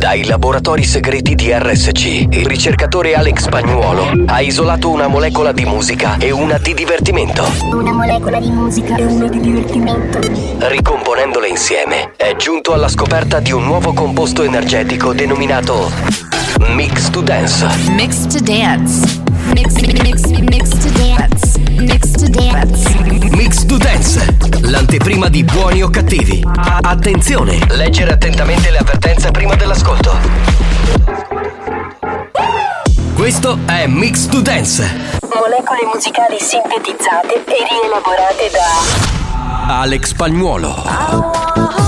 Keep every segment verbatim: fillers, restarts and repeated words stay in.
Dai laboratori segreti di R S C, il ricercatore Alex Spagnuolo ha isolato una molecola di musica e una di divertimento. Una molecola di musica e una di divertimento. Ricomponendole insieme, è giunto alla scoperta di un nuovo composto energetico denominato Mix to Dance. Mix to Dance. Mix, mix, mix to dance. Mix to dance. Mix to Dance, l'anteprima di Buoni o Cattivi. Attenzione, leggere attentamente le avvertenze prima dell'ascolto. Questo è Mix to Dance. Molecole musicali sintetizzate e rielaborate da Alex Spagnuolo.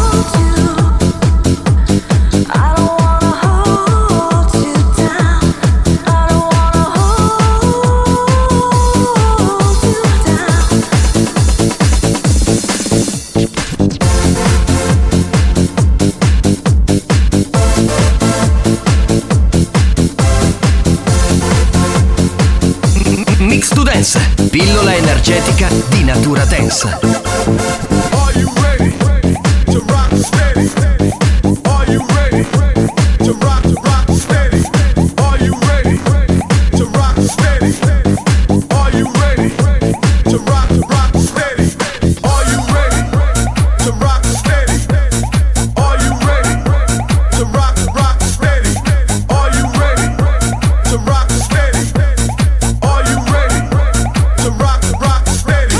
Mix to Dance, pillola energetica di natura dance. Are you ready to rock steady? Are you ready to rock, rock steady? Are you ready to rock steady? Are you ready to rock, rock steady? Are you ready to rock steady? Are you ready to rock, rock steady? Are you ready to rock steady? Are you ready to rock, rock steady?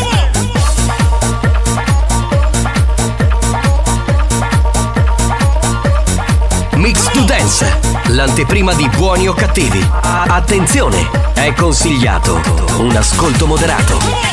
Mix to Dance, l'anteprima di Buoni o Cattivi. Attenzione, è consigliato un ascolto moderato.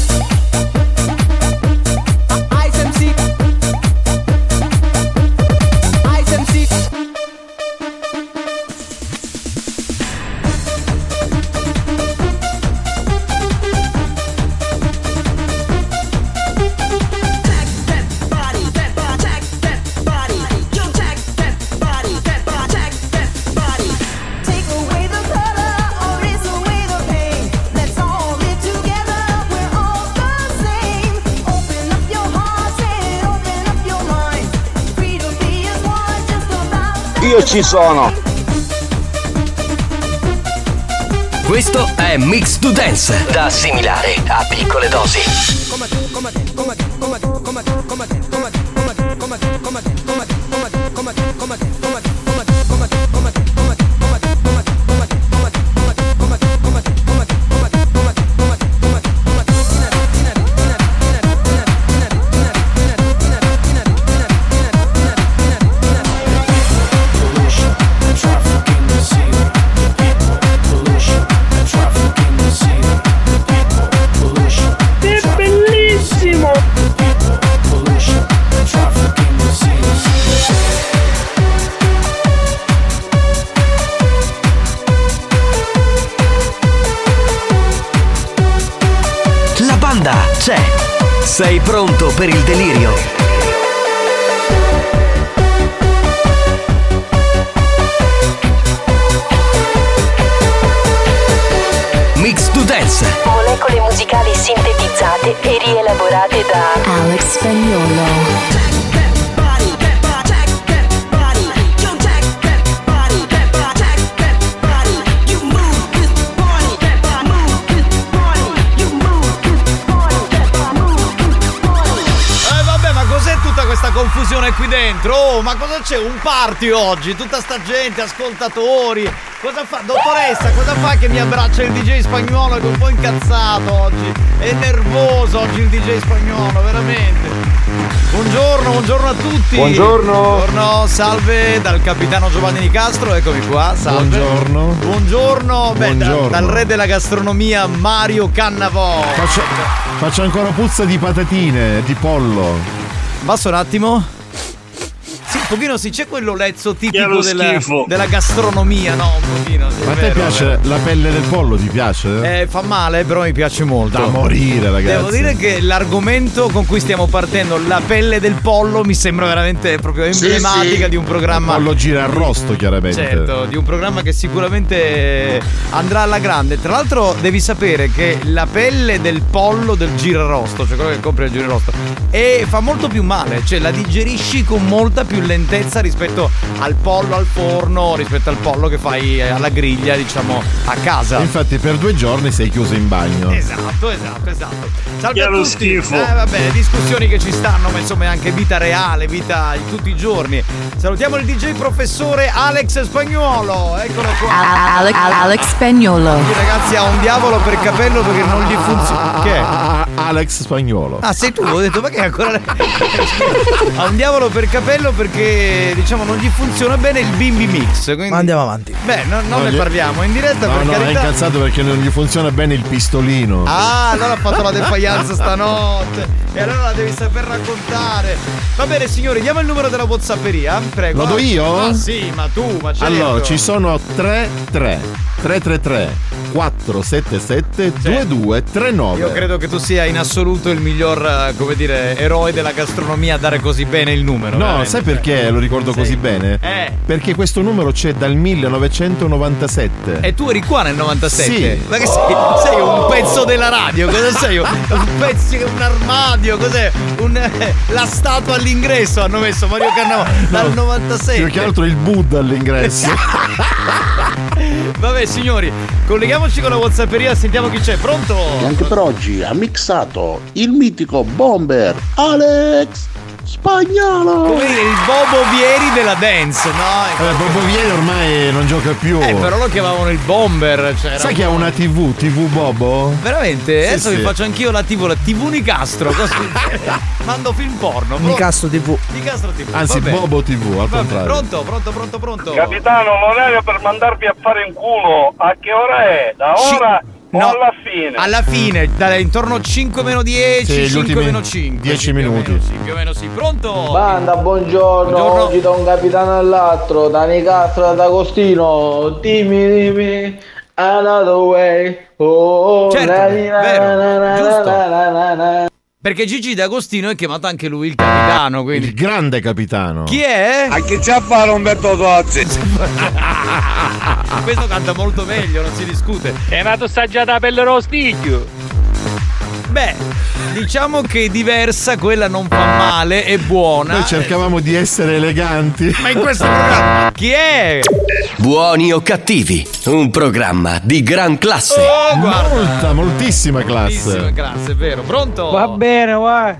Io ci sono. Questo è Mix to Dance, da assimilare a piccole dosi. C'è. Sei pronto per il delirio? Mix to Dance. Molecole musicali sintetizzate e rielaborate da Alex Spagnuolo. Confusione qui dentro. Oh, ma cosa c'è? Un party oggi? Tutta sta gente, ascoltatori. Cosa fa? Dottoressa, cosa fa che mi abbraccia il D J Spagnuolo? Che è un po' incazzato oggi. È nervoso oggi il D J Spagnuolo, veramente. Buongiorno, buongiorno a tutti. Buongiorno. Buongiorno, salve dal capitano Giovanni Di Castro, eccomi qua, salve. Buongiorno. Buongiorno, beh, Buongiorno. Da, dal re della gastronomia Mario Cannavò. Faccio, faccio ancora puzza di patatine, di pollo. Basta un attimo. Sì, un pochino sì, c'è quell'olezzo tipico della, schifo. della gastronomia, no? Un pochino. Sì, Ma a è te vero, piace è vero. la pelle del pollo? Ti piace? Eh, fa male, però mi piace molto. Da morire, ragazzi. Devo dire che l'argomento con cui stiamo partendo, la pelle del pollo, mi sembra veramente proprio emblematica sì. di un programma. Pollo girarrosto, chiaramente. Certo, di un programma che sicuramente andrà alla grande. Tra l'altro devi sapere che la pelle del pollo del girarosto, cioè quello che compri al girarosto, e fa molto più male, cioè la digerisci con molta più lentezza lentezza rispetto al pollo al forno, rispetto al pollo che fai alla griglia, diciamo, a casa. Infatti per due giorni sei chiuso in bagno. Esatto, esatto, esatto. Salve Che a lo tutti. schifo. Eh, vabbè, discussioni che ci stanno, ma insomma è anche vita reale, vita di tutti i giorni. Salutiamo il D J professore Alex Spagnuolo, eccolo qua. Alex, Alex Spagnuolo. Sì, ragazzi, ha un diavolo per capello perché non gli funziona. Che è? Alex Spagnuolo. Ah, sei tu? Ho detto, ma che è ancora. Ha un diavolo per capello perché, diciamo, non gli funziona bene il bimbi mix. Quindi... Ma andiamo avanti. Beh, no, non No, ne gli- parliamo in diretta No, per no, è carità. incazzato perché non gli funziona bene il pistolino. Ah, allora ha fatto la defianza stanotte. E allora la devi saper raccontare. Va bene, signori, diamo il numero della WhatsApperia. Prego. Lo do io? Ah, sì, ma tu, ma certo. Allora, ci sono tre tre tre tre tre quattro sette sette due due tre nove. Io credo che tu sia in assoluto il miglior, eh, come dire, eroe della gastronomia a dare così bene il numero. No, veramente. sai perché lo ricordo Sì. così bene? Eh. Perché questo numero c'è dal millenovecentonovantasette. E tu eri qua nel novantasette? Sì. Ma che sei? Sei un pezzo della radio? Cosa sei? Un pezzo, un armadio? Cos'è? Un, eh, la statua all'ingresso hanno messo Mario Cannavò dal No, novantasette. Più che altro il Buddha all'ingresso. Vabbè signori, colleghiamoci con la WhatsApperia, sentiamo chi c'è. Pronto? E anche per oggi ha mixato il mitico bomber Alex Spagnuolo. Come dire, il Bobo Vieri della dance, no? Eh, Bobo Vieri ormai non gioca più. Eh, però lo chiamavano il bomber. Cioè, Sai era- che ha una tivù, tivù Bobo? Veramente? Sì, Adesso sì. vi faccio anch'io la tivù, la tivù Nicastro. Cosa- Mando film porno. Pronto? Nicastro tivù. Nicastro tivù. Anzi, Vabbè. Bobo tivù, al Vabbè, contrario. pronto, pronto, pronto, pronto. Capitano, l'orario per mandarvi a fare in culo, a che ora è? Da Ci- ora o no, alla fine? Alla fine, da, intorno cinque meno dieci, Sì, gli cinque ultimi meno cinque. dieci sì, più o minuti. meno, sì, più o meno sì. Pronto? Banda, buongiorno. Buongiorno. Oggi da un capitano all'altro, da Nicastro ad Agostino. Dimmi, dimmi, another way. Oh, Certo, na, na, vero, na, na, giusto. na, na, na, na. Perché Gigi D'Agostino è chiamato anche lui il capitano, quindi. Il grande capitano. Chi è? A chi c'ha a fare Umberto Tozzi? Questo canta molto meglio, non si discute. È nato assaggiata la pelle rostiglio. Beh, diciamo che è diversa, quella non fa male, è buona. Noi cercavamo di essere eleganti. Ma in questo programma chi è? Buoni o cattivi, un programma di gran classe. Oh, guarda. Molta, moltissima Bellissima classe. classe, è vero. Pronto? Va bene, va.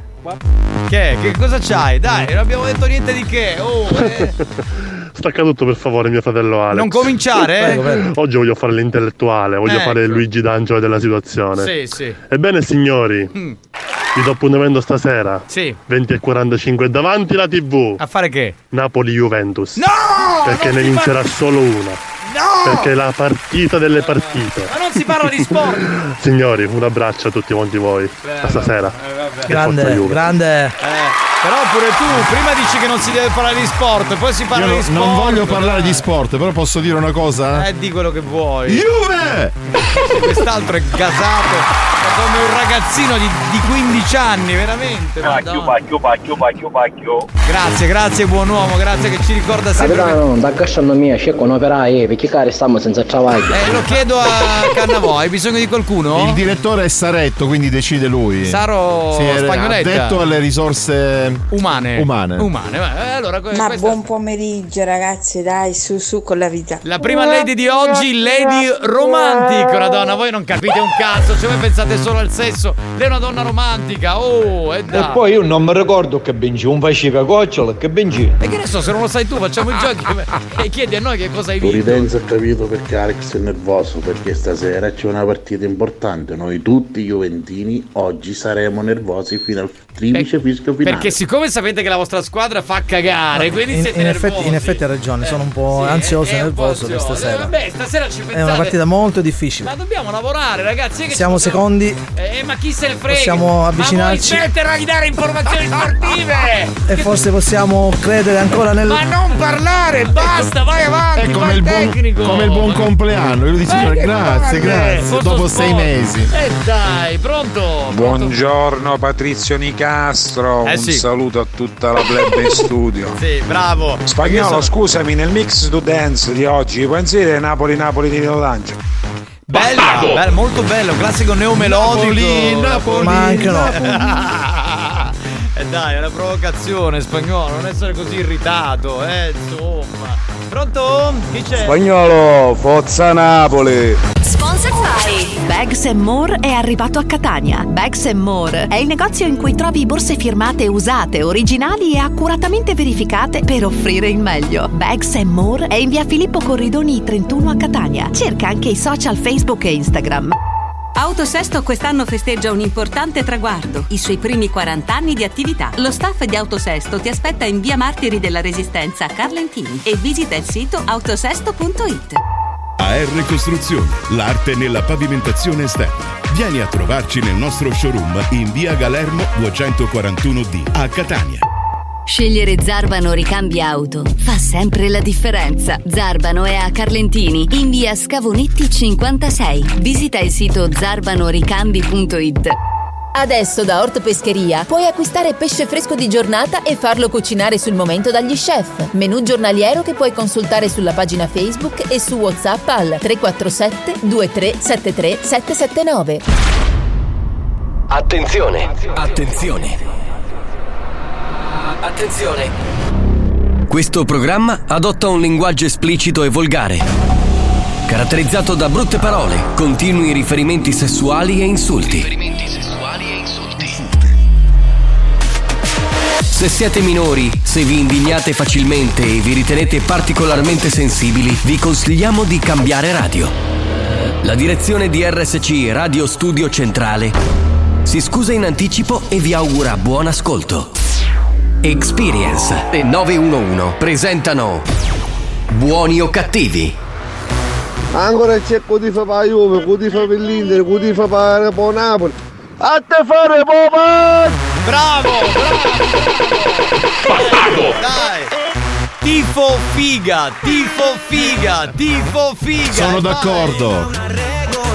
Che? Che cosa c'hai? Dai, non abbiamo detto niente di che. Oh, eh. Stacca tutto per favore, mio fratello Alex. Non cominciare, eh? Prego, prego. Oggi voglio fare l'intellettuale, voglio Ecco. fare Luigi D'Angelo della situazione. Sì, sì. Ebbene signori, Mm. vi do appuntamento stasera. Sì. venti e quarantacinque davanti la tivù. A fare che? Napoli-Juventus. No! Perché non ne si vincerà parla- solo una. No! Perché è la partita delle partite. Ma non si parla di sport. Signori, un abbraccio a tutti quanti voi. A stasera. Eh, vabbè. Forza Grande, Juve. grande. Eh, però pure tu prima dici che non si deve parlare di sport, poi si parla Io di no- sport. non voglio parlare dai. di sport, però posso dire una cosa? Eh, di quello che vuoi. Juve! Quest'altro è gasato è come un ragazzino di, di quindici anni, veramente. Pacchio, Madonna. pacchio, pacchio, pacchio, pacchio. Grazie, grazie buon uomo, grazie che ci ricorda sempre. Capitano, da gastronomia c'è con operai, perché cari stiamo senza travaglio. Eh, lo chiedo a Cannavò, hai bisogno di qualcuno? Il direttore è Saretto, quindi decide lui. Saro Sì, è Spagnoletta. addetto alle risorse Umane. Umane. Umane. Eh, allora, que- Ma questa- buon pomeriggio ragazzi, dai, su su con la vita. La prima lady di oggi, Lady Romantic, una donna, voi non capite un cazzo, cioè voi pensate solo al sesso, lei è una donna romantica, oh, e dai. E poi io non mi ricordo che benci, un faceva gocciolo, che benci. E che ne so, se non lo sai tu, facciamo i giochi e chiedi a noi che cosa hai vinto. Floridenza ha capito perché Alex è nervoso, perché stasera c'è una partita importante. Noi tutti juventini oggi saremo nervosi fino al triplice fischio finale. Perché siccome sapete che la vostra squadra fa cagare, quindi In, siete in nervosi. effetti, in effetti ha ragione, sono un po' Sì, ansioso è- e è un po' nervoso per ansioso. stasera. Eh, vabbè, stasera ci pensate. È una partita molto difficile. Ma dobbiamo lavorare, ragazzi. è che Siamo ci possiamo- secondi Eh, ma chi se ne frega? Possiamo avvicinarci. Ma vuoi smettere di dare informazioni sportive? e forse possiamo credere ancora nel... Ma non parlare, basta, vai avanti. È come fai il, buon, tecnico. come il buon compleanno. Io dico Eh, che grazie, palle, grazie. posto Dopo sport. sei mesi. Eh dai, pronto? Pronto? Buongiorno Patrizio Nicastro, Eh un sì. saluto a tutta la plebe in studio. Sì, bravo. Spagnolo, Io sono- scusami, nel mix to dance di oggi puoi inserire Napoli-Napoli di Nino D'Angelo? Bella, bella, molto bello, classico neomelodico. Napoli, Napoli, Ma anche no. È Eh dai, è una provocazione, Spagnolo, non essere così irritato, eh, insomma. Pronto? Chi c'è? Spagnolo, Forza Napoli. Sponsored by Bags and More è arrivato a Catania. Bags and More è il negozio in cui trovi borse firmate usate, originali e accuratamente verificate per offrire il meglio. Bags and More è in via Filippo Corridoni trentuno a Catania. Cerca anche i social Facebook e Instagram. Autosesto quest'anno festeggia un importante traguardo, i suoi primi quaranta anni di attività. Lo staff di Autosesto ti aspetta in via Martiri della Resistenza a Carlentini e visita il sito autosesto punto it. A R Costruzioni, l'arte nella pavimentazione esterna. Vieni a trovarci nel nostro showroom in via Galermo duecentoquarantuno D a Catania. Scegliere Zarbano Ricambi Auto fa sempre la differenza. Zarbano è a Carlentini, in via Scavonetti cinquantasei. Visita il sito zarbanoricambi punto it. Adesso da Orto Pescheria puoi acquistare pesce fresco di giornata e farlo cucinare sul momento dagli chef. Menù giornaliero che puoi consultare sulla pagina Facebook e su WhatsApp al tre quattro sette due tre sette tre sette sette nove. Attenzione, attenzione. Attenzione! Questo programma adotta un linguaggio esplicito e volgare, caratterizzato da brutte parole, continui riferimenti sessuali e insulti. Riferimenti sessuali e insulti. Se siete minori, se vi indignate facilmente e vi ritenete particolarmente sensibili, vi consigliamo di cambiare radio. La direzione di R S C Radio Studio Centrale si scusa in anticipo e vi augura buon ascolto. Experience e nove uno uno presentano Buoni o Cattivi. Ancora c'è chi fa per la Juve, chi fa per l'Inter, chi fa per il Napoli. A te fare Popa! Bravo, bravo! Dai! Tifo figa, tifo figa, tifo figa! Sono d'accordo!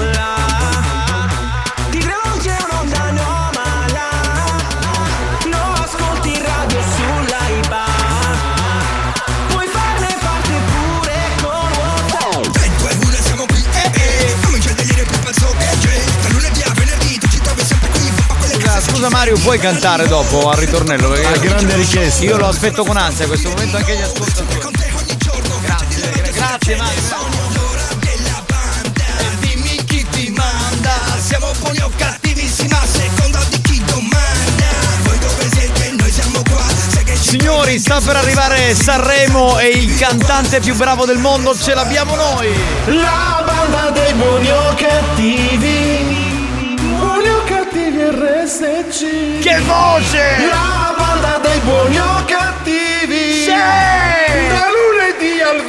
Scusa Mario, puoi cantare dopo al ritornello? Perché a grande richiesta. Io lo aspetto con ansia a questo momento, anche gli ascoltatori. Grazie, grazie Mario. E dimmi chi ti manda, siamo buoni o cattivissimi a seconda di chi domanda. Voi dove siete? Noi siamo qua. Signori, sta per arrivare Sanremo e il cantante più bravo del mondo ce l'abbiamo noi. La banda dei buoni o cattivi. Buoni o cattivi R S C. Che voce! La banda dei buoni o cattivi. Sì! Da lunedì al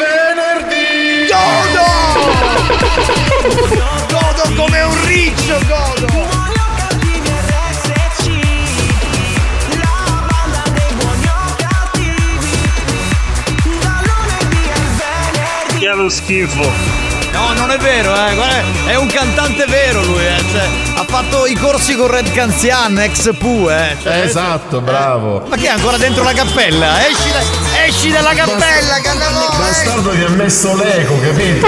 venerdì. Godo! Godo come un riccio, godo! Buoni o cattivi R S C. La banda dei buoni o cattivi. Da lunedì al venerdì. Che lo schifo. No, non è vero, eh. Guarda, è un cantante vero lui, eh. Cioè, ha fatto i corsi con Red Canzian, ex Pooh, eh. Cioè, esatto, bravo. Ma che è ancora dentro la cappella? Esci, da, esci dalla cappella, che andiamo. Bastardo gli ha messo l'eco, capito?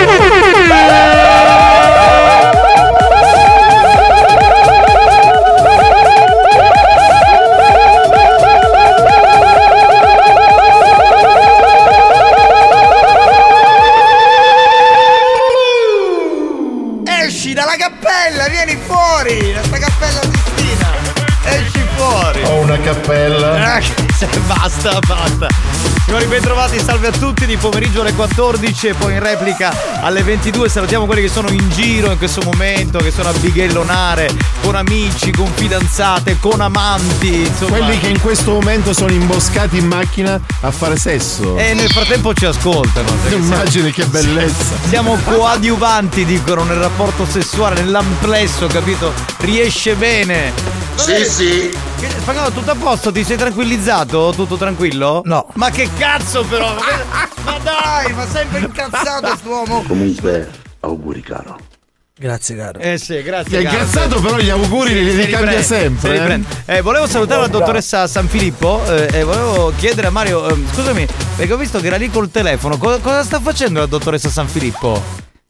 Dalla cappella, vieni fuori! Da sta cappella Sistina! Esci fuori! Ho una cappella! Eh, basta, basta! Signori, ben trovati, salve a tutti, di pomeriggio alle quattordici e poi in replica alle ventidue. Salutiamo quelli che sono in giro in questo momento, che sono a bighellonare con amici, con fidanzate, con amanti, insomma. Quelli che in questo momento sono imboscati in macchina a fare sesso. E nel frattempo ci ascoltano. Immagini che bellezza. Siamo coadiuvanti, dicono, nel rapporto sessuale, nell'amplesso, capito? Riesce bene. Sì, sì. Spagnolo, tutto a posto? Ti sei tranquillizzato? Tutto tranquillo? No. Ma che cazzo però? Ma dai, ma sempre incazzato quest'uomo. Comunque, auguri caro. Grazie caro. Eh sì, grazie. Ti è incazzato, però gli auguri li, li cambia sempre. Eh. Eh, volevo salutare la dottoressa San Filippo eh, e volevo chiedere a Mario, eh, scusami, perché ho visto che era lì col telefono. Cosa, cosa sta facendo la dottoressa San Filippo?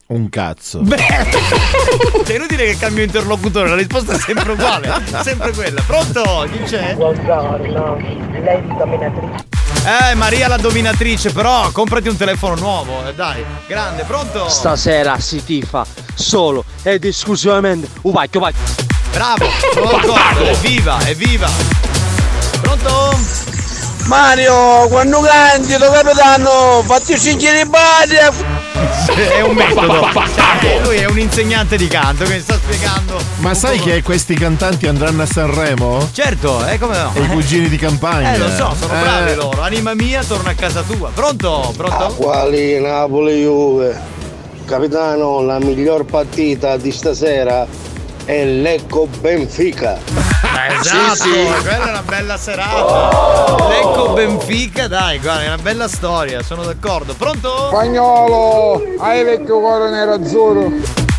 Un cazzo. Beh, è inutile che cambio interlocutore, la risposta è sempre uguale, sempre quella. Pronto? Chi c'è? Buongiorno, lei di dominatrice. Eh, Maria la dominatrice, però comprati un telefono nuovo, eh, dai, grande, pronto? Stasera si tifa solo ed esclusivamente un vecchio vecchio. Bravo, sono d'accordo, evviva, evviva. Pronto? Mario, quando canti, lo capitano, fatti scegliere i bari. È un metodo. Cioè, lui è un insegnante di canto che mi sta spiegando. Ma sai che questi cantanti andranno a Sanremo? Certo, eh, come no? E i cugini di campagna. Eh, lo so, sono eh. bravi loro. Anima mia, torna a casa tua. Pronto? Pronto? Quali Napoli Juve? Capitano, la miglior partita di stasera è Lecco Benfica. Esatto, Sì, sì. quella è una bella serata. Lecco Benfica, dai, guarda, è una bella storia, sono d'accordo. Pronto? Spagnolo, hai vecchio cuore nero-azzurro.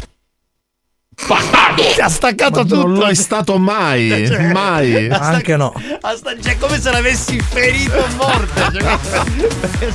Ti ha staccato Ma tutto. non lo è stato mai, Cioè, mai. ha stac- Anche no. ha sta- cioè, come se l'avessi ferito a morte. Cioè,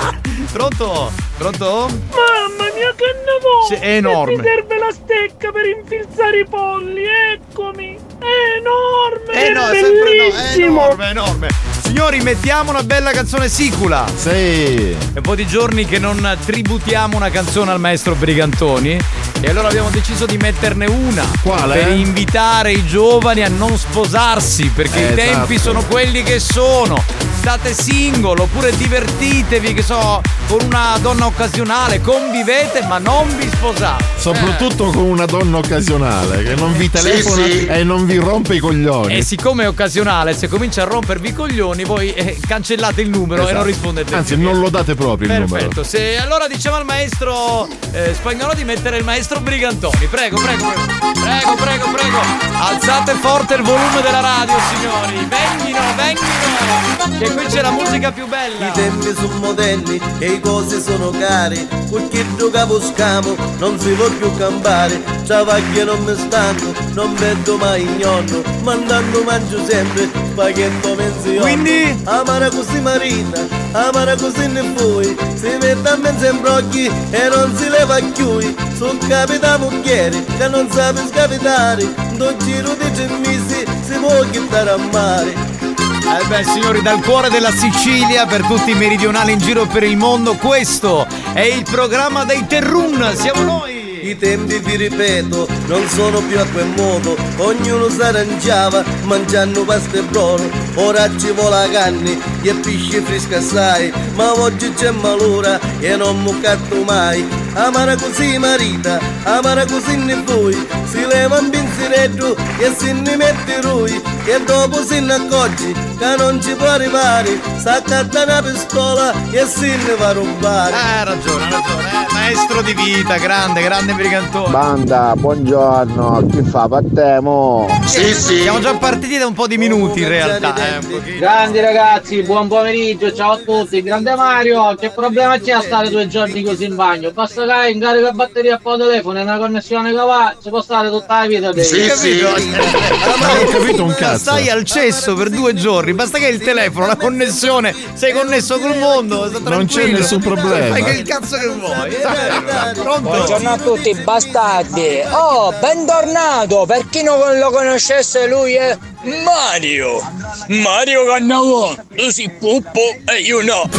pronto? Pronto? Mamma mia che nevò! Sì, è enorme. Mi serve la stecca per infilzare i polli, eccomi! È enorme! Eh è no, è sempre no, è bellissimo! enorme, è enorme. Signori, mettiamo una bella canzone sicula. Sì. È un po' di giorni che non tributiamo una canzone al maestro Brigantoni e allora abbiamo deciso di metterne una. Quale? Per invitare i giovani a non sposarsi, perché Eh, i tempi esatto. sono quelli che sono. State single oppure divertitevi, che so, con una donna occasionale, convivete ma non vi sposate. Soprattutto con una donna occasionale che non vi telefona sì. e non vi rompe i coglioni. E siccome è occasionale, se comincia a rompervi i coglioni, voi eh, cancellate il numero Esatto. e non rispondete. Anzi, più. non lo date proprio il Perfetto, numero. se allora diciamo al maestro eh, Spagnolo di mettere il maestro Brigantoni. Prego, prego, prego, prego, prego. Alzate forte il volume della radio, signori. Venghino, venghino. Che qui c'è la musica più bella. I tempi sono moderni e i cosi sono cari. Con chi giocavo scamo non si può più campare. Ciavaglie non mi stanno, non vedo mai il nonno. Mandando mangio sempre spaghetto menzione. Quindi? Amara così marita, amara così ne vuoi. Si mette a mezzo in brocchi e non si leva chiui. Sul capita mucchieri che non sape scapitare. Non giro di gemisi si può chittare a mare. Eh beh, signori, dal cuore della Sicilia per tutti i meridionali in giro per il mondo, questo è il programma dei Terrun, siamo noi! I tempi, vi ripeto, non sono più a quel modo. Ognuno si arrangiava mangiando pasta e brodo. Ora ci vuole canne e pesce fresco assai. Ma oggi c'è malora e non mi catto mai. Amara così marita, amara così ne vuoi. Si leva un pensiero e se ne mette lui. E dopo se ne accorge che non ci può arrivare. S'accatta una pistola e se ne va a rubare. Eh, ha ragione, ha ragione, eh. Maestro di vita, grande, grande Brigantone. Banda, buongiorno, chi fa pattemo? Sì, sì. Siamo già partiti da un po' di minuti in realtà, eh, un pochino. Grandi ragazzi, buon pomeriggio, ciao a tutti. Grande Mario, che problema c'è a stare due giorni così in bagno? Basta che incarica batteria a po' telefono e una connessione che va, si può stare tutta la vita dei. Sì, sì. Non ho capito un cazzo. Stai al cesso per due giorni, basta che hai il telefono, la connessione, sei connesso col mondo, sta Non c'è tranquillo. nessun problema. Fai che il cazzo che vuoi. eh. Pronto? Buongiorno a tutti bastardi. Oh, bentornato. Per chi non lo conoscesse, lui è Mario. Mario Cannavò. Tu sei puppo e io no.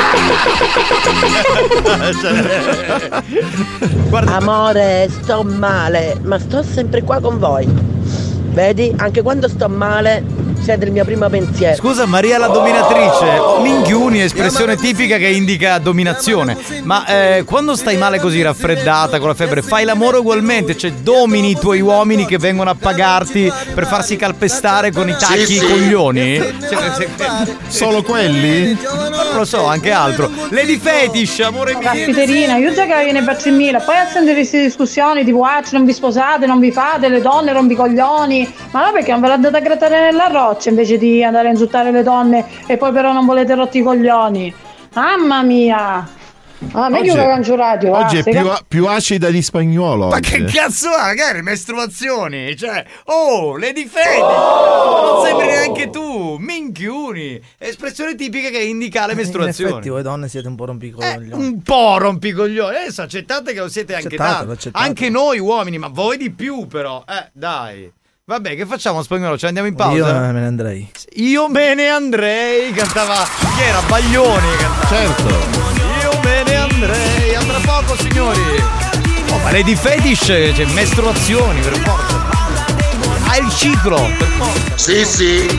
Guarda. Amore, sto male, ma sto sempre qua con voi. Vedi, anche quando sto male siete il mio primo pensiero. Scusa, Maria la dominatrice, minchiuni, espressione tipica che indica dominazione. Ma eh, quando stai male così raffreddata con la febbre, fai l'amore ugualmente? Cioè domini i tuoi uomini che vengono a pagarti per farsi calpestare con i tacchi Sì, i sì. coglioni? Cioè, se- Solo quelli? Non lo so, anche altro. Lady Fetish, amore mio. Caspiterina, io già che viene per tremila, poi a sentire queste discussioni tipo ah, non vi sposate, non vi fate, le donne rompicoglioni, ma no, perché non ve la date a grattare nella roccia invece di andare a insultare le donne e poi però non volete rotti i coglioni. Mamma mia! Ah, meglio che Cancio Radio. Oggi ah, è sei più, cap- a- più acida di Spagnuolo. Ma oggi. che cazzo ha? Magari mestruazioni. Cioè, oh, Lady Fede. Oh! Non sembri neanche tu. Minchiuni. Espressione tipica che indica le In mestruazioni. effetti voi donne siete un po' rompicoglioni. Un po' rompicoglioni. Adesso accettate che lo siete anche Accettatelo, tanto. accettatelo. Anche noi uomini, ma voi di più però. Eh, dai. Vabbè, che facciamo Spagnolo? Ci andiamo in pausa? Io me ne andrei. Io me ne andrei. Cantava. Chi era? Baglioni. Cantava. Certo. Io me ne andrei. A tra poco, signori. Oh, ma Lady Fetish, cioè mestruazioni, per forza. Ha il ciclo, per forza. Sì, sì.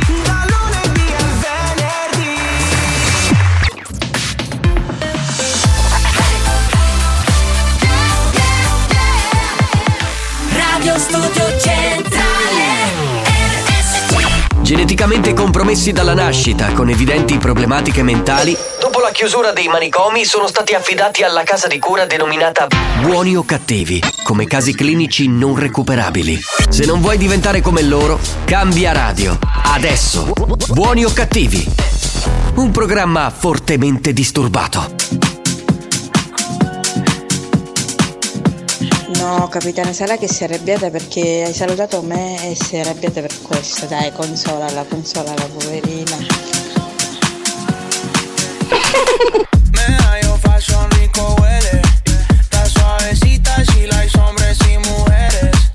Radio Studio Centrale R S C. Geneticamente compromessi dalla nascita, con evidenti problematiche mentali, dopo la chiusura dei manicomi sono stati affidati alla casa di cura denominata Buoni o Cattivi, come casi clinici non recuperabili. Se non vuoi diventare come loro, cambia radio. Adesso, Buoni o Cattivi. Un programma fortemente disturbato. No, capitano, sarà che si è arrabbiata perché hai salutato me e si è arrabbiata per questo. Dai, consolala, consolala, poverina. Me hallo fashion rico huele. Está suavecita, she likes hombres y mujeres.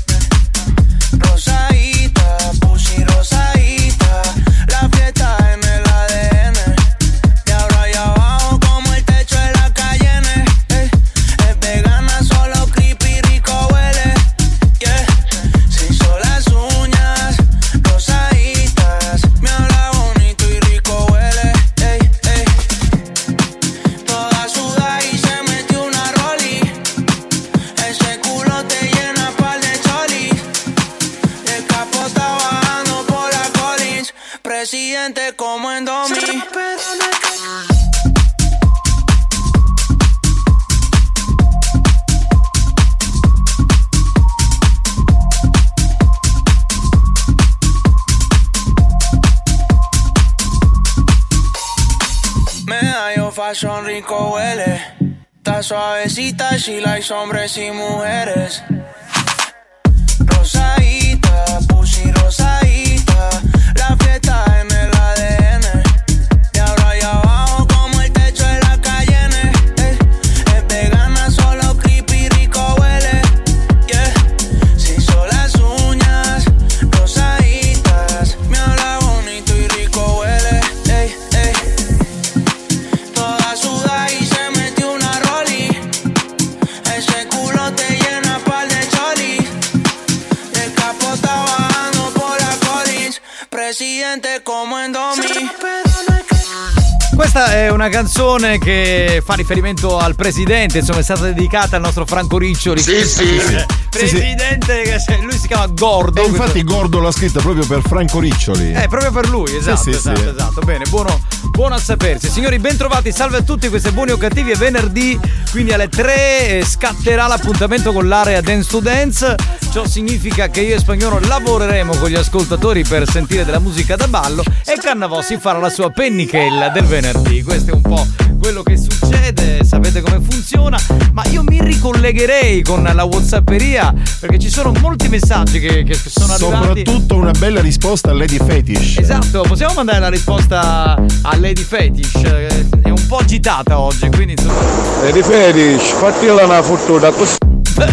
Rosadita, pussy rosadita. La fiesta en el A D N. De ahora y abajo como el techo de la Cayenne. Eh, es vegana, solo creepy, rico huele. Yeah. Se hizo las uñas rosaditas. Me habla bonito y rico huele. Ey, ey. Toda suda y se metió una roli. Ese culo te llena pal de cholis. El capo está bajando por la Collins. Presidente como en Domi. Me hallo fashion rico huele. Está suavecita, she likes hombres y mujeres. Rosadita, pussy rosadita. La fiesta en el A D N. De ahora y abajo como el techo de la Cayenne. Eh, es vegana, solo creepy, rico huele. Yeah. Se hizo las uñas rosaditas. Me habla bonito y rico huele. Ey, ey. Toda suda y se metió una roli. Ese culo te llena pal de cholis. El capo está bajando por la Collins. Presidente como en Domi. Questa è una canzone che fa riferimento al presidente, insomma è stata dedicata al nostro Franco Riccioli. Sì, sì. Presidente, che se- lui si chiama Gordo. E infatti Gordo l'ha scritta proprio per Franco Riccioli. Eh, proprio per lui, esatto, Sì, sì, esatto, sì. esatto. Bene, buono, buono a sapersi. Signori, ben trovati, salve a tutti, questi Buoni o Cattivi, è venerdì, quindi alle tre eh, scatterà l'appuntamento con l'area Dance to Dance. Ciò significa che io e Spagnolo lavoreremo con gli ascoltatori per sentire della musica da ballo e Cannavò si farà la sua pennichella del venerdì. Questo è un po' quello che succede, sapete come funziona, ma io mi ricollegherei con la WhatsApperia perché ci sono molti messaggi che, che sono arrivati. Soprattutto una bella risposta a Lady Fetish. Esatto, possiamo mandare la risposta a Lady Fetish, eh, è un po' agitata oggi, quindi insomma. Lady Fetish, fattila una fortuna così. Eh,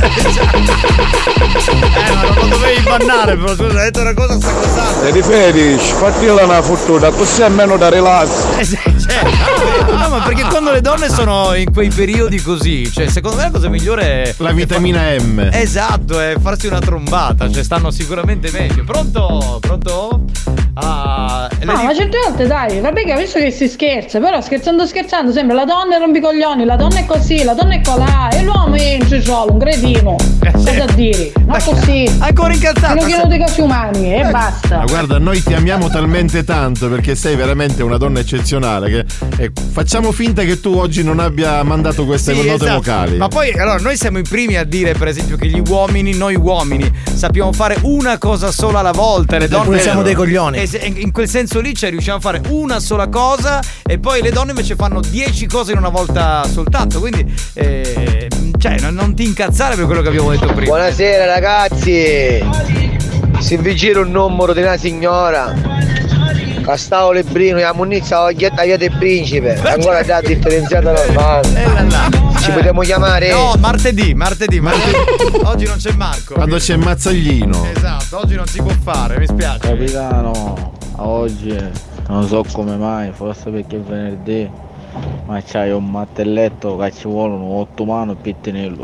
ma non lo dovevi bannare, però scusa, hai detto una cosa sacrosanta. Lady Fetish, fattila una fortuna così almeno da relax. Eh, sì, certo. No, ma perché quando le donne sono in quei periodi così, cioè secondo me la cosa migliore è la vitamina è fa- M. Esatto, è farsi una trombata, cioè stanno sicuramente meglio. Pronto? Pronto? Ah, No, ma certe volte dai, vabbè che visto che si scherza, però scherzando scherzando sembra la donna è rompicoglioni, la donna è così, la donna è colà e l'uomo è un cicciolo, un cretino. Cosa dire? Ma così. Ancora incazzato. Sono pieno di casi umani e basta. Ma guarda, noi ti amiamo talmente tanto perché sei veramente una donna eccezionale che eh, facciamo finta che tu oggi non abbia mandato queste Sì, note esatto. vocali. Ma poi allora noi siamo i primi a dire per esempio che gli uomini, noi uomini sappiamo fare una cosa sola alla volta, le donne Noi siamo dei coglioni. e in quel senso lì, cioè, riusciamo a fare una sola cosa e poi le donne invece fanno dieci cose in una volta soltanto. Quindi, eh, cioè, non, non ti incazzare per quello che abbiamo detto prima. Buonasera ragazzi. Si vigila un numero di una signora. Castavo Lebrino, la munizia la ghietta io del principe. Ancora già differenziata normale. Ci potremmo chiamare? No, martedì, martedì, martedì. Oggi non c'è Marco. Quando c'è Mazzaglino. Esatto, oggi non si può fare, mi spiace. Capitano, oggi non so come mai, forse perché è venerdì, ma c'hai un martelletto che ci vogliono otto mani per tenerlo.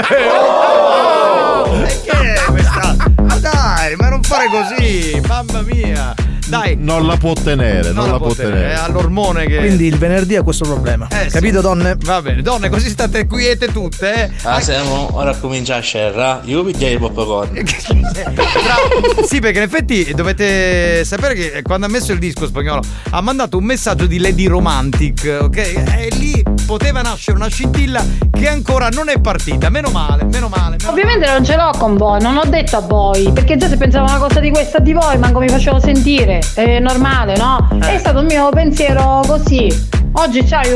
Oh, e che è questa? Ma dai, ma non fare così, mamma mia. Dai. Non la può tenere, non, non la può tenere. tenere. È all'ormone che. Quindi il venerdì ha questo problema. Eh, capito, sì. Donne? Va bene, donne, così state quiete tutte, eh. Ah, siamo ora comincia a scerra. Io pigliai il popcorn. Sì, perché in effetti dovete sapere che quando ha messo il disco Spagnolo ha mandato un messaggio di Lady Romantic, ok? E lì poteva nascere una scintilla che ancora non è partita. Meno male, meno male. Meno Ovviamente male. Non ce l'ho con voi, non ho detto a voi, perché già se pensavo una cosa di questa di voi, manco mi facevo sentire. È normale, no? Eh. È stato il mio pensiero così. Oggi c'hai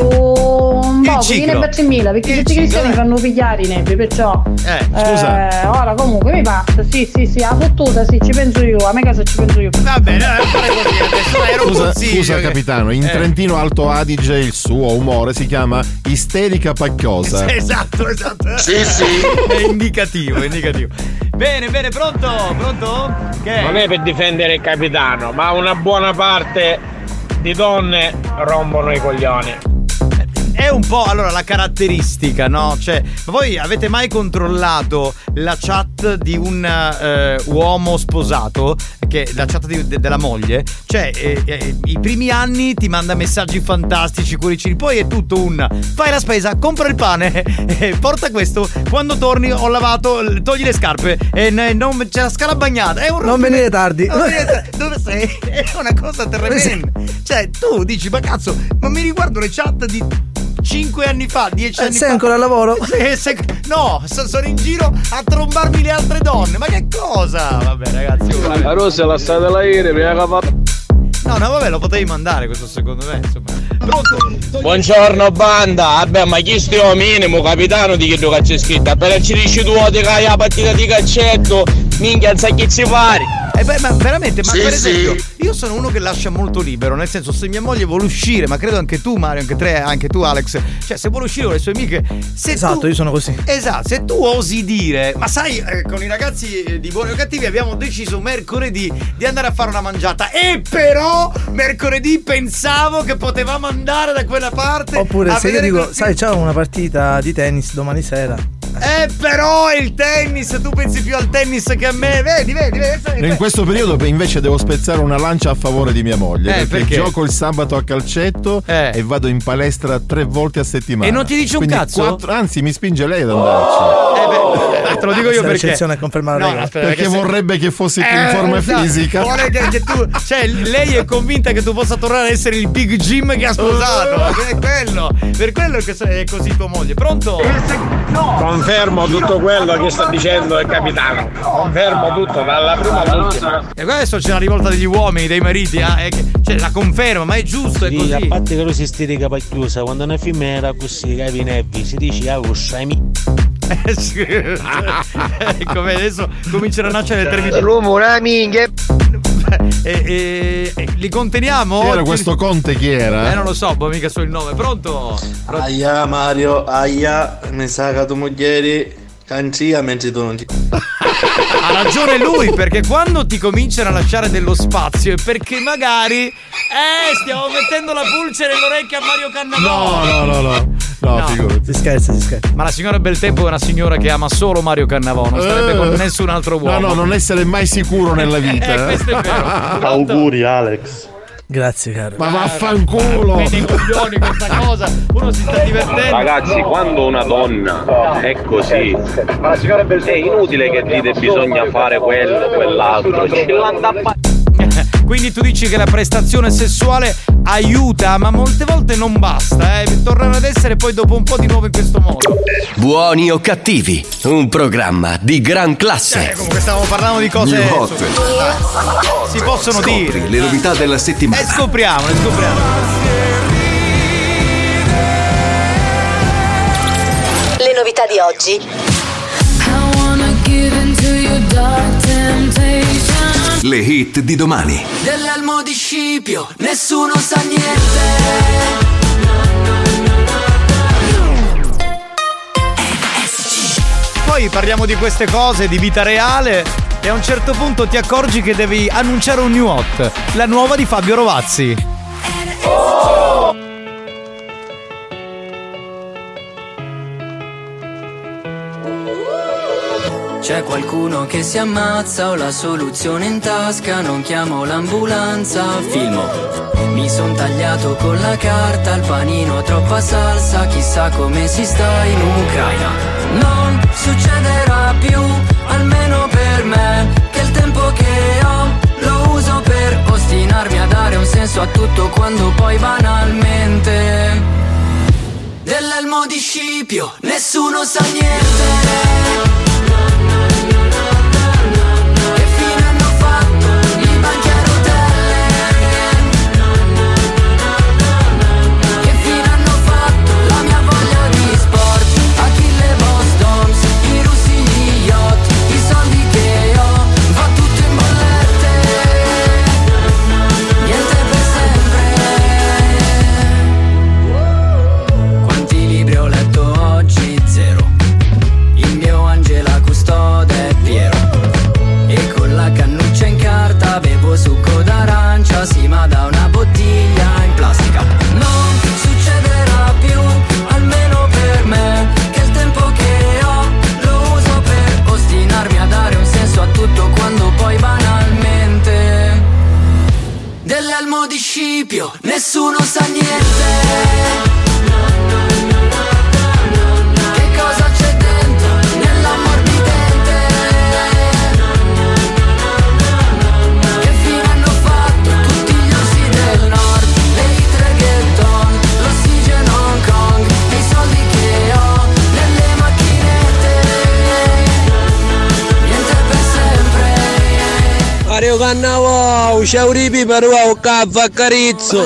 un po' di nebbe a tremila, perché tutti i cristiani fanno pigliare i nebbi, perciò eh, scusa. Eh, ora comunque mi passa, sì, sì, sì, a fottuta, sì, ci penso io, a me casa ci penso io. Va bene, eh, fare così, adesso era un scusa, consiglio. Scusa che... capitano, in eh. Trentino Alto Adige il suo umore si chiama isterica pacchiosa. Esatto, esatto. Sì, sì. È indicativo, è indicativo. Bene, bene, pronto? Pronto? Che? Non è per difendere il capitano, ma una buona parte di donne rompono i coglioni. È un po' allora la caratteristica, no? Cioè, voi avete mai controllato la chat di un eh, uomo sposato? Che la chat di, de, della moglie? Cioè, eh, eh, i primi anni ti manda messaggi fantastici, cuoricini, poi è tutto un fai la spesa, compra il pane, eh, porta questo, quando torni ho lavato, togli le scarpe, e eh, non c'è la scala bagnata. È un non venire tardi. Non venire tardi. Dove sei? È una cosa tremenda. Cioè, tu dici, ma cazzo, ma mi riguardo le chat di cinque anni fa, dieci eh, anni sei fa. ancora al lavoro? Se, se, no, sono in giro a trombarmi le altre donne. Ma che cosa? Vabbè, ragazzi. La rossa la state l'aereo, mi ha capato. No, no, vabbè, lo potevi mandare questo secondo me, insomma. Pronto? Buongiorno banda, vabbè, ma chi stiamo minimo, capitano, di che che c'è scritto? Appena ci dici tu di che la partita di calcetto, minchia, non sai chi ci pari. Eh beh, ma veramente, ma sì, per esempio, sì. io sono uno che lascia molto libero, nel senso, se mia moglie vuole uscire, ma credo anche tu Mario, anche te, anche tu Alex, cioè se vuole uscire con le sue amiche, se esatto, tu, io sono così. Esatto, se tu osi dire, ma sai, eh, con i ragazzi di Buoni o Cattivi abbiamo deciso mercoledì di andare a fare una mangiata, e però mercoledì pensavo che potevamo andare da quella parte. Oppure se io dico, quel... sai, c'ho una partita di tennis domani sera. Eh però il tennis, tu pensi più al tennis che a me, vedi, vedi, vedi. In questo periodo invece devo spezzare una lancia a favore di mia moglie, eh, perché, perché gioco il sabato a calcetto eh. e vado in palestra tre volte a settimana. E non ti dice un Quindi cazzo? Quattro, anzi mi spinge lei ad andarci. Eh beh, te lo dico io perché a confermare no, no, aspetta, perché vorrebbe se... che fossi più in eh, forma esatto. fisica. Vuole che, che tu, cioè lei è convinta che tu possa tornare ad essere il big Jim che ha sposato. È quello, per quello che è così tua moglie. Pronto? No. Confermo tutto quello che sta dicendo il capitano. Confermo tutto dalla prima all'ultima. E adesso c'è la rivolta degli uomini, dei mariti, eh, che, cioè la conferma, ma è giusto, è sì, così. A parte che lui si stirica pacchiusa, quando una femmina era così, capi nevi, si dice ah uscemi. Ecco, adesso cominciano a nascere le termini. L'uomo una minchia. E, e, e li conteniamo? Chi era questo Conte, chi era? Eh non lo so, boh, mica so il nome. Pronto? Pronto? Aia Mario, aia, mi sa che tu moglie cancia mentre tu non ti... Ha ragione lui, perché quando ti cominciano a lasciare dello spazio è perché magari eh stiamo mettendo la pulce nell'orecchia a Mario Cannavò. No, no, no, no. No, no. Figurati. Si scherza, si scherza. Ma la signora Beltempo è una signora che ama solo Mario Cannavò, non starebbe eh, con nessun altro uomo. No, no, non essere mai sicuro nella vita. eh, questo è vero. Auguri Alex. Grazie caro. Ma vaffanculo. Vedi i coglioni questa cosa. Uno si sta divertendo. Ragazzi, quando una donna è così è inutile che dite bisogna fare quello, quell'altro. Quindi tu dici che la prestazione sessuale aiuta, ma molte volte non basta, eh. Tornare ad essere essere poi dopo un po' di nuovo in questo modo. Buoni o cattivi, un programma di gran classe. Eh, comunque stavamo parlando di cose New Hot. si possono Scopri dire. le novità della settimana. E scopriamo, le scopriamo. Le novità di oggi. Le hit di domani. Dell'elmo di Scipio nessuno sa niente. Poi parliamo di queste cose, di vita reale, e a un certo punto ti accorgi che devi annunciare un new hot, la nuova di Fabio Rovazzi. Oh! C'è qualcuno che si ammazza, ho la soluzione in tasca, non chiamo l'ambulanza, filmo. Mi son tagliato con la carta, il panino ha troppa salsa, chissà come si sta in Ucraina. Non succederà più, almeno per me, che il tempo che ho lo uso per ostinarmi a dare un senso a tutto quando poi banalmente dell'elmo di Scipio nessuno sa niente. Sì, ma da una bottiglia in plastica. Non succederà più, almeno per me, che il tempo che ho lo uso per ostinarmi a dare un senso a tutto quando poi banalmente dell'elmo di Scipio nessuno sa niente. Mario Cannavò, ciao ripi per un caffè carizzo.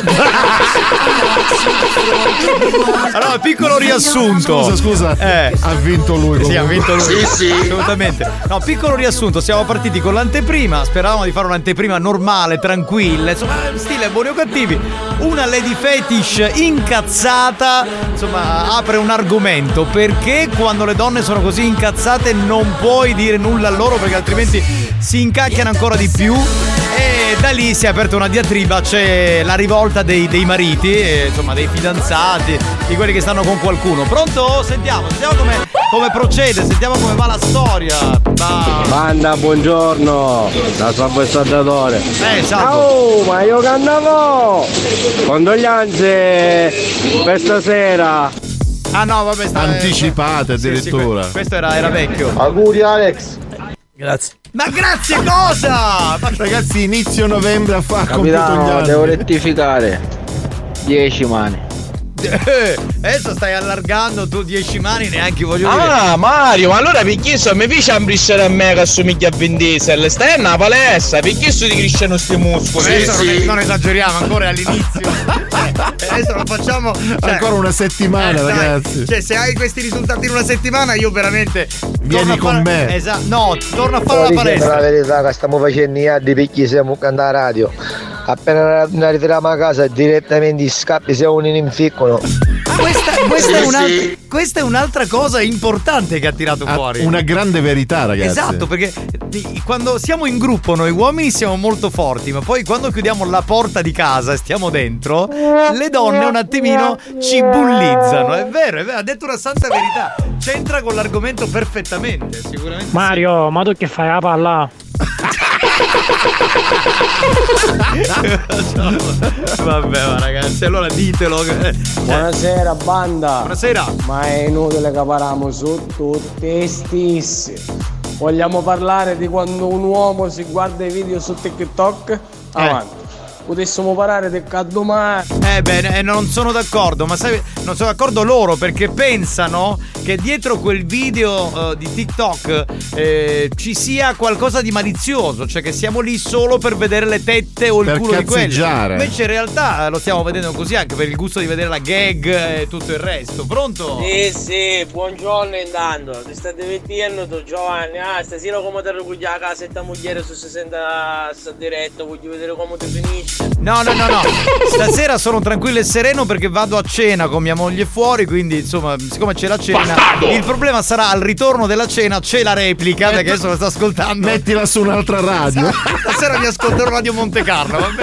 Allora, piccolo riassunto. Scusa, scusa. Eh. Ha vinto lui. Sì, comunque. ha vinto lui. Sì, sì. Assolutamente. No, piccolo riassunto. Siamo partiti con l'anteprima. Speravamo di fare un'anteprima normale, tranquilla. Insomma, stile buoni o cattivi. Una lady fetish incazzata. Insomma, apre un argomento. Perché quando le donne sono così incazzate non puoi dire nulla a loro, perché altrimenti si incacchiano ancora di più. E da lì si è aperta una diatriba, c'è la rivolta dei, dei mariti, eh, insomma dei fidanzati, di quelli che stanno con qualcuno. Pronto? Sentiamo, sentiamo come, come procede, sentiamo come va la storia. Va. Banda, buongiorno, da Salvo il Saldatore. Eh, salvo. Oh, ma io cannavo! Condoglianze per stasera. Ah no, vabbè, sta Anticipate sì, addirittura. Sì, questo era, era vecchio. Auguri Alex. Grazie. Ma grazie cosa? Ma ragazzi, inizio novembre a far compiuto gli Capitano, anni. devo rettificare. dieci mani. Eh, adesso stai allargando tu dieci mani, neanche voglio dire. Ah, Mario, ma allora perché so mi fece ambrissare a me che assomiglia a Vin Diesel? Stai a palestra, perché so ti crescono sti muscoli? Adesso sì, non, sì. non esageriamo, ancora è all'inizio. eh, adesso lo facciamo. Cioè, ancora una settimana, eh, ragazzi. Cioè, se hai questi risultati in una settimana, io veramente. Vieni con fare... me. Esatto. No, torno a fare la palestra. La verità che stiamo facendo i di picchi siamo cantando a radio. Appena ne ritiriamo a casa direttamente in scappi siamo un inficcono. Questa, questa, sì, è un'altra, sì. questa è un'altra cosa importante che ha tirato fuori. Una grande verità, ragazzi. Esatto, perché quando siamo in gruppo noi uomini siamo molto forti, ma poi quando chiudiamo la porta di casa e stiamo dentro, le donne un attimino ci bullizzano. È vero, è vero, ha detto una santa verità. C'entra con l'argomento perfettamente, sicuramente. Mario, sì. Ma tu che fai la palla? Vabbè, ma ragazzi, allora ditelo. Buonasera banda. Buonasera. Ma è inutile che parliamo su tutti stessi. Vogliamo parlare di quando un uomo si guarda i video su TikTok? Avanti. potessimo parare del domani. Eh beh, non sono d'accordo, ma sai, non sono d'accordo loro perché pensano che dietro quel video uh, di TikTok eh, ci sia qualcosa di malizioso, cioè che siamo lì solo per vedere le tette o il per culo di quelli. cazzeggiare. Invece in realtà lo stiamo vedendo così anche per il gusto di vedere la gag e tutto il resto. Pronto? Sì, sì, buongiorno intanto. Ti state mettendo tu Giovanni. Ah, stasera come ti ricugli a casa e tua moglie su sessanta sta diretto, voglio vedere come ti finisce. No, no, no, no. Stasera sono tranquillo e sereno perché vado a cena con mia moglie fuori, quindi insomma, siccome c'è la cena, Bastardo! Il problema sarà al ritorno della cena c'è la replica, perché adesso lo sto ascoltando. Mettila su un'altra radio. Stasera mi ascolterò Radio Monte Carlo, va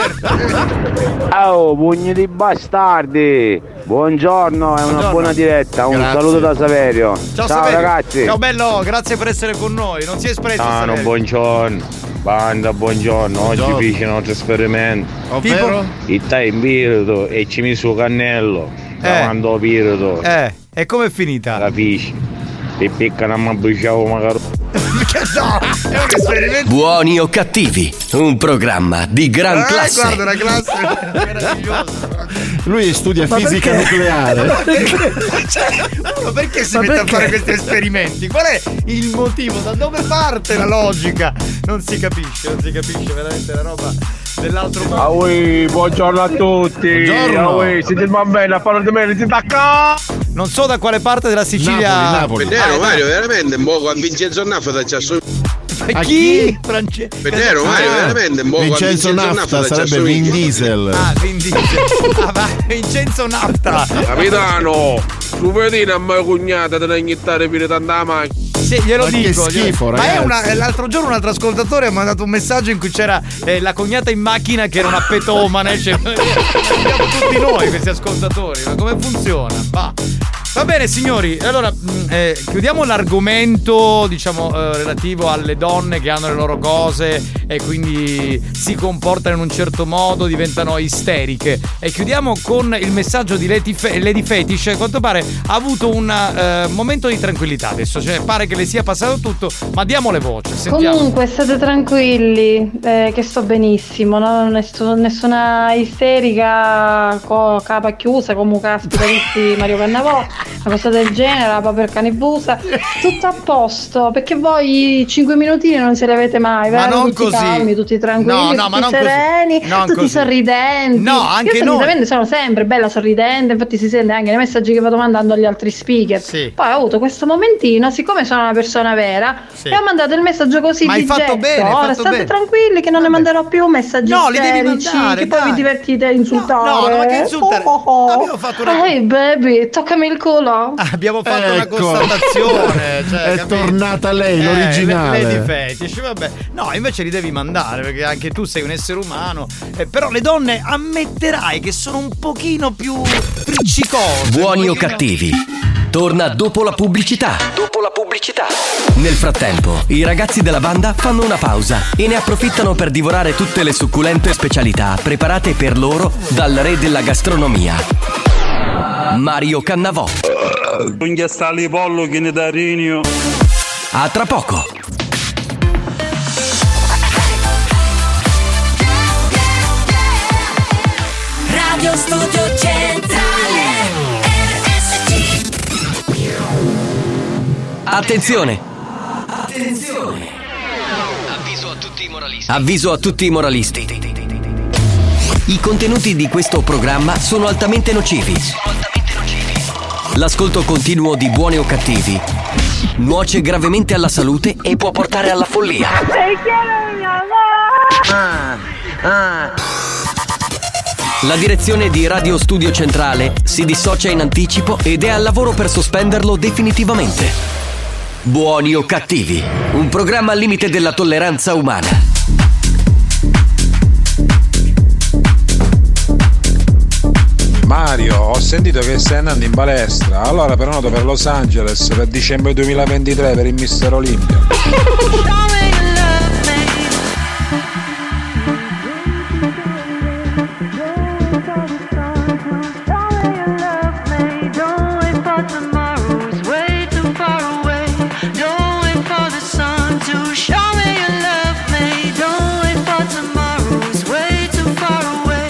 bene? Oh, pugni di bastardi! Buongiorno, è una Buongiorno. buona diretta. Un Grazie. saluto da Saverio. Ciao, Ciao Saverio. ragazzi. Ciao bello, grazie per essere con noi. Non si è espresso. Ah, Saverio. no, buongiorno. Banda, buongiorno. Buongiorno. Oggi fece un altro esperimento. Ovvero? Il time birdo e ci mi su cannello. Davanti birdo. Eh, e com'è finita? Capisci? E picca non mi bruciavo magari. No, è un esperimento. Buoni o cattivi, un programma di gran Eh, classe. guarda, una classe meravigliosa. Lui studia Ma fisica perché? nucleare. Ma perché, cioè, uno perché si Ma mette perché? a fare questi esperimenti? Qual è il motivo? Da dove parte la logica? Non si capisce, non si capisce veramente la roba dell'altro mondo. Ah, oui, buongiorno a tutti. Buongiorno. Ah, oui, siete bambini a fare di me, si tacca. Non so da quale parte della Sicilia. Napoli, Napoli. Pedero, Ah, Mario, veramente un po' a Vincenzo Nafta ci assomiglia. A chi? France... Pedero, Mario, Ah. veramente un po' a Vincenzo Vincenzo Nafta Nafta ci sarebbe Vin assomiglia. Diesel. Ah, Vin Diesel. Ah, va, Vincenzo Nafta. Capitano, tu vedi a mia cognata te ne iniettare per tanta macchina. Sì, glielo Ma che dico. schifo, glielo- Ma è ragazzi. una, l'altro giorno un altro ascoltatore ha mandato un messaggio in cui c'era eh, la cognata in macchina che era una petomane. Cioè, abbiamo tutti noi questi ascoltatori. Ma come funziona? Va. Va bene signori, allora mh, eh, chiudiamo l'argomento diciamo eh, relativo alle donne che hanno le loro cose e quindi si comportano in un certo modo, diventano isteriche, e chiudiamo con il messaggio di Lady, Fe- Lady Fetish. A quanto pare ha avuto un eh, momento di tranquillità adesso, cioè pare che le sia passato tutto, ma diamo le voci, sentiamo. Comunque state tranquilli, eh, che sto benissimo, no? Nessu- nessuna isterica, co- capa chiusa, come caspita tutti Mario Cannavò, una cosa del genere, la Paper Canebusa, tutto a posto, perché voi cinque minutini non ce li avete mai, Ma vero? non tutti così. calmi, tutti tranquilli, No, no, ma tutti non così. sereni, Non tutti così. sorridenti. No, anche Io noi. solitamente sono sempre bella sorridente, infatti si sente anche nei messaggi che vado mandando agli altri speaker. Sì. Poi ho avuto questo momentino, siccome sono una persona vera, Sì. e ho mandato il messaggio così Ma hai di fatto getto. bene, hai Ora fatto state bene. tranquilli che non ne manderò più messaggi No, li devi isterici, mandare, che poi dai. vi divertite a insultare. No, no, ma che insultare? Oh, oh, oh. Abbiamo fatto una- Ehi baby, toccami il culo. Abbiamo fatto una Ecco. constatazione, cioè, È capito? tornata lei, Eh, l'originale. Lady Fetish, vabbè. No, invece li devi mandare perché anche tu sei un essere umano. Eh, però le donne ammetterai che sono un pochino più friccicose. Buoni un o pochino- cattivi, torna dopo la pubblicità. Dopo la pubblicità. Nel frattempo, i ragazzi della banda fanno una pausa e ne approfittano per divorare tutte le succulente specialità preparate per loro dal re della gastronomia, Mario Cannavò. Un ghiastale pollo che ne da Rinio. A tra poco. Radio Studio Centrale R S C. Attenzione! Attenzione! Avviso a tutti i moralisti. Avviso a tutti i moralisti. I contenuti di questo programma sono altamente nocivi. L'ascolto continuo di Buoni o Cattivi nuoce gravemente alla salute e può portare alla follia. Ah, ah. La direzione di Radio Studio Centrale si dissocia in anticipo ed è al lavoro per sospenderlo definitivamente. Buoni o Cattivi, un programma al limite della tolleranza umana. Mario, ho sentito che stai andando in palestra, allora prenoto per Los Angeles per dicembre duemilaventitré per il Mister Olympia. Show me you love me, don't wait for tomorrow, it's way too far away.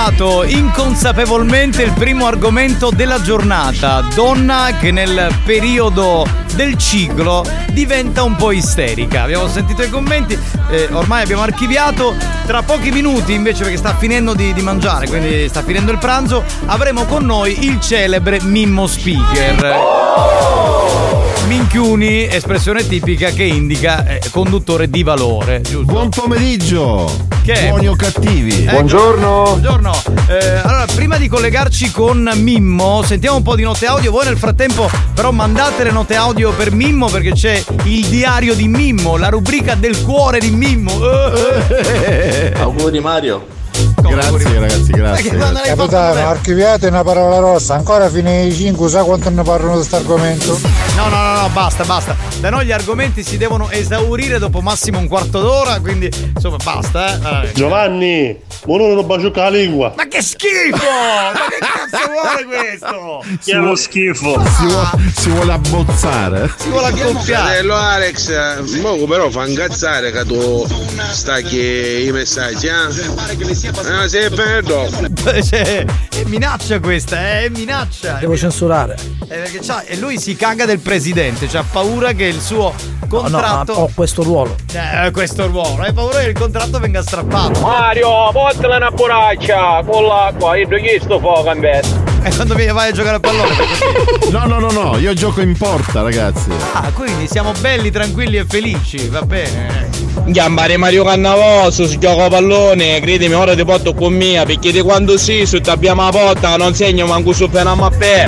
svelato inconsapevolmente il primo argomento della giornata. Donna che nel periodo del ciclo diventa un po' isterica. Abbiamo sentito i commenti, eh, ormai abbiamo archiviato. Tra pochi minuti invece, perché sta finendo di, di mangiare, quindi sta finendo il pranzo, avremo con noi il celebre Mimmo Speaker. Minchiuni, espressione tipica che indica eh, conduttore di valore, giusto? Buon pomeriggio! Che? Buoni o cattivi? Ecco, buongiorno! Buongiorno! Eh, allora, prima di collegarci con Mimmo, sentiamo un po' di note audio. Voi nel frattempo però mandate le note audio per Mimmo, perché c'è il diario di Mimmo, la rubrica del cuore di Mimmo. Auguri Mario! Grazie ragazzi, grazie. Capitano, archiviate una parola rossa, ancora fine ai cinque, sa quanto ne parlano di questo argomento? No, no, no, no, basta, basta. Da noi gli argomenti si devono esaurire dopo massimo un quarto d'ora, quindi insomma basta, eh. Allora, Giovanni, uno non baciucca la lingua. ma che schifo! Ma che cazzo vuole questo? Che è lo schifo. Si vuole, si vuole abbozzare. Si vuole accoppiare. Fratello Alex, mo però fa incazzare che tu stacchi i messaggi, eh? Ah, sei perdo. Cioè, è minaccia questa, è minaccia. Devo censurare. Eh, perché c'ha, e lui si caga del presidente, c'ha paura che il suo contratto. No, no, ho questo ruolo. Eh, questo ruolo, hai paura che il contratto venga strappato. Mario, portala una borraccia con l'acqua, io ti chiesto fuoco invece. E quando vai a giocare a pallone? No, no, no, no, io gioco in porta, ragazzi. Ah, quindi siamo belli, tranquilli e felici, va bene. Gambare Mario Cannavoso, si gioca a pallone, credimi, ora ti porto con mia, perché di quando si su ti abbiamo la porta, non segno manco su Fenam a pe.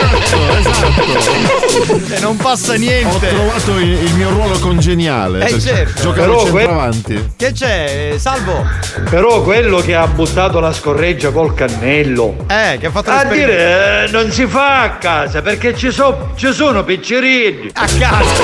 E non passa niente. Ho trovato il, il mio ruolo congeniale. Eh certo. Giocare al centravanti. Che c'è, Salvo? Però quello che ha buttato la scorreggia col cannello. Eh, che ha fatto a dire eh, non si fa a casa perché ci, so, ci sono piccerini. A casa?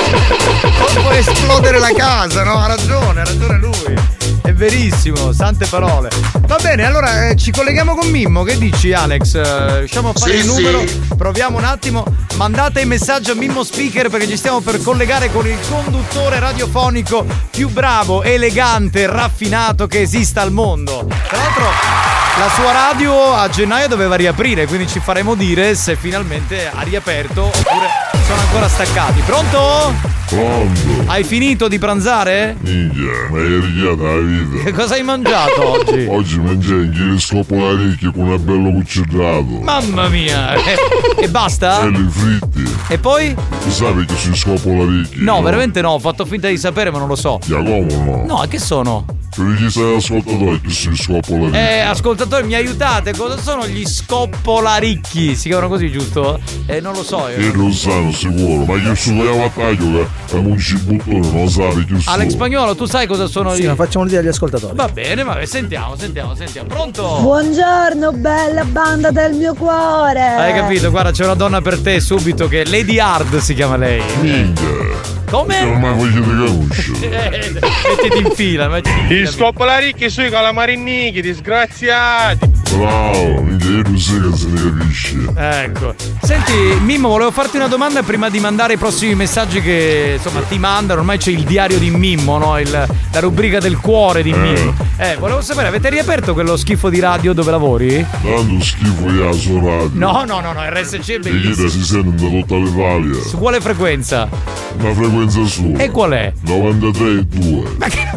Può esplodere la casa, no? Ha ragione, ha ragione lui. È verissimo, sante parole. Va bene, allora eh, ci colleghiamo con Mimmo. Che dici, Alex? Eh, riusciamo a fare Sì, il numero? sì. Proviamo un attimo. Mandate il messaggio a Mimmo Speaker, perché ci stiamo per collegare con il conduttore radiofonico più bravo, elegante, raffinato che esista al mondo. Tra l'altro la sua radio a gennaio doveva riaprire, quindi ci faremo dire se finalmente ha riaperto oppure sono ancora staccati. Pronto? Pronto? Hai finito di pranzare? Minchia, ma hai richiata la vita. Che cosa hai mangiato oggi? Oggi mangiai anche scopolarecchie con un bello cucciolato. Mamma mia! E, e basta? E le fritte. E poi? Tu sai che si scopolarecchie? No, no, veramente no, ho fatto finta di sapere ma non lo so. Ya come no? No, che sono? Per chi sei ascoltatore che si scopolarecchie? Eh, ascoltatori, mi aiutate, cosa sono gli scoppolaricchi? Si chiamano così, giusto? Eh, non lo so io. Io non sanno sicuro, ma che su quella battaglia che è un cibuttone, non sai che sono. Alex Spagnolo, tu sai cosa sono sì, gli... ma facciamo dire agli ascoltatori. Va bene, va bene, sentiamo, sentiamo, sentiamo. Pronto? Buongiorno, bella banda del mio cuore. Hai capito? Guarda, c'è una donna per te subito che Lady Hard si chiama lei. Minchia. Come? Non mai facete conoscere. Mettiti in fila, mettiti in fila. Gli scoppolaricchi sui calamarinnichi, disgraziati. Bravo, minchia, io non sai che se ne capisce. Ecco. Senti, Mimmo, volevo farti una domanda prima di mandare i prossimi messaggi che insomma ti mandano. Ormai c'è il diario di Mimmo, no? Il, la rubrica del cuore di Mimmo. Eh, volevo sapere, avete riaperto quello schifo di radio dove lavori? Tanto schifo io su radio. No, no, no, no, R S C è E bellissimo. si sente da tutta l'Italia. Su quale frequenza? Una frequenza sola. E qual è? novantatré e due. Ma che...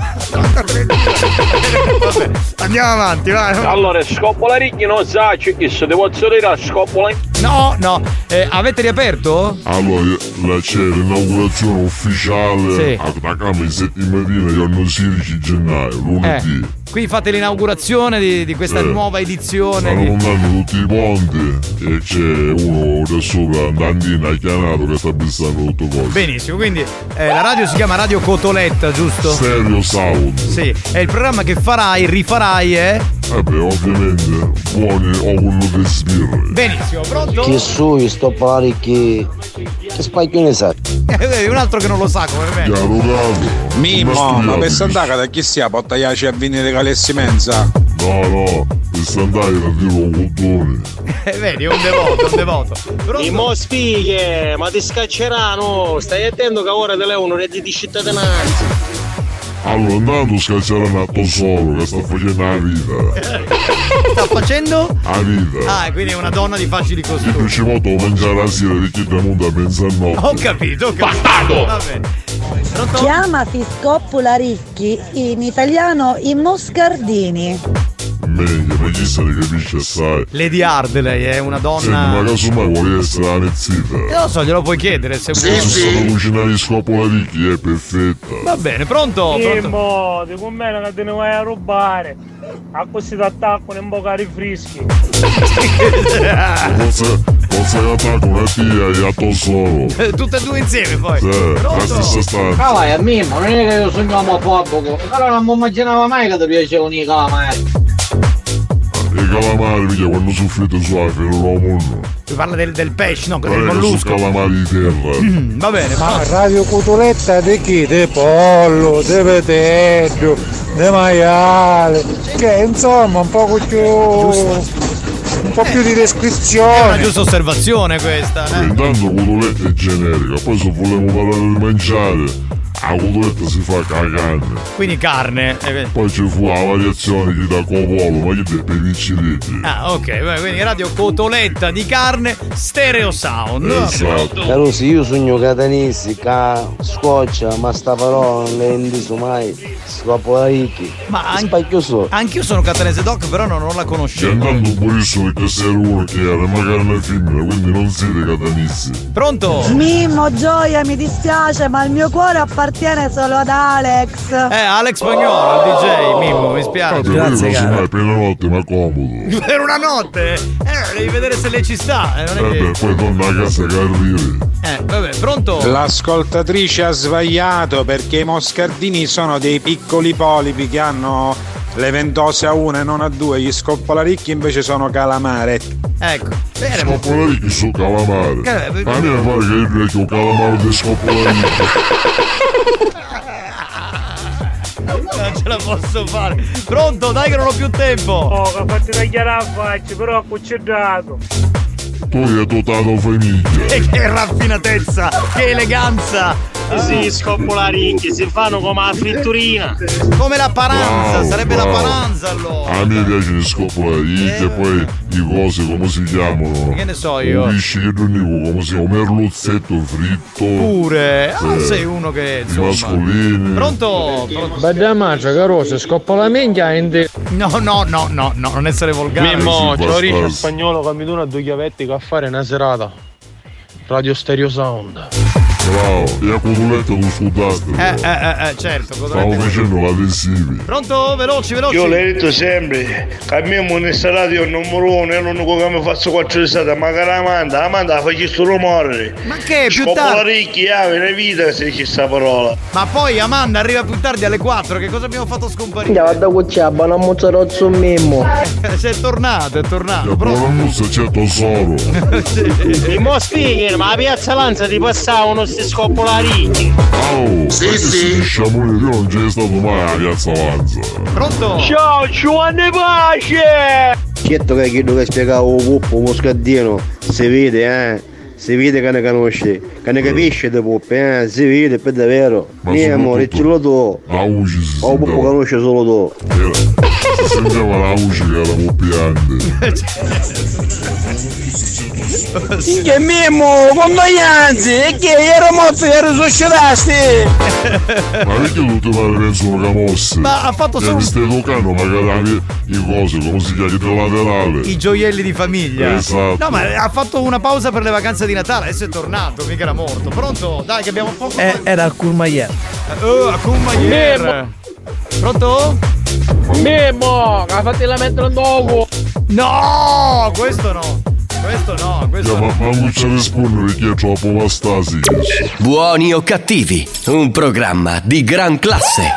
Vabbè, andiamo avanti, vai. Allora, scoppolaricchi non sa, che se devo dire a scoppola. No, no, eh, avete riaperto? Allora, la c'è l'inaugurazione ufficiale Sì. a Takama in settimatina, giorno sedici gennaio, lunedì. Eh, qui fate l'inaugurazione di, di questa Eh. nuova edizione. Stanno di- montando tutti i ponti e c'è uno da sopra, Dandina chianato, che sta pensando tutto cose. Benissimo, quindi eh, la radio si chiama Radio Cotoletta, giusto? Stereo Sound. Sì, è il programma che farai, rifarai, eh? Vabbè, ovviamente, buoni o quello che sbirre. Benissimo, pronto? Che su, sto pari che. Che spacchione sa. Eh, un altro che non lo sa come me. Chiaro, capo. Mimmo, ma per Sant'Aga da chi sia? Porta iaci a venire calessi mensa. No, no, per Sant'Aga la tiro un cottone. Eh, vedi, è un devoto, è un devoto. I mo spighe, ma ti scacceranno. Stai attento che ora te le uno reddito di cittadinanza. Allora, andando scacceranno a Tosoro che sta facendo la vita. sta facendo? a vita. Ah, quindi è una donna di facili Se costumi. tu ci molto mangiare la sera perché da mondo a mezzanotte. Ho capito, ho capito. Bastardo! Va bene. Pronto? Chiamati Scoppola Ricchi, in italiano i moscardini. Meglio, ma chi se ne capisce assai. Lady Hard, lei è una Senti, ma donna. casomai vuoi essere la mezzita? Eh, lo so, glielo puoi chiedere se Se vuoi. ci sono cucinare gli Scoppola Ricchi è perfetta. Va bene, pronto? pronto? Mimmo, di con me che te ne vai a rubare. A così ti attaccano in bocca rifrischi. Forse, forse che attacco una tia e a to solo. Eh, Tutte e due insieme poi. Sì, la stessa stanza. Ah vai, a Mimmo, non è che io sogno omofobico. Però non mi immaginavo mai che ti piacevano i calamari. I calamari, perché quando soffrite suave l'uomo no. Tu parla del, del pesce, no? Del Non è che sono mollusco. calamari di terra. Mm, va bene, Ma ma Radio Cotoletta di chi? Di pollo, di petello, di maiale. Che insomma un po' più. un po' più di è una descrizione. giusta osservazione questa, E eh? intanto cotoletta è generica, poi se vogliamo parlare di mangiare, la cotoletta si fa cagando. Quindi carne. eh, Poi ci fu la variazione che da copolo, ma che dei per i vincinetti. Ah, ok, beh, quindi radio cotoletta di carne, stereo sound. Esatto. Però se io sogno catanesi, ca scoccia, ma sta parola non le indiso mai. Scoppola Ricchi. Ma an- Spacchio so. anch'io sono catanese doc, però non, non la E conoscevo. andando buonissimo perché sei uno che era magari una femmina, quindi non siete catanesi. Pronto? Mimmo, Gioia, mi dispiace, ma il mio cuore appartiene solo ad Alex. Eh, Alex Spagnolo, il D J, Mimmo, mi spiace. Grazie, cara. Casomai per la notte, ma comodo. Per una notte? Eh, devi vedere se lei ci sta. Eh, non è Vabbè, che... poi torna a casa che arrivi. eh vabbè, pronto? L'ascoltatrice ha sbagliato perché i moscardini sono dei piccoli polipi che hanno le ventose a una e non a due, gli scoppolaricchi invece sono calamare. Ecco, bene. Scoppola Ricchi su calamare. Che- A me pare che il vecchio calamaro di Scoppola Ricchi. Non ce la posso fare. Pronto, dai che non ho più tempo. Oh, che fatti tagliare la faccia, però ha cuccedato. Tu hai dotato famiglia. E che raffinatezza, che eleganza. Sì, Scoppola Ricchi, si fanno come la fritturina. Come la paranza, Bravo, sarebbe bravo. la paranza allora. A me piace il Scoppola Ricchi e poi i cose come si chiamano? Che ne so io? Un pesce che non dico come si chiama? Un merluzzetto fritto. Pure. Ah, Sì. sei uno che I insomma. mascolini. Pronto? Pronto? Bella mangia, carosa, scoppola minchia in No, no, no, no, no, non essere volgare. Mimmo, Sì, Giorgio bastardo. spagnolo che mi dona due chiavetti che a fare una serata. Radio Stereo Sound. Bravo, e a cotoletta tu scudate. Eh, eh, eh, eh, certo. cosa Stavo avete- facendo l'adesivi. Pronto? Veloci, veloci. Io le ho detto sempre che a me in questa radio il numero uno è l'unico che mi faccio quattro risate, magari Amanda, Amanda la faccio sto rumore. Ma che più Scoppola tardi? Ricchi, ah, viene vita se dice sta parola. Ma poi Amanda arriva più tardi alle quattro. Che cosa abbiamo fatto scomparire? Guarda cuccia, buona mozzarozzo Mimmo. Sei tornato, è tornato. E Pronto? buona muzza c'è tesoro. Sì. I mosfighi, ma a Piazza Lanza ti passavano sti Scoppola Ricchi. Oh, sì, sì. Sciamone, io non c'è stato mai alla Piazza Lanza. Pronto? Ciao, Giovanni Pace! Certo che chi dove spiegavo un puppo moscardino, si vede, eh. Si vede che ne conosce, che ne capisce di puppe, eh. Si vede per davvero. Ma Mio amore, soprattutto- ce lo do. La voce si O puppo sentiva. conosce solo tu. Era- Si sentiva la voce che era poppiante. Che Mimmo, condoglianze, e che ero morto e ero succedasti. Ma perché tutti pare pensano che mosse? Ma ha fatto solo- Mi stai toccando magari i cose, come si chiama, il laterale. I gioielli di famiglia. Esatto. No, ma ha fatto una pausa per le vacanze di Natale, adesso è tornato, mica era morto. Pronto? Dai, che abbiamo poco. Eh, era al Courmayeur. Oh, a Courmayeur. Mimmo. Pronto? Mimmo, che fatti la mettere dopo. No, questo no. Questo no, questo Yeah, ma, no. ma non c'è rispondere perché è troppo mastasi. Buoni o cattivi, un programma di gran classe.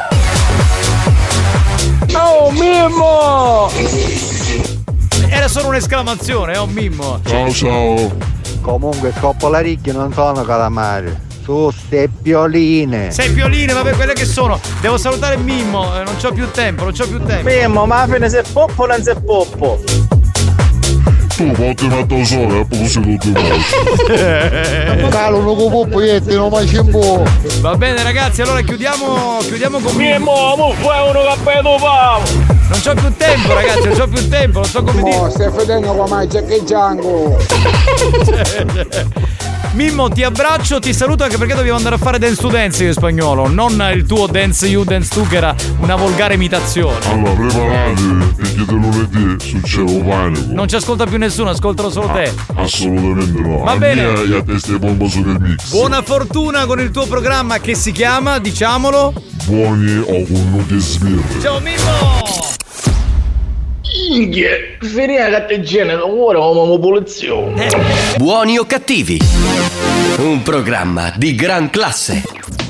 Oh, Mimmo! Era solo un'esclamazione, oh Mimmo. Ciao ciao. Comunque Scoppola Ricchi non sono calamari, su seppioline. Sei pioline, vabbè, quelle che sono. Devo salutare Mimmo, eh, non c'ho più tempo, non c'ho più tempo. Mimmo, ma alla fine se poppo non se poppo. tu porti matto solo e poi sei tutti morti. Calo, non può poi non mangi un po'. Va bene ragazzi, allora chiudiamo chiudiamo con Mimmo, mo fai uno cappello pavo. Non c'ho più tempo ragazzi, non c'ho più tempo, non so come dire. No, stai fedendo qua mai c'è che Django. Mimmo, ti abbraccio, ti saluto anche perché dobbiamo andare a fare Dance to Dance io in spagnolo, non il tuo Dance You Dance Tu che era una volgare imitazione. Allora preparatevi perché da lunedì succede un panico. Non ci ascolta più nessuno, ascoltano solo te. Assolutamente no. Va a bene. Mia, io a testa di bomba su del mix. Buona fortuna con il tuo programma che si chiama, diciamolo. Buoni o con nuti sbirri. Ciao Mimmo! Inghie, finire la catteggina, ora come pulizia. Buoni o cattivi? Un programma di gran classe.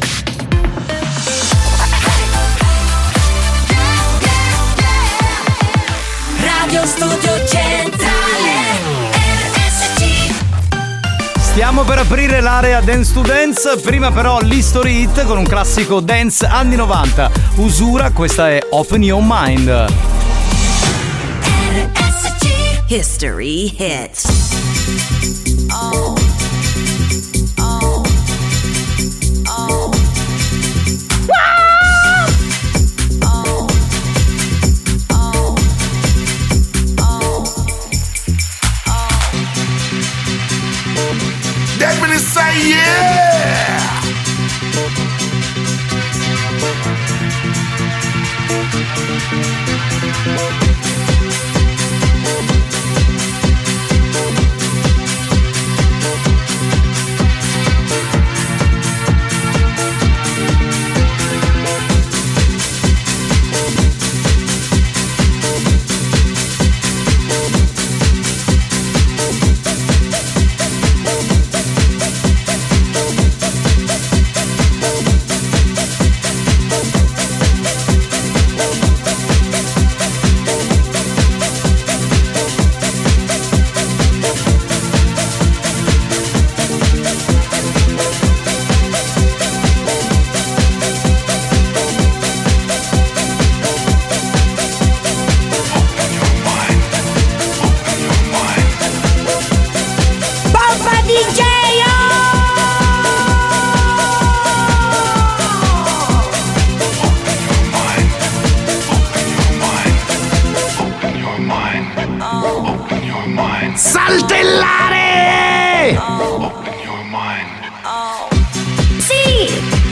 Radio Studio Centrale R S C. Stiamo per aprire l'area Dance to Dance, prima però l'History Hit con un classico dance anni novanta. Usura, questa è Open Your Mind. R S C History Hits. Oh. Oh. Oh. Oh. Oh. Oh. That really say yeah! Saltellare! Sì!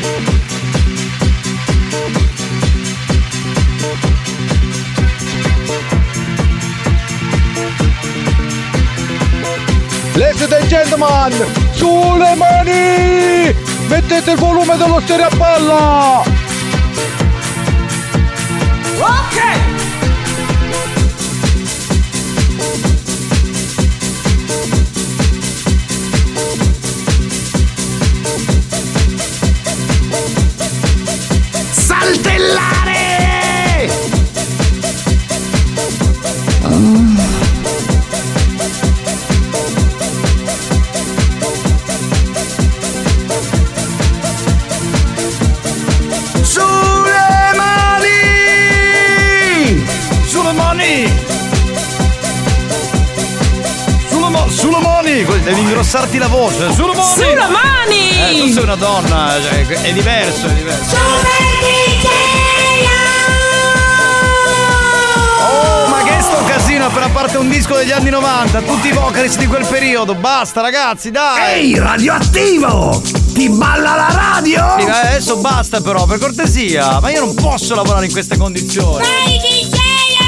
Ladies and gentlemen, sulle mani! Mettete il volume dello stereo a palla! Ok! Saltellare! Sulle mani! Sulle mani! Sulle, mo- sulle mani! Devi ingrossarti la voce. Sulle mani! Sulle mani! Eh, tu sei una donna, cioè, è diverso, è diverso. Oh, ma che sto casino, appena parte un disco degli anni novanta, tutti i vocalist di quel periodo, basta ragazzi, dai! Ehi, radioattivo! Ti balla la radio? Sì, adesso basta però, per cortesia, ma io non posso lavorare in queste condizioni. Vai D J!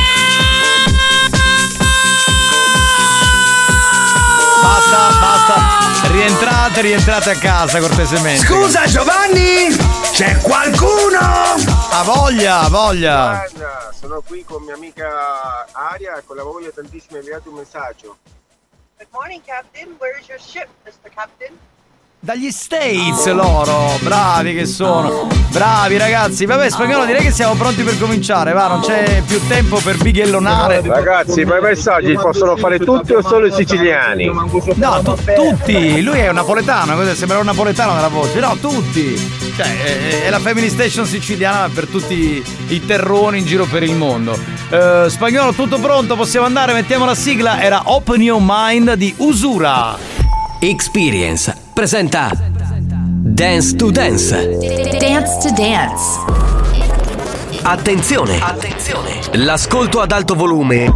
Basta, basta, rientrate, rientrate a casa cortesemente. Scusa Giovanni, c'è qualcuno? Ha voglia, ha voglia. Sono qui con mia amica Aria e con la voglia tantissimo inviato un messaggio. Good morning, Captain. Where is your ship, mister Captain? Dagli States loro, bravi che sono, bravi ragazzi. Vabbè, Spagnolo, direi che siamo pronti per cominciare, va, non c'è più tempo per bighellonare. Ragazzi, ma i messaggi possono fare tutti o solo i siciliani? No, tu, tutti, lui è un napoletano, cosa sembra un napoletano nella voce, no, tutti. Cioè, è, è la Family Station siciliana per tutti i terroni in giro per il mondo. Uh, Spagnolo, tutto pronto, possiamo andare, mettiamo la sigla, era Open Your Mind di Usura. Experience presenta Dance to Dance. Dance to Dance. Attenzione, attenzione. L'ascolto ad alto volume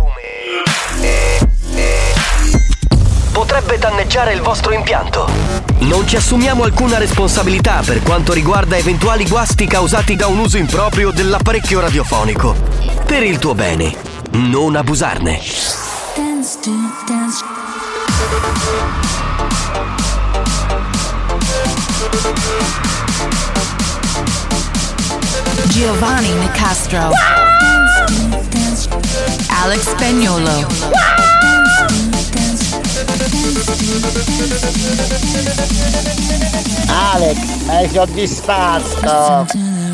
potrebbe danneggiare il vostro impianto. Non ci assumiamo alcuna responsabilità per quanto riguarda eventuali guasti causati da un uso improprio dell'apparecchio radiofonico. Per il tuo bene, non abusarne. Dance to Dance. Giovanni Nicastro. Alex Spagnolo. Alex, mi hai soddisfatto.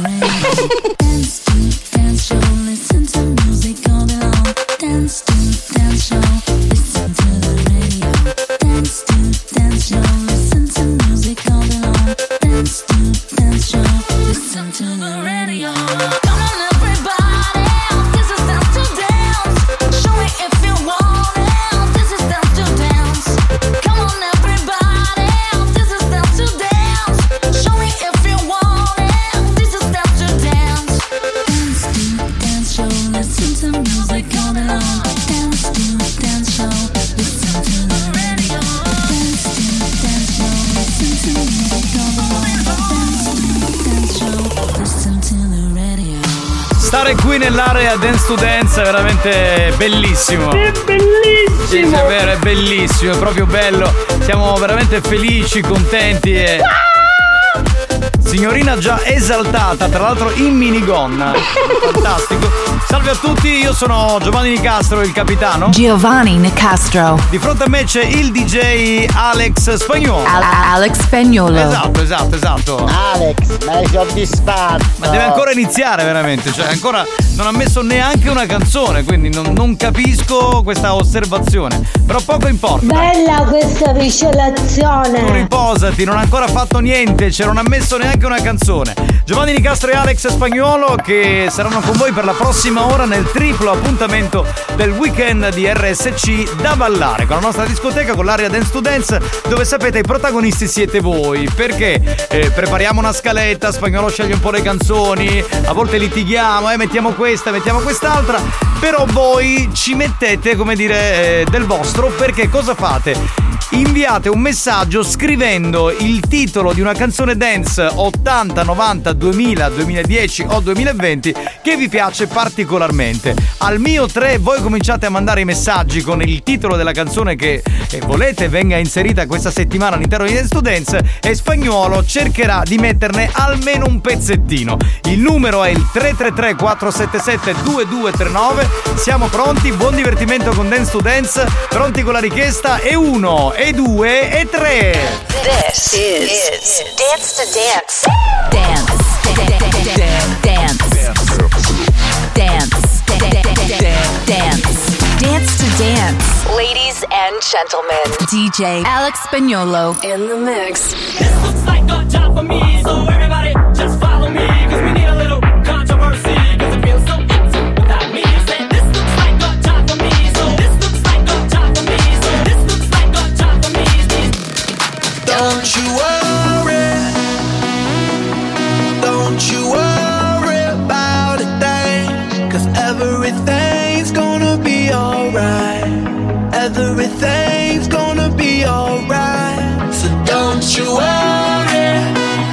Stare qui nell'area Dance to Dance è veramente bellissimo. È bellissimo! Sì, sì, è vero, è bellissimo, è proprio bello. Siamo veramente felici, contenti e... Signorina già esaltata, tra l'altro in minigonna. Fantastico. Salve a tutti, io sono Giovanni Nicastro, il capitano. Giovanni Nicastro. Di fronte a me c'è il D J Alex Spagnolo. Al- Alex Spagnolo. Esatto, esatto, esatto. Alex, mi hai soddisfatto. Ma deve ancora iniziare veramente, cioè ancora non ha messo neanche una canzone, quindi non, non capisco questa osservazione. Però poco importa. Bella questa miscelazione. Tu riposati, non ha ancora fatto niente, cioè non ha messo neanche una canzone. Giovanni Nicastro e Alex Spagnolo che saranno con voi per la prossima ora nel triplo appuntamento del weekend di R S C da ballare con la nostra discoteca, con l'area Dance to Dance, dove sapete i protagonisti siete voi, perché eh, prepariamo una scaletta, Spagnolo sceglie un po' le canzoni, a volte litighiamo, eh, mettiamo questa, mettiamo quest'altra, però voi ci mettete, come dire, eh, del vostro, perché cosa fate? Inviate un messaggio scrivendo il titolo di una canzone dance ottanta, novanta, duemila, duemiladieci o duemilaventi che vi piace particolarmente. Al mio tre voi cominciate a mandare i messaggi con il titolo della canzone che volete venga inserita questa settimana all'interno di Dance to Dance e Spagnolo cercherà di metterne almeno un pezzettino. Il numero è il tre tre tre quattro sette sette due due tre nove. Siamo pronti, buon divertimento con Dance to Dance, pronti con la richiesta e uno, e due, e tre. This is Dance to Dance. Dance. Dance. Dance. Dance. Dance to Dance. Ladies and gentlemen, D J Alex Spagnolo in the mix. This looks like a job for me, so everybody just follow me, cause we need a little controversy, cause it feels so empty without me. Say, this looks like a job for me, so this looks like a job for me, so this looks like a job for me. Don't you worry, don't you worry about a thing, cause everything's gonna be alright, everything's gonna be alright, so don't you worry,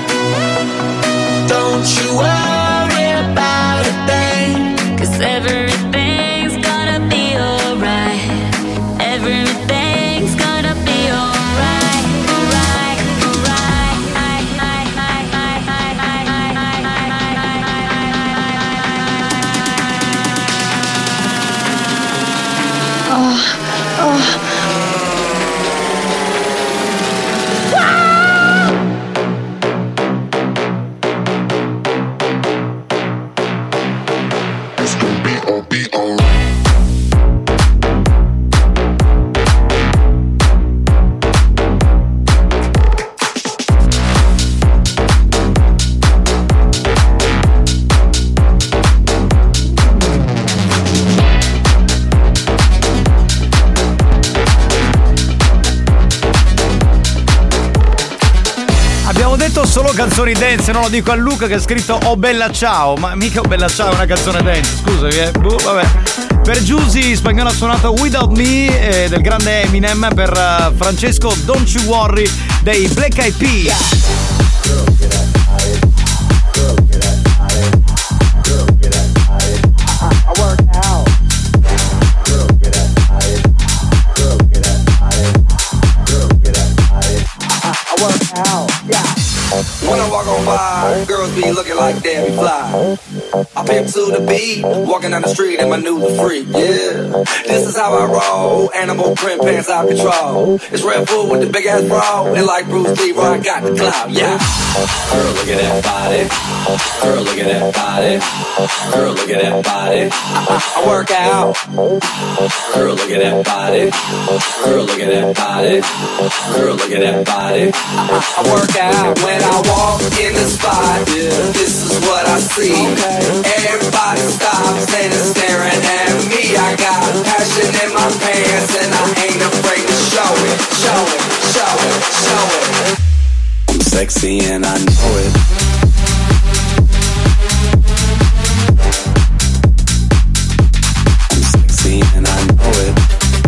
don't you worry about a thing, cause everything's gonna be alright, everything's gonna be alright, alright, alright. Oh, oh. Abbiamo detto solo canzoni dance, non lo dico a Luca che ha scritto Oh Bella Ciao, ma mica Oh Bella Ciao è una canzone dance, scusami, eh. Boh, vabbè. Per Giusy Spagnolo ha suonato Without Me eh, del grande Eminem, per uh, Francesco Don't You Worry dei Black Eyed Peas. When I walk on by, girls be looking like Debbie Fly. I pimp to the beat, walking down the street in my new the freak, yeah. This is how I roll, animal print pants out control. It's Red Bull with the big ass bra, and like Bruce Lee, I got the clout, yeah. Girl, look at that body. Girl, look at that body. Girl, look at that body. I, I work out. Girl, look at that body. Girl, look at that body. Girl, look at that body. I, I work out when I walk in the spot. This is what I see. Everybody stops and is staring at me. I got passion in my pants and I ain't afraid to show it, show it, show it, show it. I'm sexy and I know it. I'm sexy and I know it.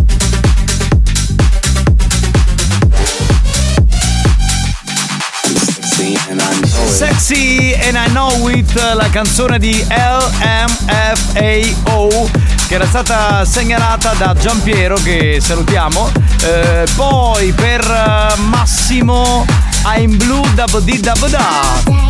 Sexy and I Know It, la canzone di L M F A O che era stata segnalata da Giampiero, che salutiamo. Eh, poi per uh, Massimo I'm Blue Dabba Di Dabba Da.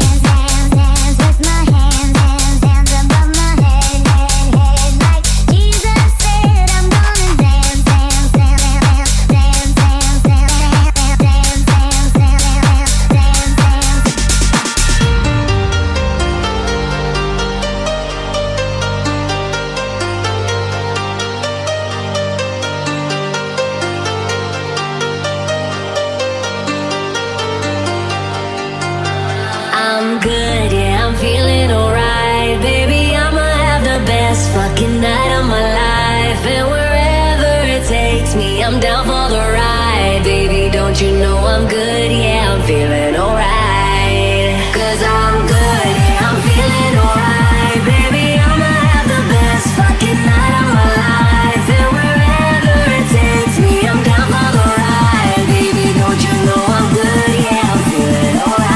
I'm down for the ride, baby, don't you know I'm good, yeah, I'm feeling alright. Cause I'm good, yeah, I'm feeling alright, baby, I'ma have the best fucking night of my life. And wherever it takes me, I'm down for the ride, baby, don't you know I'm good, yeah, I'm feeling alright.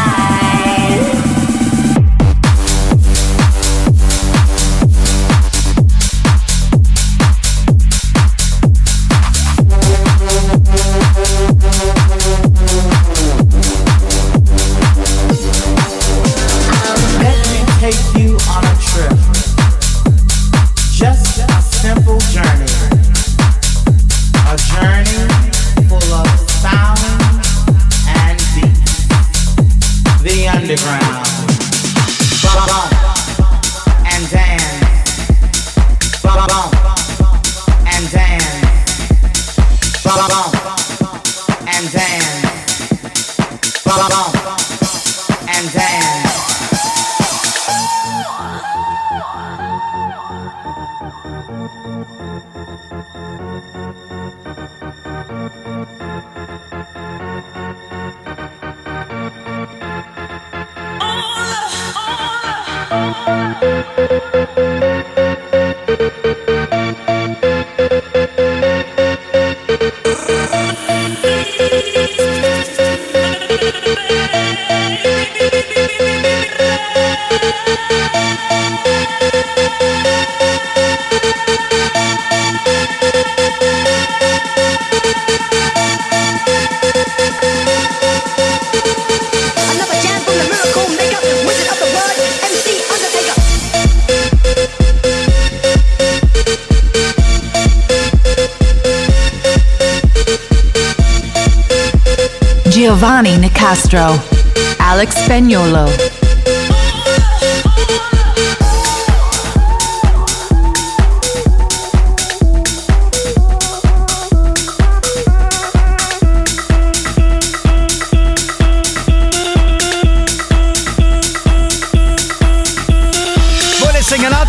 Giovanni Nicastro, Alex Spagnolo.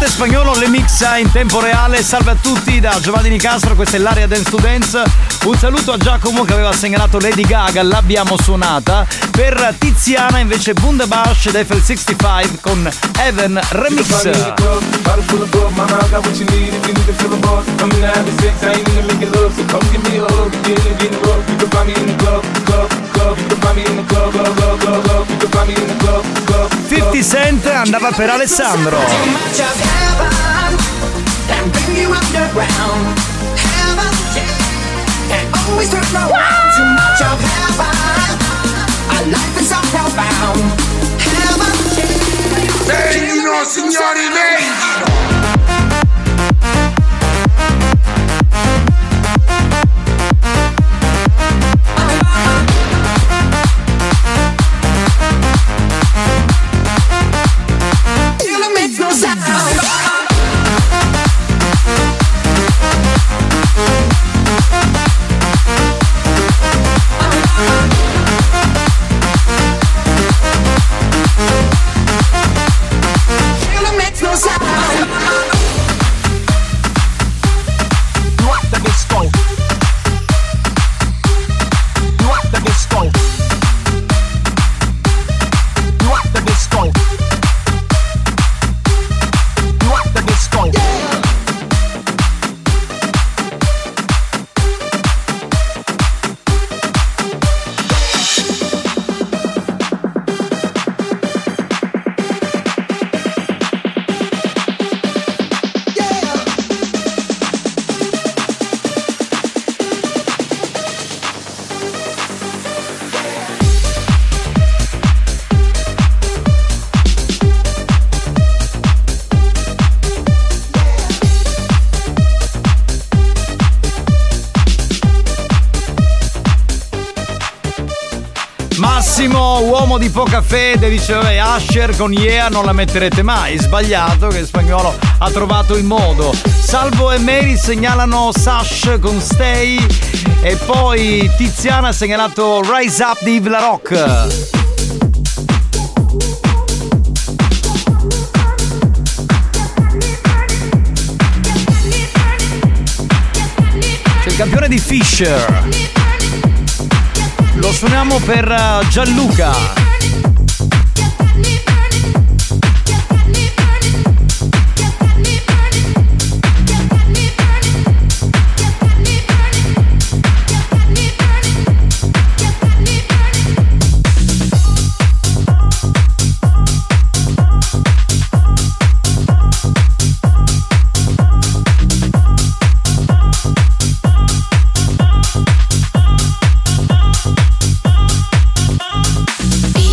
Niente Spagnuolo le mixa in tempo reale. Salve a tutti da Giovanni Nicastro, questa è l'area Dance to Dance. Un saluto a Giacomo che aveva segnalato Lady Gaga, l'abbiamo suonata. Per Tiziana invece Bundabash ed F L sessantacinque con Heaven Remix. fifty Cent andava per Alessandro. Signori, signori, lei. Uomo di poca fede, diceva Usher con Yeah non la metterete mai. Sbagliato, che Spagnuolo ha trovato il modo. Salvo e Mary segnalano Sash con Stay. E poi Tiziana ha segnalato Rise Up di Yves La Rock. C'è il campione di Fisher. Lo suoniamo per Gianluca. Be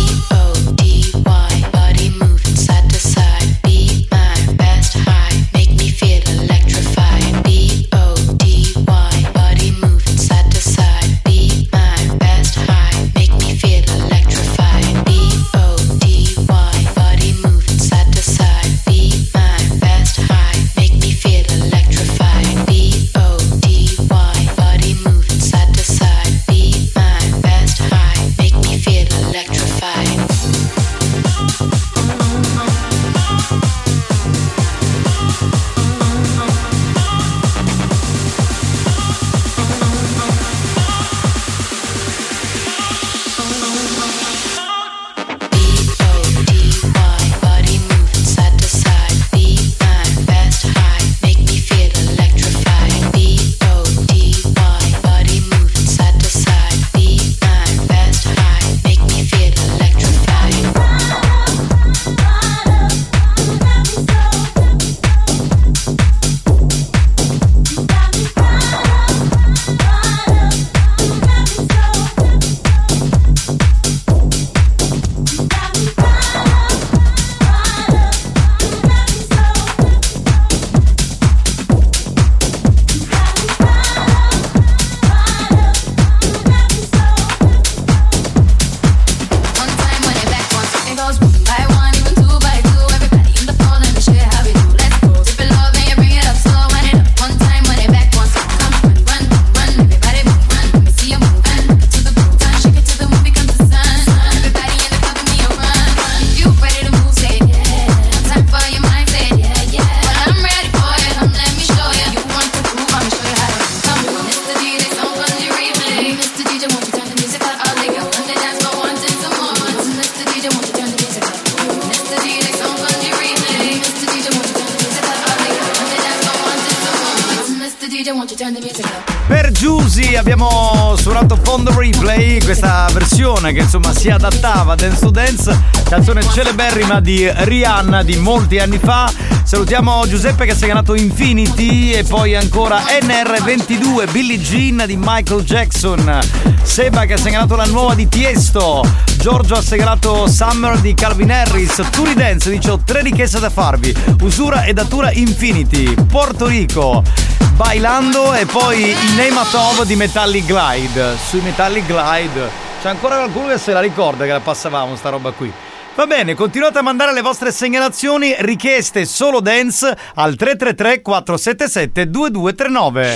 won't you turn the music up? Per Giusy abbiamo suonato Fondo Replay, questa versione che insomma si adattava a Dance to Dance, canzone celeberrima di Rihanna di molti anni fa. Salutiamo Giuseppe che ha segnalato Infinity e poi ancora N R ventidue Billie Jean di Michael Jackson, Seba che ha segnalato la nuova di Tiesto, Giorgio ha segnalato Summer di Calvin Harris, Turi Dance dice ho tre richieste da farvi, Usura e Datura Infinity, Porto Rico Bailando e poi i Nematov di Metallic Glide. Sui Metallic Glide c'è ancora qualcuno che se la ricorda che la passavamo sta roba qui. Va bene, continuate a mandare le vostre segnalazioni, richieste solo dance al tre tre tre quattro sette sette due due tre nove.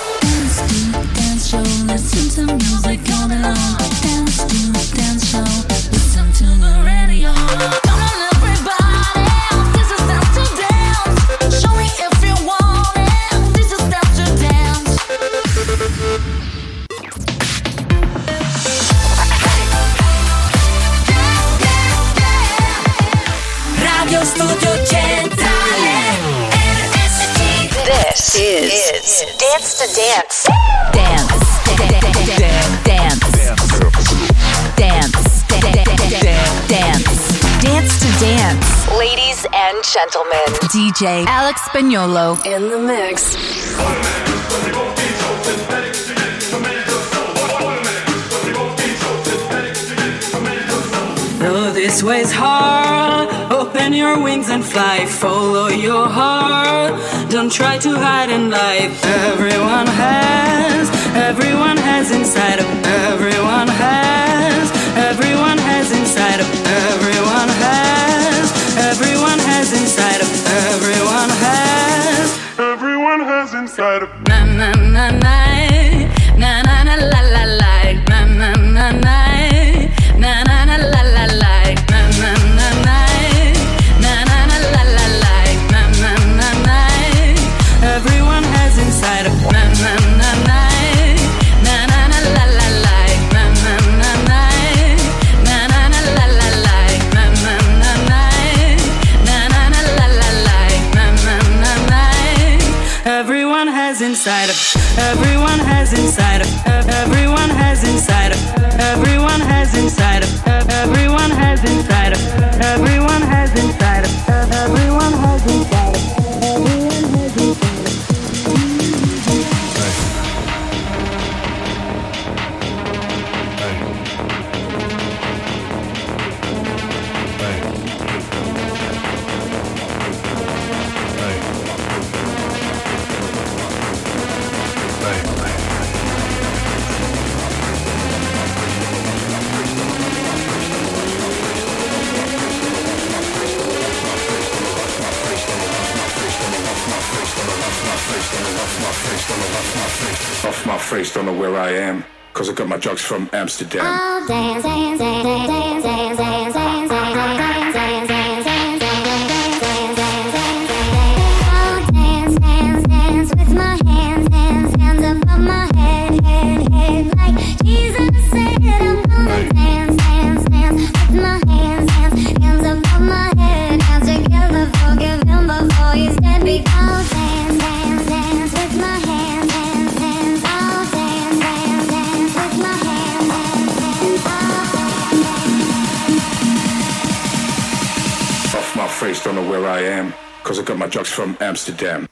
Radio Studio Centrale R S C. This is Dance to Dance. Dance. Dance. Dance. Dance. Dance to Dance. Ladies and gentlemen, D J Alex Spagnolo in the mix. Though this way's hard, open your wings and fly. Follow your heart, don't try to hide in life. Everyone has, everyone has inside of, everyone has, everyone has inside of, everyone has, everyone has inside of, everyone has, everyone has inside of. Na na na na, na na na la la la, na na na na. Na na na la la la, na na na na, na na na la la la, na na na na. Everyone has inside of na na na na, na na na la la la, na na na na, na na na la la la, na na na na, na na na la la la, na na na na. Everyone has inside of, everyone has inside of, everyone has inside of, everyone has inside of, everyone has inside of, everyone has inside of, everyone has inside of, everyone has inside of. Off my face, don't know where I am, cause I got my drugs from Amsterdam. I'll dance, dance, dance, dance, dance, dance, dance, dance, dance, dance, dance, dance, dance, dance, I'll dance, dance, dance with my hands, hands, hands above my head, head, head, like Jesus said. I'm gonna dance, dance, dance with my hands, hands, hands above my head, hands together, forgive him before he's dead. Because I'll dance, dance, dance with my hands, hands, hands. I'll dance, dance, dance with my hands, hands, hands. Off my face, don't know where I am, cause I got my drugs from Amsterdam.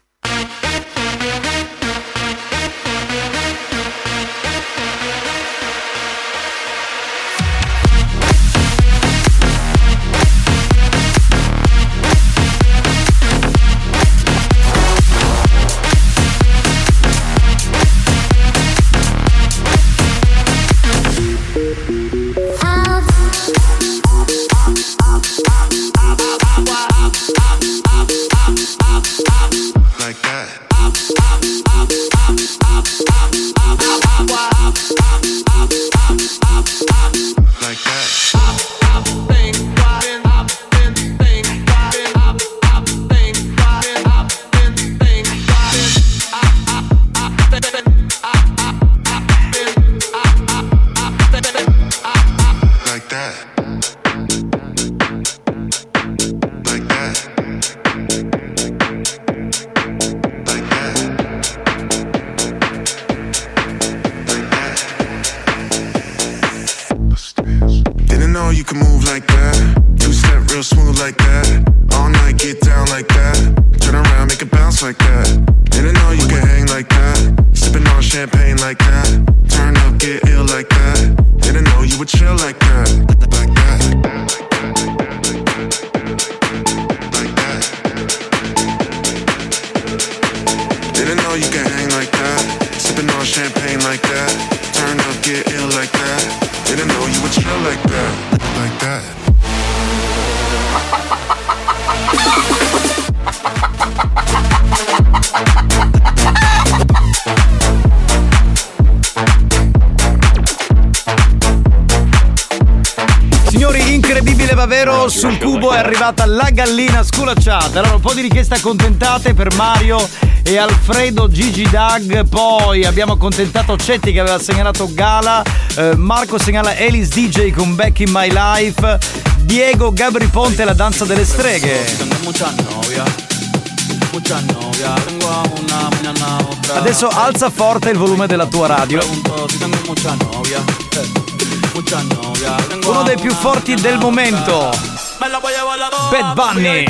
can move like that. Two step real smooth like that. All night get down like that. Turn around, make it bounce like that. Didn't know you could hang like that. Sipping on champagne like that. Turn up, get ill like that. Didn't know you would chill like that. Like that. Like that. Didn't know you could hang like that. Sipping on champagne like that. Turn up, get ill like that. Didn't know you would chill like that. Like that. Signori, incredibile davvero, sul cubo è arrivata la gallina sculacciata. Allora, un po' di richieste accontentate per Mario e Alfredo Gigi Dag. Poi abbiamo accontentato Cetti che aveva segnalato Gala. eh, Marco segnala Elis D J con Back in My Life. Diego Gabri Ponte, la danza delle streghe. Adesso alza forte il volume della tua radio. Uno dei più forti del momento, Bad Bunny.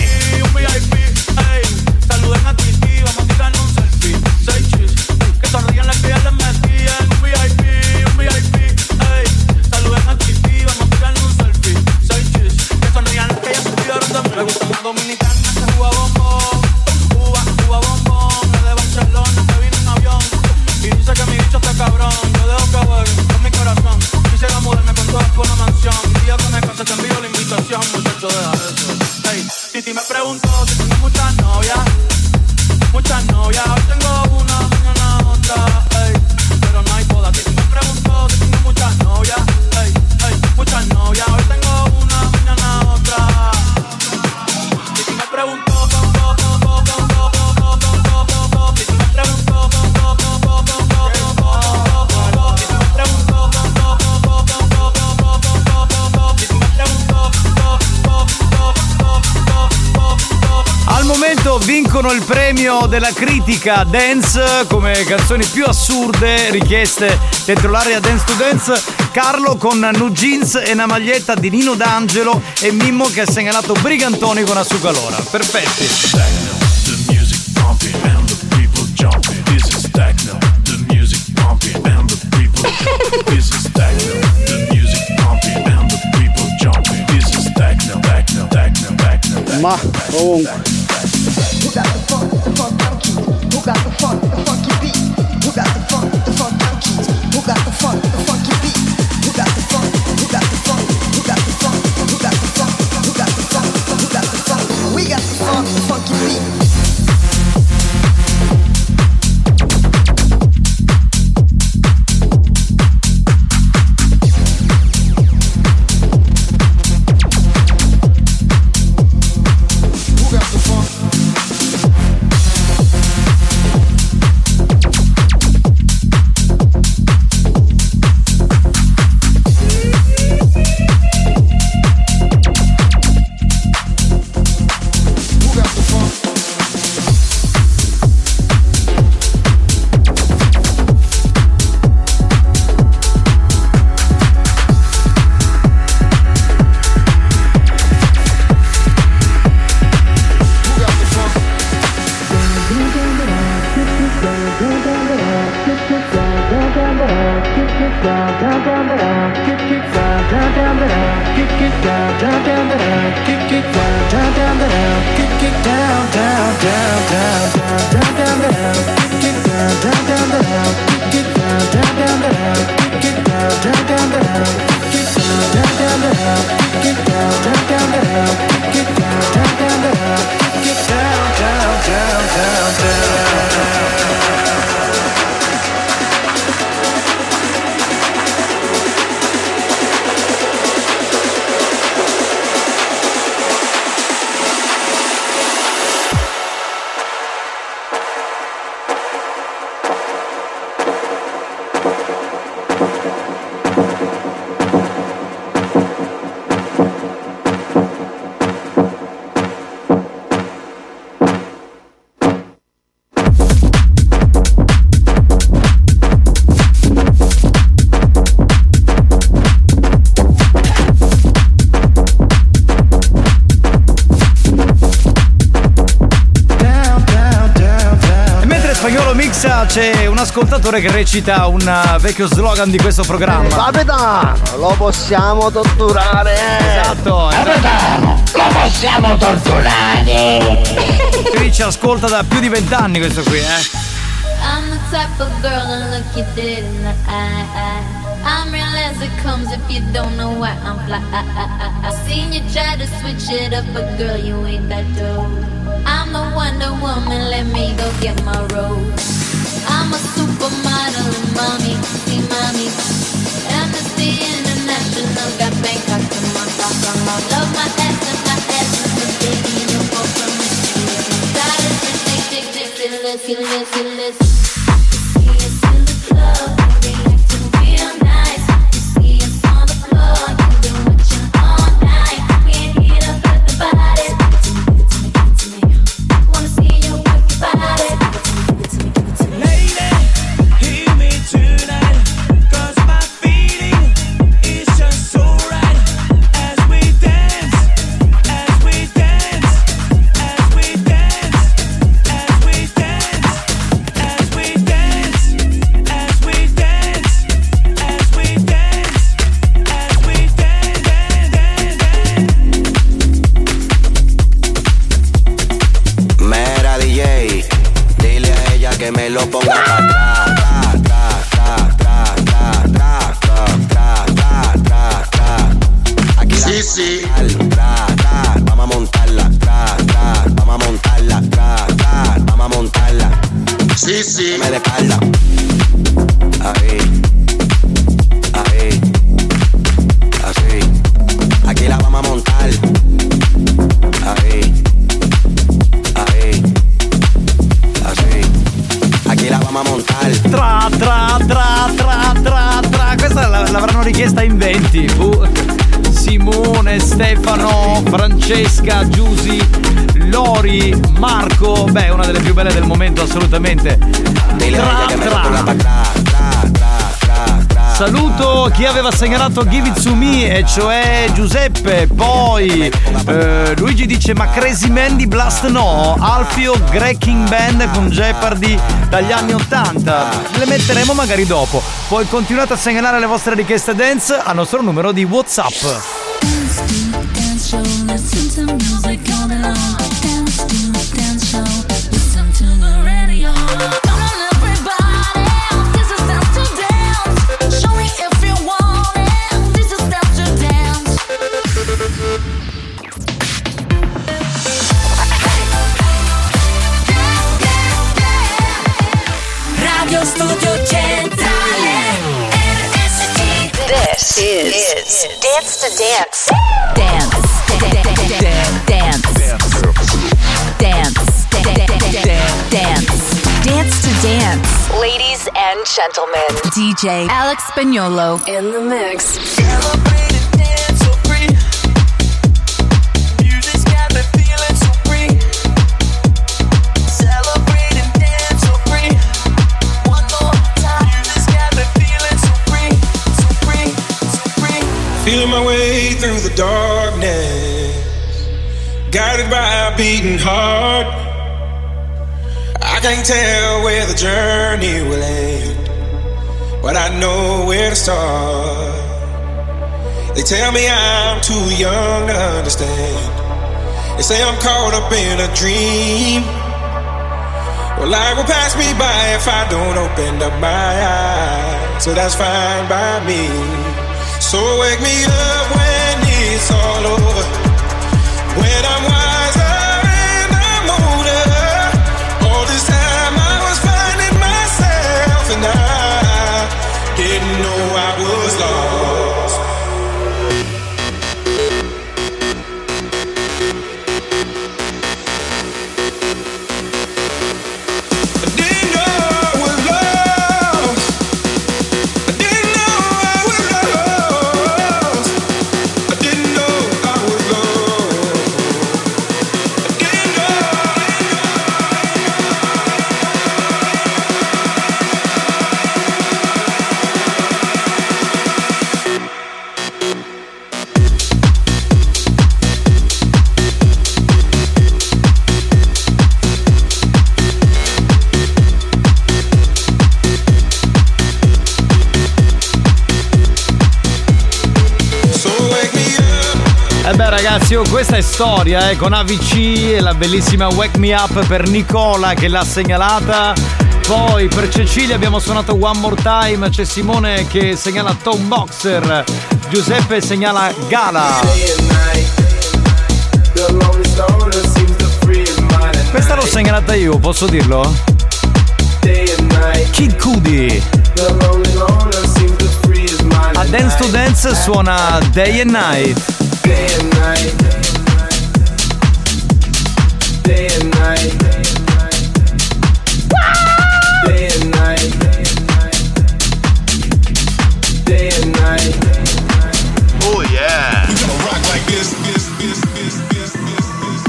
Saluden a Titi, vamos a tirarnos un selfie. Seis chis, que sonrían las que ya les metí en un V I P, un V I P, ey. Saluden a Titi, vamos a tirarnos un selfie. Seis chis, que sonrían las que ya se olvidaron de mí. Me gusta una dominicana que juega bombón, Cuba, Cuba bombón. Es de Barcelona que vino en avión y dice que mi bicho está cabrón. Yo dejo que juegue con mi corazón. Quisiera mudarme con todas por una mansión. El día que me case te envío la invitación, muchacho, deja eso. Ey, Titi me preguntó si tengo muchas novias. Muchas novias, hoy tengo una, mañana otra, ey. Pero no hay boda. Titi me preguntó si tengo muchas novias, ey, ey. Muchas novias, hoy tengo una, mañana otra. Titi me preguntó, Titi me preguntó, Al momento vincono il premio della critica dance come canzoni più assurde richieste dentro l'area Dance to Dance. Carlo con Nu Jeans e una maglietta di Nino D'Angelo e Mimmo che ha segnalato Brigantoni con Asciugalora. Perfetti. The music pumping and the people jumping. This is techno. The music pumping and the people jumping. This is techno. The music pumping and the people jumping. This is techno, techno, techno, techno. Ma ovunque. Who got the funk, the funk junkies? Who got the funk, the funky beat? Who got the funk, the funk junkies? Who got the funk, the funky beat? Who got the funk? Who got the funk? Who got the funk? Who got the funk? Who got the funk? Who got the funk? We got the funk, the funky beat. c'è un ascoltatore che recita un uh, vecchio slogan di questo programma. Capitano, lo possiamo torturare. Esatto. Capitano, lo possiamo torturare. Qui ci ascolta da più di vent'anni questo qui, eh. I'm the type of girl to look you dead in the eye. I'm real as it comes if you don't know why I'm fly. I seen you try to switch it up, but girl, you ain't that dope. I'm the Wonder Woman, let me go get my rose. I'm a supermodel and mommy, see mommy. Amnesty International got Bangkok in my sock. I love my ass and my ass is the baby in your phone from the studio. That is ridiculous, ridiculous, ridiculous. See us in the club, we acting real nice. You see us on the floor, you've been watching all night. We ain't here to hurt the body. Give it to me, give it to me, give it to me. Wanna see you work your body. Give it to me, give it to me, give it to me. Lady, hear me tonight, 'cause my feeling is just so right. As we dance, as we dance, as we dance, as we dance, as we dance, as we dance, as we dance, as we dance, dance, dance. Mera D J, dile a ella que me lo ponga pa' atrás, tra, tra, tra, tra, tra, tra, tra, tra, tra, tra. Aquí la sí, sí. Tra, tra, vamos a montarla, tra, tra, vamos a montarla, tra, tra, vamos a montarla. Sí, sí. Me de espalda. Ahí, ahí, así. Aquí la vamos a montar. Ahí. Ahí, así. Aquí la vamos a montar. Tra tra tra tra tra tra. Questa la- l'avranno richiesta in venti. Uh, Simone, Stefano, Francesca, Giusy, Lori, Marco. Beh, una delle più belle del momento, assolutamente. Tra tra. Saluto chi aveva segnalato Give It To Me, e cioè Giuseppe. Poi eh, Luigi dice: ma Crazy Man di Blast no? Alfio, Greg King Band con Jeopardy dagli anni ottanta. Le metteremo magari dopo. Poi continuate a segnalare le vostre richieste dance al nostro numero di WhatsApp. Dance show, listen to music all day long. Dance to dance show, listen to the radio. Come on everybody, this is dance to dance. Show me if you want it, this is dance to dance. Radio Studio Centrale R S C. This is Dance to Dance. Dance. Dance. Dance. Dance. Dance to Dance. Ladies and gentlemen, D J Alex Spagnolo in the mix. Feeling my way through the darkness, guided by a beating heart. I can't tell where the journey will end, but I know where to start. They tell me I'm too young to understand. They say I'm caught up in a dream. Well, life will pass me by if I don't open up my eyes, so that's fine by me. So wake me up when it's all over, when I'm wiser and I'm older. All this time I was finding myself and I didn't know I was lost. I didn't know I was lost. I didn't know I was lost. I didn't know I Beh ragazzi, oh, questa è storia, eh, con A V C e la bellissima Wake Me Up per Nicola che l'ha segnalata. Poi per Cecilia abbiamo suonato One More Time, c'è Simone che segnala Tom Boxer, Giuseppe segnala Gala. Questa l'ho segnalata io, posso dirlo? Kid Cudi. A Dance to Dance suona Day and Night. Day and night, day and night, day and night, day and night. Oh yeah. We gonna rock like this, this, this, this, this, this,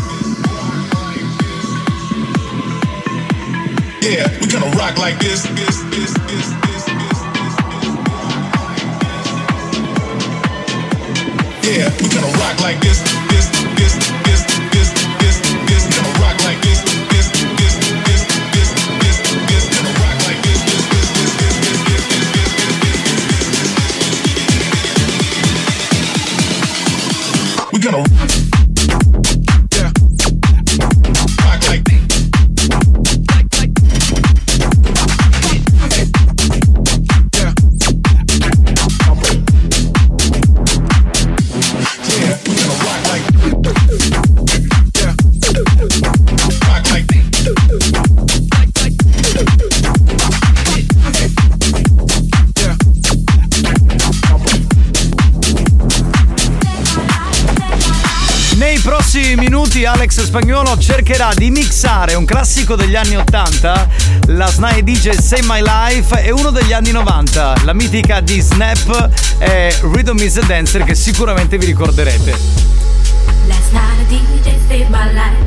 this. Yeah, we gonna rock like this, this, this, this, this. Yeah, we gonna rock like this, this, this, this, this, this, this. Gonna rock like this, this, this, this, this, this, this. Gonna rock like this, this, this, this, this, this, this, this. We gonna yeah rock like this. Minuti Alex Spagnuolo cercherà di mixare un classico degli anni ottanta, la S N A E D J Save My Life, e uno degli anni novanta, la mitica di Snap e Rhythm is a Dancer, che sicuramente vi ricorderete. Last night a D J saved my life.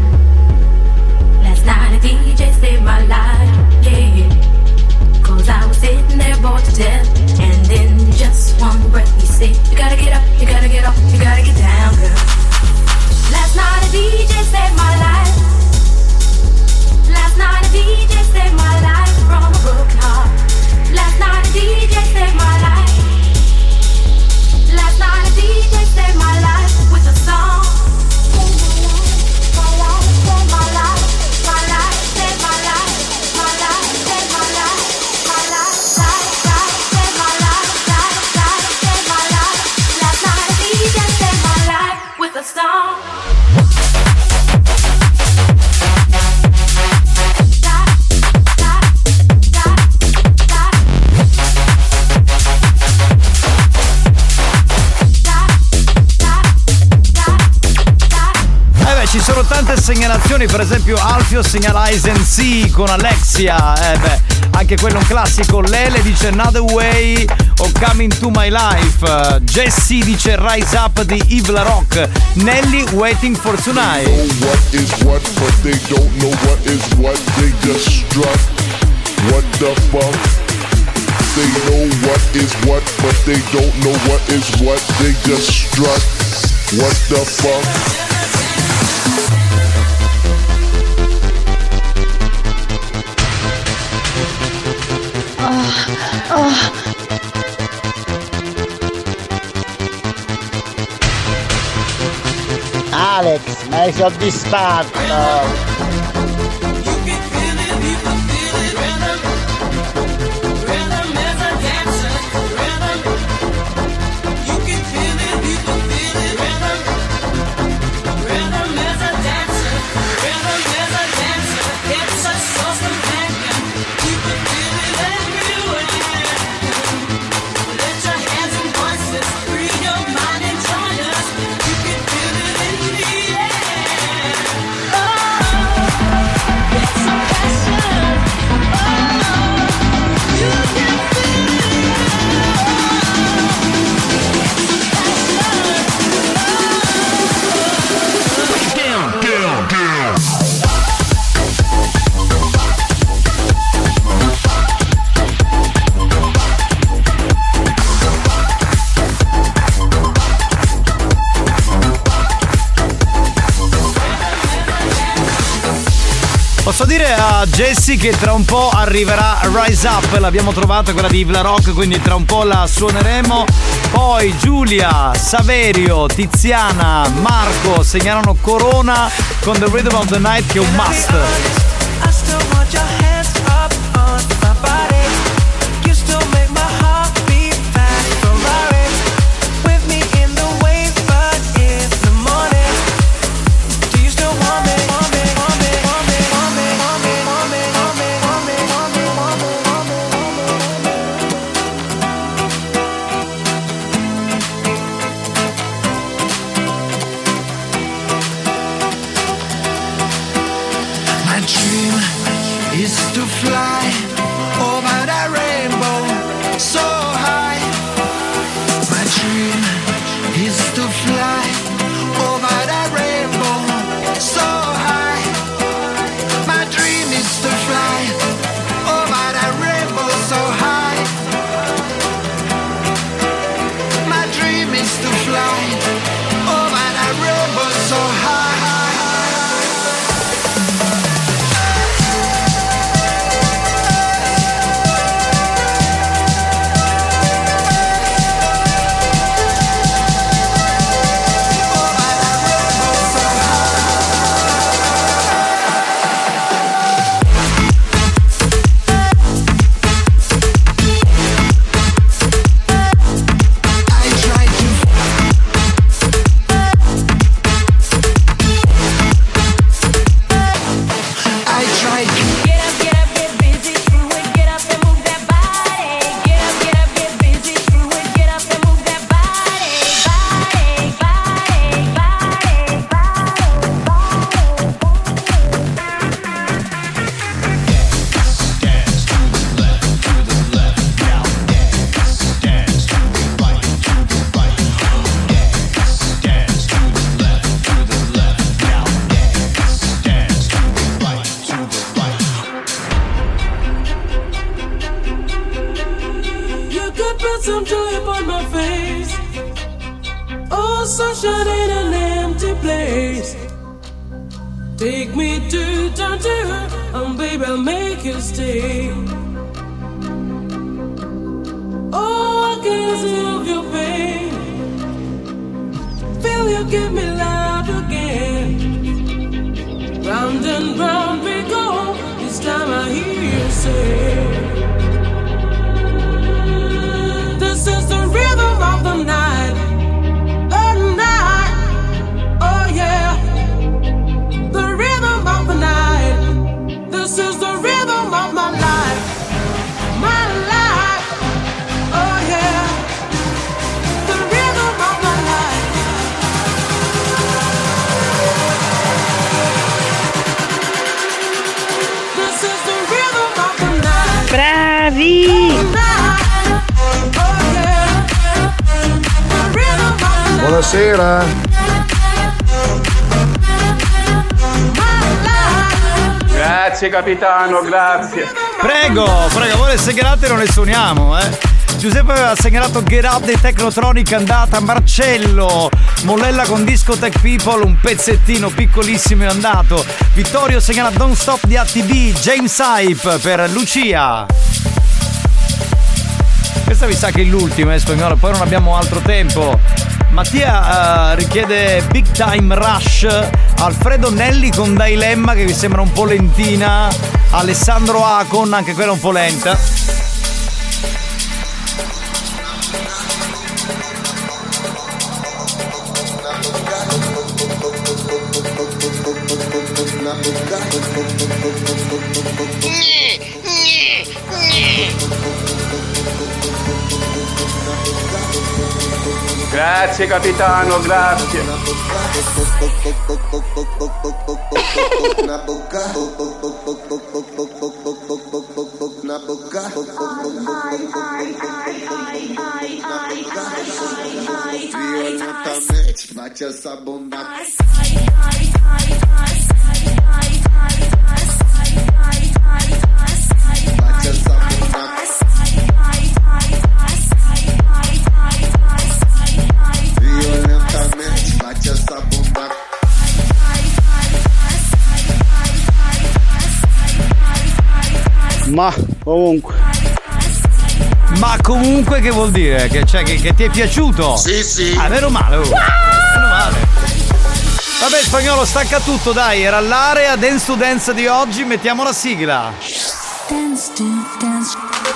Last night a D J saved my life, yeah. Cause I was sitting there bored to death, and in just one breath he said, you gotta get up, you gotta get off, you gotta get down, girl. Last night a D J saved my life. Last night a D J saved my life from a broken heart. Last night a D J saved my life. Last night a D J saved my life with a song. My life, saved my life. My life, saved my life. My life, saved my life. My life, life, life, saved my life. Life, life, saved my life. Last night a D J saved my life with a song. Ci sono tante segnalazioni, per esempio Alfio segnala Aizen C con Alexia, eh beh, anche quello è un classico. Lele dice Another Way o Coming to My Life. Jesse dice Rise Up di Yves La Rock. Nelly Waiting for Tonight. Know what is what, but they don't know what is what. They just strut. What the fuck? They know what is what, but they don't know what is what. They just strut. What the fuck? Oh, oh. Alex, mi hai soddisfatto. Posso dire a Jessie che tra un po' arriverà Rise Up, l'abbiamo trovata, quella di Yves La Rock, quindi tra un po' la suoneremo. Poi Giulia, Saverio, Tiziana, Marco segnalano Corona con The Rhythm of the Night, che è un must. I still want your hands up on my body. You still make my heart beat fast. Ferrari with me in the wave, but in the morning. Do you still want me? Want me? Want me? Want me? Want me? Want me? Want me? Want me? Want me? Want me? Want me? Want me? My dream is to fly over that rainbow so high. My dream is to fly over that rainbow so high. My dream is to fly over that rainbow so high. My dream is to fly over that rainbow so high. You could put some joy upon my face. Oh, sunshine in an empty place. Take me to Tangier, and baby, I'll make you stay. Oh, I can see your pain. Feel you give me life again. Round and round we go. This time I hear you say, this is the rhythm of the night. Oh, night. Oh, yeah. The rhythm of the night. This is the rhythm of my life. My life. Oh, yeah. The rhythm of my life. This is the rhythm of the night. Bravi! Buonasera. Grazie capitano, grazie. Prego, prego, voi le segnalate non le suoniamo, eh. Giuseppe aveva segnalato Get Up dei Technotronic, andata. Marcello, Mollella con Discotech People, un pezzettino piccolissimo è andato. Vittorio segnala Don't Stop di A T B. James Hype per Lucia. Questa mi sa che è l'ultima, eh, Spagnolo, poi non abbiamo altro tempo. Mattia uh, richiede Big Time Rush. Alfredo Nelli con Dilemma, che vi sembra un po' lentina. Alessandro Acon, anche quella un po' lenta. Grazie capitano, grazie. Faccia essa bunda. Violentamente, bate essa bunda. Ma comunque Ma comunque che vuol dire? Che, cioè, che, che ti è piaciuto? Sì, sì. Ah, meno male. Oh. Meno male. Vabbè, Spagnolo, stacca tutto, dai. Era l'area Dance to Dance di oggi. Mettiamo la sigla. Dance to dance.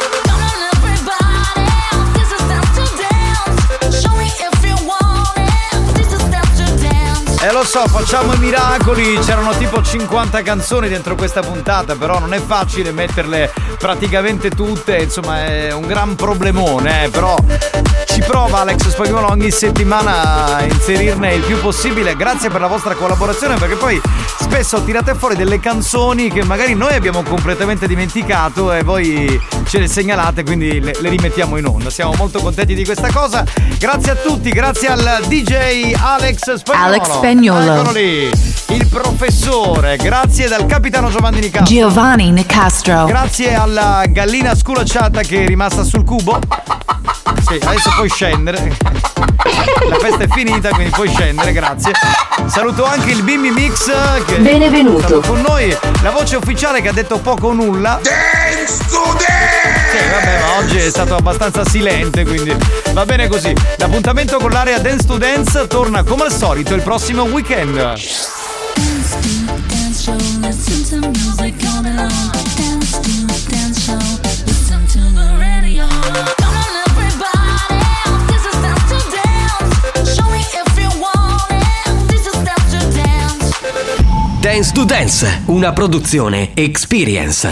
Eh lo so, facciamo i miracoli, c'erano tipo cinquanta canzoni dentro questa puntata, però non è facile metterle praticamente tutte, insomma è un gran problemone, eh, però ci prova Alex Spagnolo ogni settimana a inserirne il più possibile. Grazie per la vostra collaborazione, perché poi spesso tirate fuori delle canzoni che magari noi abbiamo completamente dimenticato e voi ce le segnalate, quindi le, le rimettiamo in onda. Siamo molto contenti di questa cosa. Grazie a tutti, grazie al D J Alex Spagnolo. Alex Spagnolo. Eccolo lì, il professore. Grazie dal capitano Giovanni Nicastro. Giovanni Nicastro. Grazie alla gallina sculacciata che è rimasta sul cubo. Sì, adesso puoi scendere. La festa è finita, quindi puoi scendere, grazie. Saluto anche il Bimbi Mix che benvenuto con noi, la voce ufficiale che ha detto poco o nulla. Dance to dance! Sì, vabbè, ma oggi è stato abbastanza silente, quindi va bene così. L'appuntamento con l'area Dance to Dance torna come al solito il prossimo weekend. Dance to dance show, listen to music all day long. Dance to dance show, listen to the radio. Come on everybody, this is dance to dance. Show me if you want it, this is dance to dance. Dance to Dance, una produzione Experience.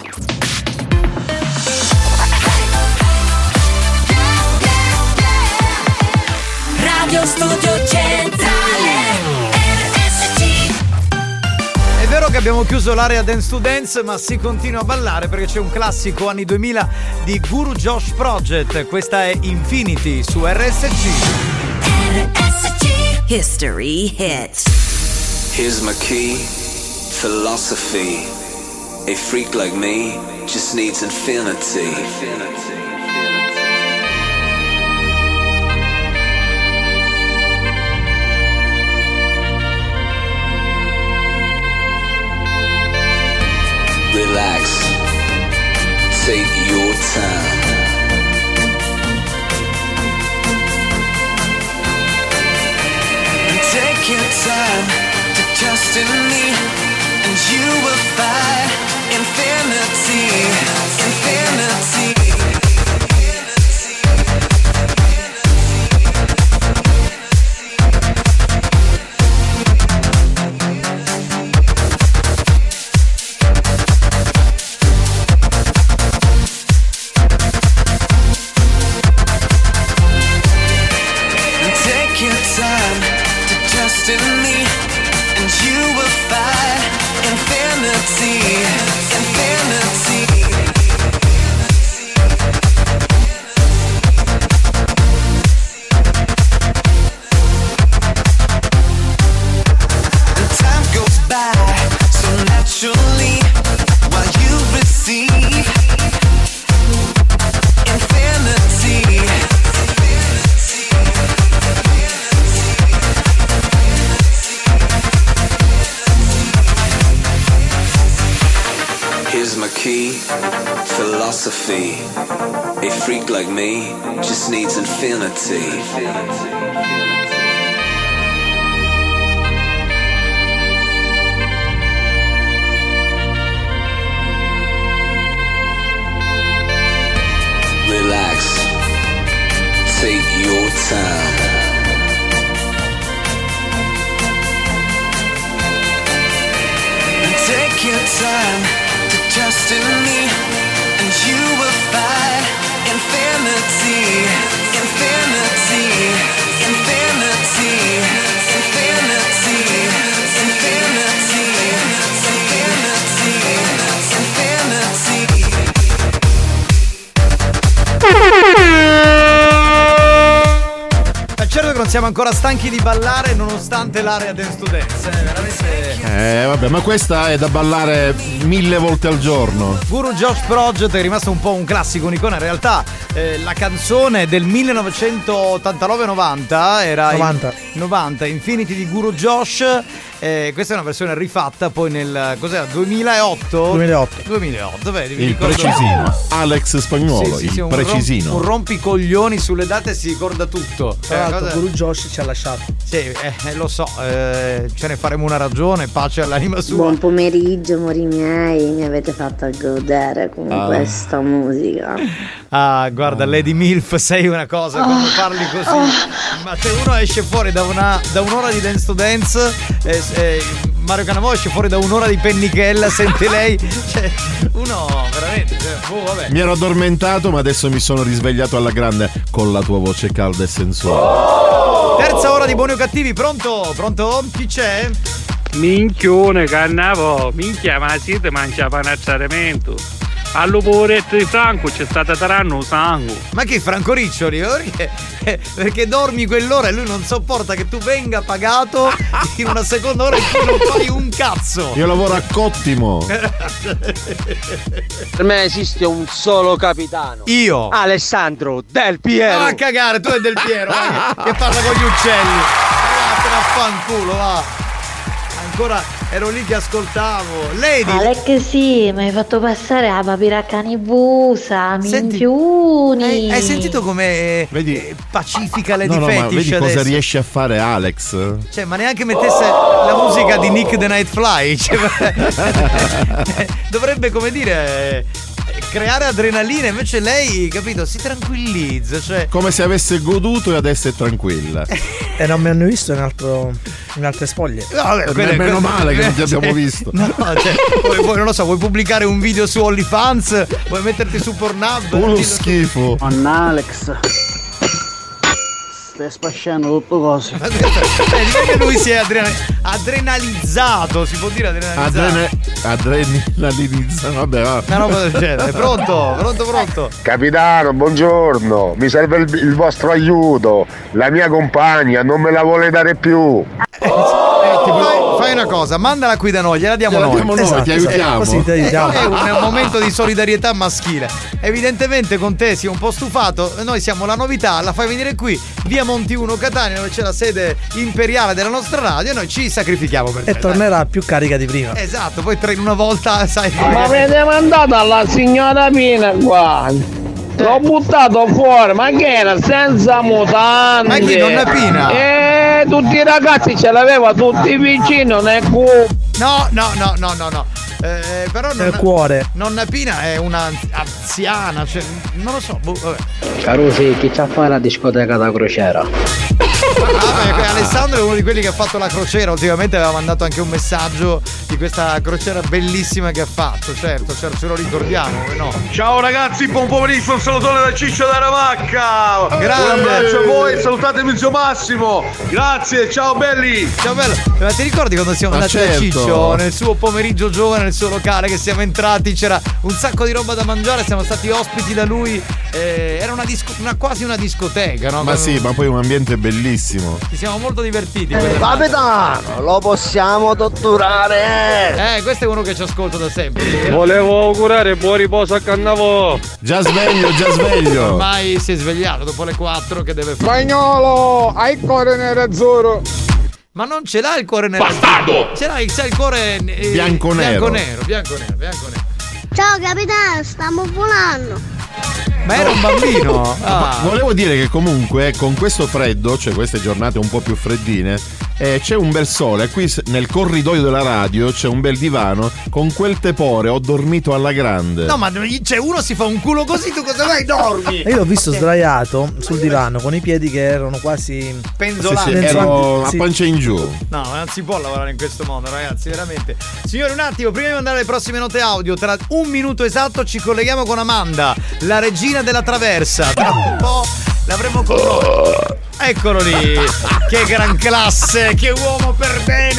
Radio Studio Centrale R S C. È vero che abbiamo chiuso l'area Dance to Dance, ma si continua a ballare perché c'è un classico anni duemila di Guru Josh Project. Questa è Infinity su R S C. R S C History Hits. Here's my key, philosophy. A freak like me just needs infinity. Relax, take your time. Take your time to trust in me, and you will find infinity, infinity. In me, and you will find infinity, infinity. And time goes by so naturally while you receive infinity. Here's my key, philosophy. A freak like me just needs infinity. Relax, take your time. Take your time to trust in me, and you will find infinity, infinity, infinity, infinity, infinity, infinity, infinity. Certo che non siamo ancora stanchi di ballare nonostante l'area dance to dance. Eh, veramente. Eh, vabbè, ma questa è da ballare mille volte al giorno. Guru Josh Project è rimasto un po' un classico, un'icona. In realtà eh, la canzone del millenovecentottantanove novanta era novanta. In, novanta Infinity di Guru Josh. Eh, questa è una versione rifatta poi nel cos'era? duemilaotto? duemilaotto. duemilaotto, vedi, mi Il ricordo. precisino. Alex Spagnuolo, Sì, sì, sì, il un precisino. rom- un rompicoglioni sulle date si ricorda tutto. Tra l'altro, cosa- Guru Josh ci ha lasciato. Sì, eh, eh, lo so, eh, ce ne faremo una ragione, pace all'anima sua. Buon pomeriggio, amori miei, mi avete fatto godere con Ah. questa musica. Ah, guarda, Lady Milf, sei una cosa, quando parli così. Ma se uno esce fuori da, una, da un'ora di Dance to Dance, eh, eh, Mario Cannavò esce fuori da un'ora di Pennichella, sente lei, cioè, uno veramente, cioè, boh, vabbè. Mi ero addormentato, ma adesso mi sono risvegliato alla grande con la tua voce calda e sensuale. Terza ora di Buoni o Cattivi, pronto? Pronto? Chi c'è? Minchione Cannavò, minchia, ma siete mangia panacciamento. Allo poveretto di Franco c'è stata taranno sangue. Ma che Franco Riccioli? Perché, perché dormi quell'ora e lui non sopporta che tu venga pagato in una seconda ora in cui non fai un cazzo. Io lavoro a Cottimo. Per me esiste un solo capitano. Io. Alessandro Del Piero. Va a cagare, tu è Del Piero, vai, che parla con gli uccelli. Vattene a fanculo, va. Ancora ero lì che ascoltavo. Lady. Alec, sì, mi hai fatto passare la papiracca nibusa, minchiuni. Hai, hai sentito come vedi, pacifica Lady No, no, ma Fetish vedi adesso? cosa riesce a fare Alex? Cioè, ma neanche mettesse la musica di Nick the Nightfly. Cioè, dovrebbe, come dire, creare adrenalina. Invece lei, capito, si tranquillizza. Cioè, Come se avesse goduto e adesso è tranquilla. E non mi hanno visto in, altro, in altre spoglie. No, vabbè, quelle- Meno quelle- male che non ti abbiamo cioè, visto. No, cioè, vuoi, vuoi- non lo so, vuoi pubblicare un video su OnlyFans? Vuoi metterti su Pornhub? Uno schifo. Anna Alex. Stai spasciando tutto cose. Vedi che lui si è adrena- adrenalizzato, si può dire adrenalizzato. Adrene, adrenalinizza, vabbè, va. Una roba del genere. Pronto? Pronto, pronto? Capitano, buongiorno, mi serve il, il vostro aiuto. La mia compagna non me la vuole dare più. Eh, fai, fai una cosa, mandala qui da noi, gliela diamo Gliela noi. diamo noi, ti aiutiamo. Così ti aiutiamo. È un, è un momento di solidarietà maschile. Evidentemente con te si è un po' stufato. Noi siamo la novità, la fai venire qui, via Monti uno Catania, dove c'è la sede imperiale della nostra radio, e noi ci sacrifichiamo per te. E tornerà più carica di prima. dai. Esatto, poi tre in una volta, sai. Ma avete mandato alla signora Pina qua. L'ho buttato fuori, ma che era senza mutande. Ma chi, nonna Pina? E tutti i ragazzi ce l'aveva tutti vicino nel culo. No, no, no, no, no, no. Eh, però Nel nonna, cuore. nonna Pina è una anziana, cioè, non lo so. boh, vabbè. Carusi, chi c'ha fatto la discoteca da crociera? Ah, beh, Alessandro è uno di quelli che ha fatto la crociera. Ultimamente aveva mandato anche un messaggio di questa crociera bellissima che ha fatto. Certo, certo, ce lo ricordiamo, eh, no? Ciao ragazzi, buon pomeriggio, un salutone da Ciccio da Ramacca. Grande. Un abbraccio a voi, salutatemi zio Massimo. Grazie, ciao belli. Ciao bello. Ma ti ricordi quando siamo Ma andati da certo. Ciccio nel suo pomeriggio giovane, nel suo locale, che siamo entrati, c'era un sacco di roba da mangiare, siamo stati ospiti da lui. Eh, era una, disco- una quasi una discoteca, no? Ma sì, ma poi un ambiente bellissimo. Ci siamo molto divertiti. quella notte. Capitano, lo possiamo torturare. Eh, questo è uno che ci ascolta da sempre. Volevo augurare buon riposo a Cannavò. Già sveglio, già sveglio. Ormai si è svegliato dopo le quattro, che deve fare. Spagnolo, hai il cuore nerazzurro. Ma non ce l'ha il cuore nero. Bastardo! Ce l'ha, c'ha il cuore eh, Bianco-nero. Bianco nero, bianco nero, bianco nero. Ciao capitano, stiamo volando. Ma era un bambino. Ah. Volevo dire che comunque con questo freddo, cioè queste giornate un po' più freddine, eh, c'è un bel sole. Qui s- nel corridoio della radio c'è un bel divano. Con quel tepore ho dormito alla grande. No, ma c'è uno si fa un culo così, tu cosa vai? Dormi? E io l'ho visto sdraiato sul divano con i piedi che erano quasi Sì, Penzolanti. sì, ero a Sì. pancia in giù. No, non si può lavorare in questo modo, ragazzi, veramente. Signori, un attimo, prima di mandare le prossime note audio, tra un minuto esatto ci colleghiamo con Amanda, la regina della traversa. Tra un po' l'avremo con noi. Eccolo lì, che gran classe, che uomo per bene.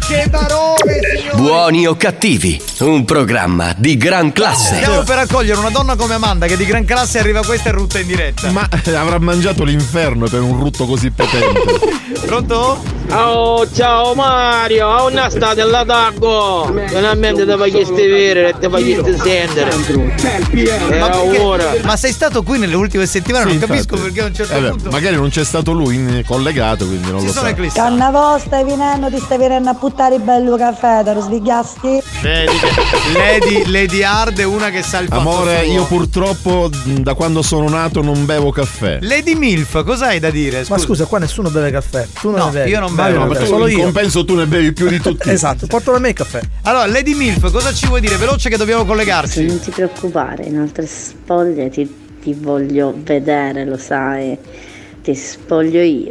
che barone, signori! Buoni o cattivi, un programma di gran classe. Stiamo per accogliere una donna come Amanda che di gran classe arriva questa e rutta in diretta. Ma avrà mangiato l'inferno per un rutto così potente. Pronto? Oh, ciao Mario, ho una state alla Dago. Finalmente ti faceste vedere e ti faceste sentere. Ma, ora. perché, ma sei stato qui nelle ultime settimane? Sì, non capisco infatti. perché a un certo Eh beh, punto. magari non c'è stato lui in- collegato, quindi non Si lo sono so. eclissati. Cannavo, stai venendo, ti stai venendo a buttare il bello caffè, te lo svigliasti? Vedi che Lady, Lady Hard è una che sa il fatto Amore, suo. io purtroppo mh, da quando sono nato non bevo caffè. Lady Milf, cos'hai da dire? Ma scusa, qua nessuno beve caffè. Tu non No, ne bevi. io non Mario bevo, non ma beve, tu solo in io. compenso tu ne bevi più di tutti. Esatto, portalo a me il caffè. Allora, Lady Milf, cosa ci vuoi dire? Veloce che dobbiamo collegarci. Non ti preoccupare, in altre spoglie ti, ti voglio vedere, lo sai. Ti spoglio io.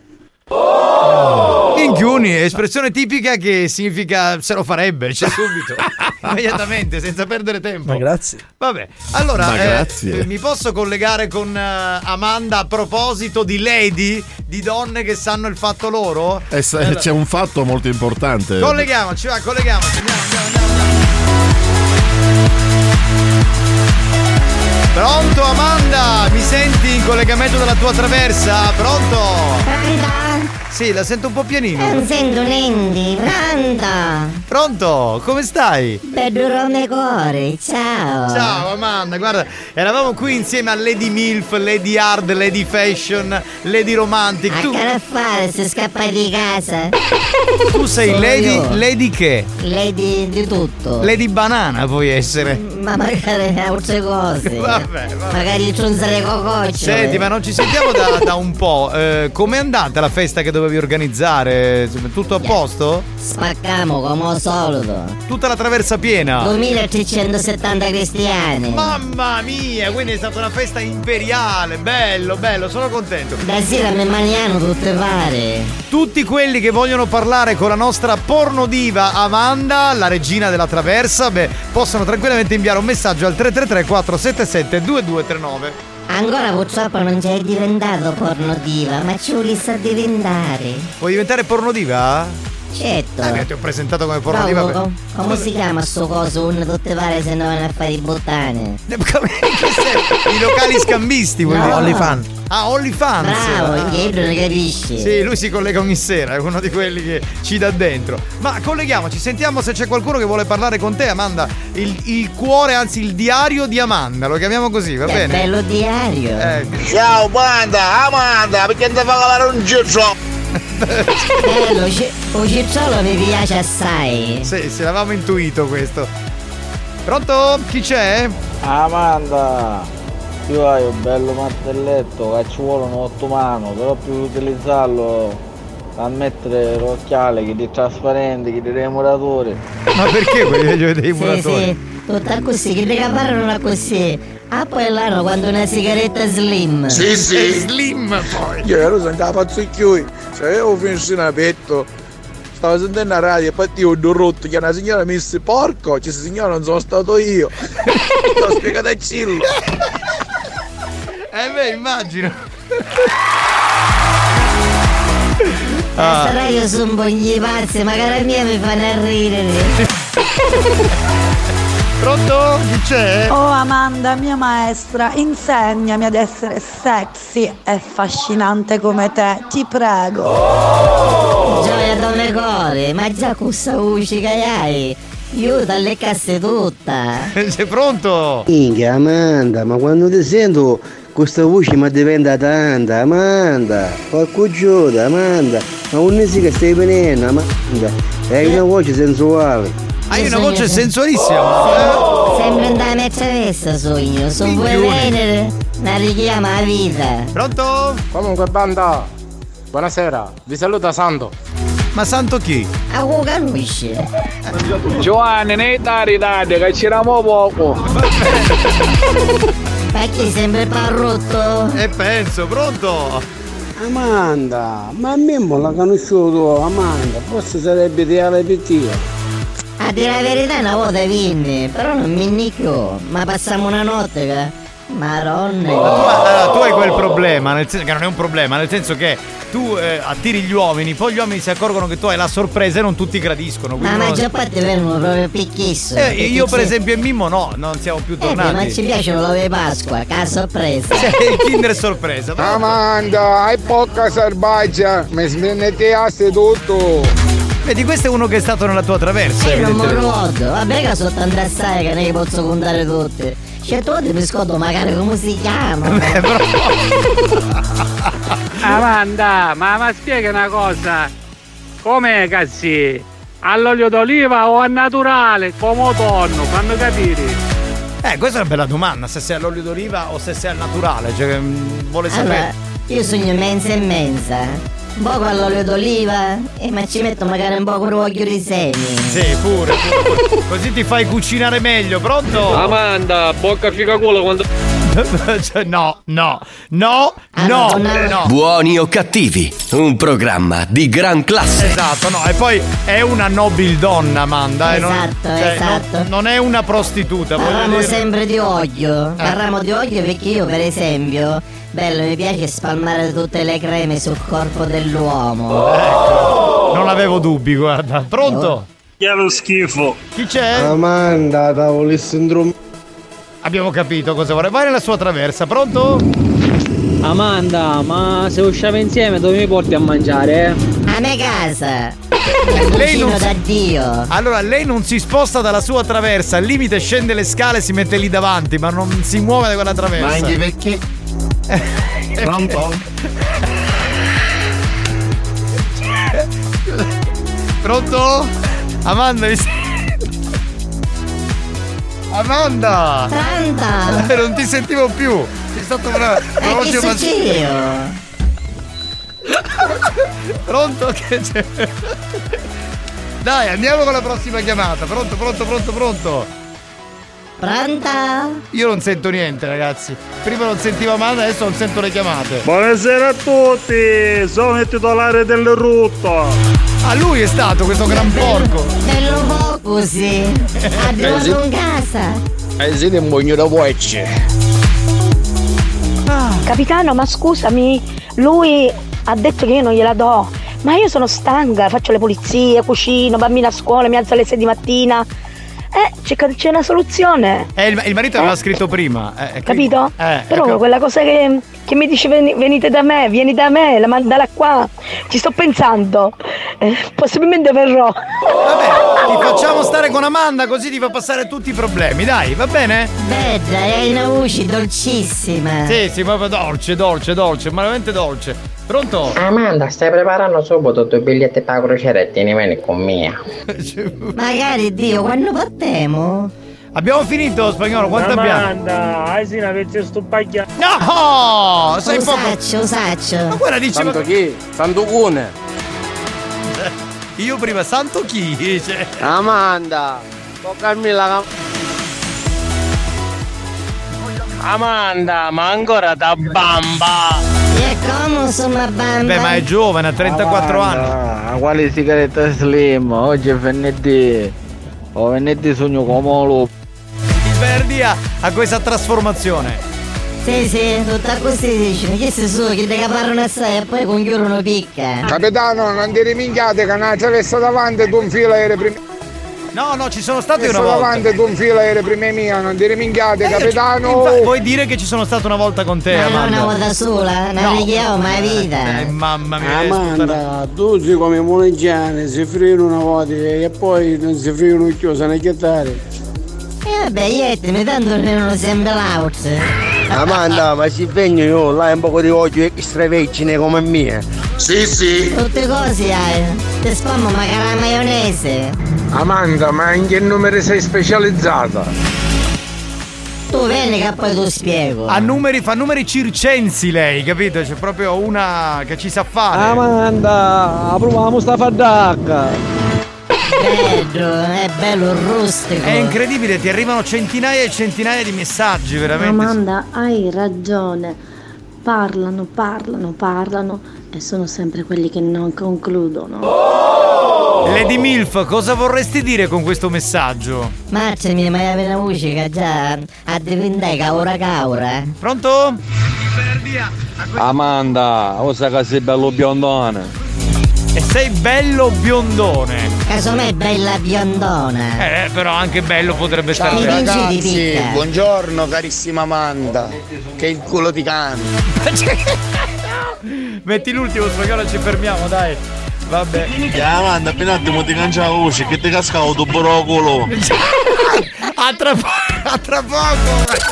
Minchioni, espressione tipica che significa se lo farebbe, c'è subito. Immediatamente, senza perdere tempo. Ma grazie. Vabbè, allora Ma eh, grazie. eh, mi posso collegare con eh, Amanda a proposito di lady, di donne che sanno il fatto loro? E sa- Allora, c'è un fatto molto importante. colleghiamoci, va, colleghiamoci. Andiamo, andiamo, andiamo. Pronto Amanda? Mi senti in collegamento dalla tua traversa? Pronto? Pronto? Sì, la sento un po' pianino. Non sento niente, pronto? Pronto? Come stai? Per durare cuore, ciao. Ciao Amanda, guarda, eravamo qui insieme a Lady Milf, Lady Hard, Lady Fashion, Lady Romantic. A Tu, che a fare se scappai di casa? tu sei Sono Lady, io. Lady che? Lady di tutto. Lady Banana puoi essere. Ma magari altre cose. Vabbè, vabbè. Magari ciunzare cococcio. Senti, ma non ci sentiamo da, da un po'. Eh, com'è andata la festa che dovevi organizzare? Tutto a posto? Spaccamo come al solito. Tutta la traversa piena? duemilatrecentosettanta cristiani. Mamma mia, quindi è stata una festa imperiale. Bello, bello, sono contento. Da sera mi maniano tutte varie. Tutti quelli che vogliono parlare con la nostra pornodiva Amanda, la regina della traversa, beh, possono tranquillamente inviare un messaggio al tre tre tre quattro sette sette due due tre nove. Ancora purtroppo non c'è diventato porno diva, ma ci volesse a diventare. Vuoi diventare pornodiva? Certo. Ah, ti ho presentato come pornodiva. Come, come, come si chiama sto coso? Un tutte varie se non vanno a fare i bottane. I locali scambisti, vuol No. dire? OnlyFans. Ah, OnlyFans. Bravo, Ah. indietro ne capisci. Sì, lui si collega ogni sera, è uno di quelli che ci dà dentro. Ma colleghiamoci, sentiamo se c'è qualcuno che vuole parlare con te, Amanda. Il, il cuore, anzi il diario di Amanda, lo chiamiamo così, va Che bene? bello diario. Eh, Ciao banda, Amanda, perché ti fa calare un giro? Bello, ci- o cicciolo mi piace assai. sì, sì, l'avevamo intuito questo. Pronto? Chi c'è? Amanda, io hai un bello martelletto che ci vuole un otto mano, però più utilizzarlo a mettere l'occhiale che di trasparente, che di remuratore. Ma perché quelli dei dei Sì, muratori? sì, tutta così, che le parlano così. Ah, poi l'hanno quando una sigaretta slim. Sì, sì. Slim poi. Io ero sentito pazzicchiui, se avevo finito in petto, stavo sentendo la radio e poi io ho rotto, che una signora mi disse porco, ci signora non sono stato io. L'ho spiegato a Cillo. Eh beh, immagino. Questa Ah. radio sono un po' gli pazzi, ma cara mia mi fanno ridere. Pronto? Chi c'è? Oh Amanda, mia maestra, insegnami ad essere sexy e affascinante come te, ti prego. Gioia come core, ma già questa voce che hai, io dalle casse tutta. Sei pronto? Minchia Amanda, ma quando ti sento questa voce mi diventa tanta, Amanda, porco giuda, Amanda, ma non si che stai venendo, Amanda, hai una voce sensuale. Hai una voce sensualissima. Sembra andare a travessa sogno, sono vuoi Minchione. venere, una richiama la vita. Pronto? Comunque banda, buonasera, vi saluta Santo. Ma Santo chi? A cui capisci? Giovanni, nei dare dare che c'eravamo poco. Perché sempre parrotto? E penso, pronto? Amanda, ma a me non l'ha conosciuto Amanda, forse sarebbe ideale per te. A dire la verità una volta vinni, però non mi nicchio, ma passiamo una notte che Maronna. Ma tu, allora, tu hai quel problema, nel senso che non è un problema, nel senso che tu eh, attiri gli uomini, poi gli uomini si accorgono che tu hai la sorpresa e non tutti gradiscono. Ma la maggior parte vengono proprio picchissimo. Eh, io per esempio e Mimmo no, non siamo più tornati. Eh, ma ci piace l'uovo di Pasqua, che sorpresa. Cioè, il Kinder sorpresa. Amanda, hai poca selvaggia, mi smenetteaste tutto. Vedi, questo è uno che è stato nella tua traversa. Io non mi ricordo, vabbè che sono tante assai che ne posso contare tutte. Cioè tu mi scordo magari come si chiama. Eh, però... Amanda, ma mi spiega una cosa. Com'è cazzi? All'olio d'oliva o al naturale? Come tonno, fammi capire. Eh, questa è una bella domanda, se sei all'olio d'oliva o se sei al naturale, cioè mh, vuole sapere. Allora, io sogno mensa e mensa. Un po' con l'olio d'oliva e ma ci metto magari un po' con l'olio di semi. Sì, pure, pure, pure. Così ti fai cucinare meglio, pronto? Amanda, bocca figa culo quando... Cioè, no, no, no, no, no. Buoni o cattivi, un programma di gran classe. Esatto, no, e poi è una nobile donna, Amanda. Esatto, eh, non, cioè, esatto. Non, non è una prostituta. Parliamo dire... sempre di olio. Eh. Parliamo di olio perché io, per esempio, bello, mi piace spalmare tutte le creme sul corpo dell'uomo. Ecco, non avevo dubbi, guarda. Pronto? Che è lo schifo. Chi c'è? Amanda, tavoli sindrome. Abbiamo capito cosa vorrei. Vai nella sua traversa, pronto? Amanda, ma se usciamo insieme dove mi porti a mangiare? A me casa. Lei non da Dio. Allora, lei non si sposta dalla sua traversa, al limite scende le scale e si mette lì davanti, ma non si muove da quella traversa. Mangi perché? Pronto? Pronto? Amanda, mi sei... Amanda! Santa! Non ti sentivo più! Sei stato una, una voce maschile. Pronto? Che c'è? Dai, andiamo con la prossima chiamata. Pronto, pronto, pronto, pronto? Pronta? Io non sento niente, ragazzi. Prima non sentivo Amanda, adesso non sento le chiamate. Buonasera a tutti, sono il titolare del rutto. Ah, lui è stato questo gran porco. Bello poco, sì. Arrivato in casa. E siete un bugno da voce. Capitano, ma scusami, lui ha detto che io non gliela do. Ma io sono stanca, faccio le pulizie, cucino, bambina a scuola, mi alzo alle sei di mattina. Eh, c'è, c'è una soluzione. Eh, il, il marito eh? aveva scritto prima. Eh, Capito? Eh, Però ecco. quella cosa che, che mi dice veni, venite da me, vieni da me, la mandala qua. Ci sto pensando. Eh, possibilmente verrò. Vabbè, ti facciamo stare con Amanda così ti fa passare tutti i problemi, dai, va bene? Beh, hai una voce dolcissima. Sì, sì, proprio dolce, dolce, dolce, ma veramente dolce. Pronto? Amanda, stai preparando subito i biglietti per la crociera e tieni vieni con me. Magari, Dio, quando partiamo? Abbiamo finito, Spagnolo, quanto abbiamo? Amanda, hai sì una pezza sto pagliato. No! Sei poco... Usaccio, usaccio. Ma guarda, diceva... Santo chi? Santo Cune. Io prima, santo chi? Cioè... Amanda, toccami la... Amanda, ma ancora da bamba. E come sono a bamba? Beh, ma è giovane, ha trentaquattro Amanda, anni. quale sigaretta slim? Oggi è venerdì. O venerdì sogno come lo. Il venerdì ha, ha questa trasformazione. Sì, sì, tutta così dicono. Che se su, che te caparano assai e poi conchiudono picca. Capitano, non ti riminchiate che una travessa davanti tu un filo aereo prima. No, no, ci sono stati una volta. volta. davanti tu un filo aereo prima mia, non ti riminchiate, Eh, capitano. Infatti, vuoi dire che ci sono stato una volta con te, Ma Amanda? non una volta sola, non No. richiamo mai vita. Eh, mamma mia. Amanda, tu sei come Moleggiane, si frigono una volta e poi non si frigono più, se ne chiattare. E vabbè, iettimi, tanto non sembra l'auto. Amanda, ma si vengo io, là è un po' di occhio extravergine come mia. Sì, sì. Tutte cose hai. Ti spammo magari la maionese. Amanda, ma in che numero sei specializzata? Tu vieni che poi tu spiego. Ha numeri, fa numeri circensi lei, capito? C'è proprio una che ci sa fare. Amanda, proviamo sta fadacca. Bello, è bello rustico. È incredibile, ti arrivano centinaia e centinaia di messaggi, veramente. Amanda, hai ragione. Parlano, parlano, parlano e sono sempre quelli che non concludono. Lady Milf, cosa vorresti dire con questo messaggio? Marciami, ma è una musica già a diventare caura caura. Pronto? Amanda, o sai che sei bello biondone. E sei bello biondone. Casomai bella biondona. Eh, però anche bello potrebbe Ciao, stare. Ragazzi, buongiorno carissima Amanda. Che il culo ti canta. Metti l'ultimo spagnolo e ci fermiamo, dai. Vabbè. Ya Amanda, appena attimo ti cancia la voce, che ti casca il tuo culo. A tra poco, a tra poco.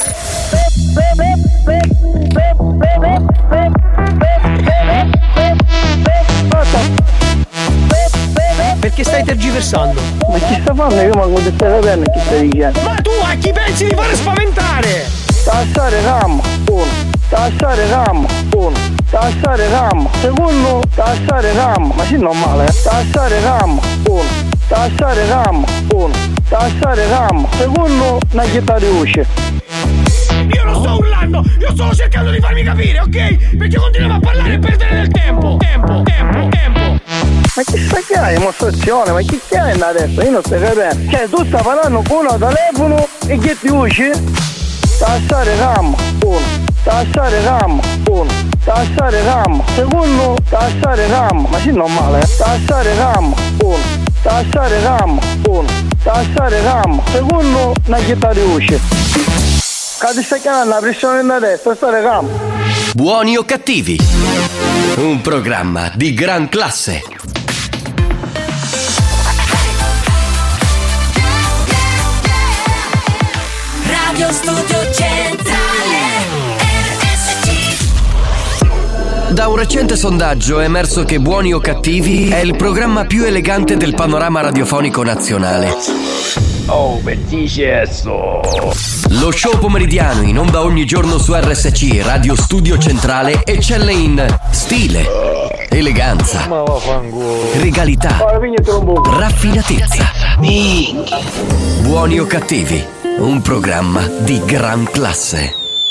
Perché stai tergiversando? Ma chi sta fanno? Io ma come stai capendo chi stai dicendo? Ma tu a chi pensi di fare spaventare? Tassare RAM, uno. Tassare RAM, uno. Tassare RAM, secondo. Tassare RAM, ma sì normale, eh? Tassare RAM, uno. Tassare RAM, uno. Tassare RAM, secondo. Una chitarra di voce. Io non sto urlando, io sto cercando di farmi capire, ok? Perché continuiamo a parlare e perdere del tempo. Tempo, tempo, tempo. Ma chi sta che hai dimostrazione? Ma chi che hai adesso? Io non sto capendo. Cioè tu stai parlando con un telefono e che ti dici? Tassare RAM, uno. Tassare RAM, uno. Tassare RAM, secondo. Tassare RAM, ma sì normale, eh? Tassare RAM, uno. Tassare RAM, uno. Tassare RAM, secondo. Una chitarra di voce. Che ti stai chiamando la pressione da destra, tassare RAM. Buoni o cattivi? Un programma di gran classe. Radio Studio Centrale R S C. Da un recente sondaggio è emerso che Buoni o cattivi è il programma più elegante del panorama radiofonico nazionale. Oh, bellissimo. Lo show pomeridiano in onda ogni giorno su R S C Radio Studio Centrale eccelle in stile, eleganza, regalità, raffinatezza. Buoni o cattivi, un programma di gran classe.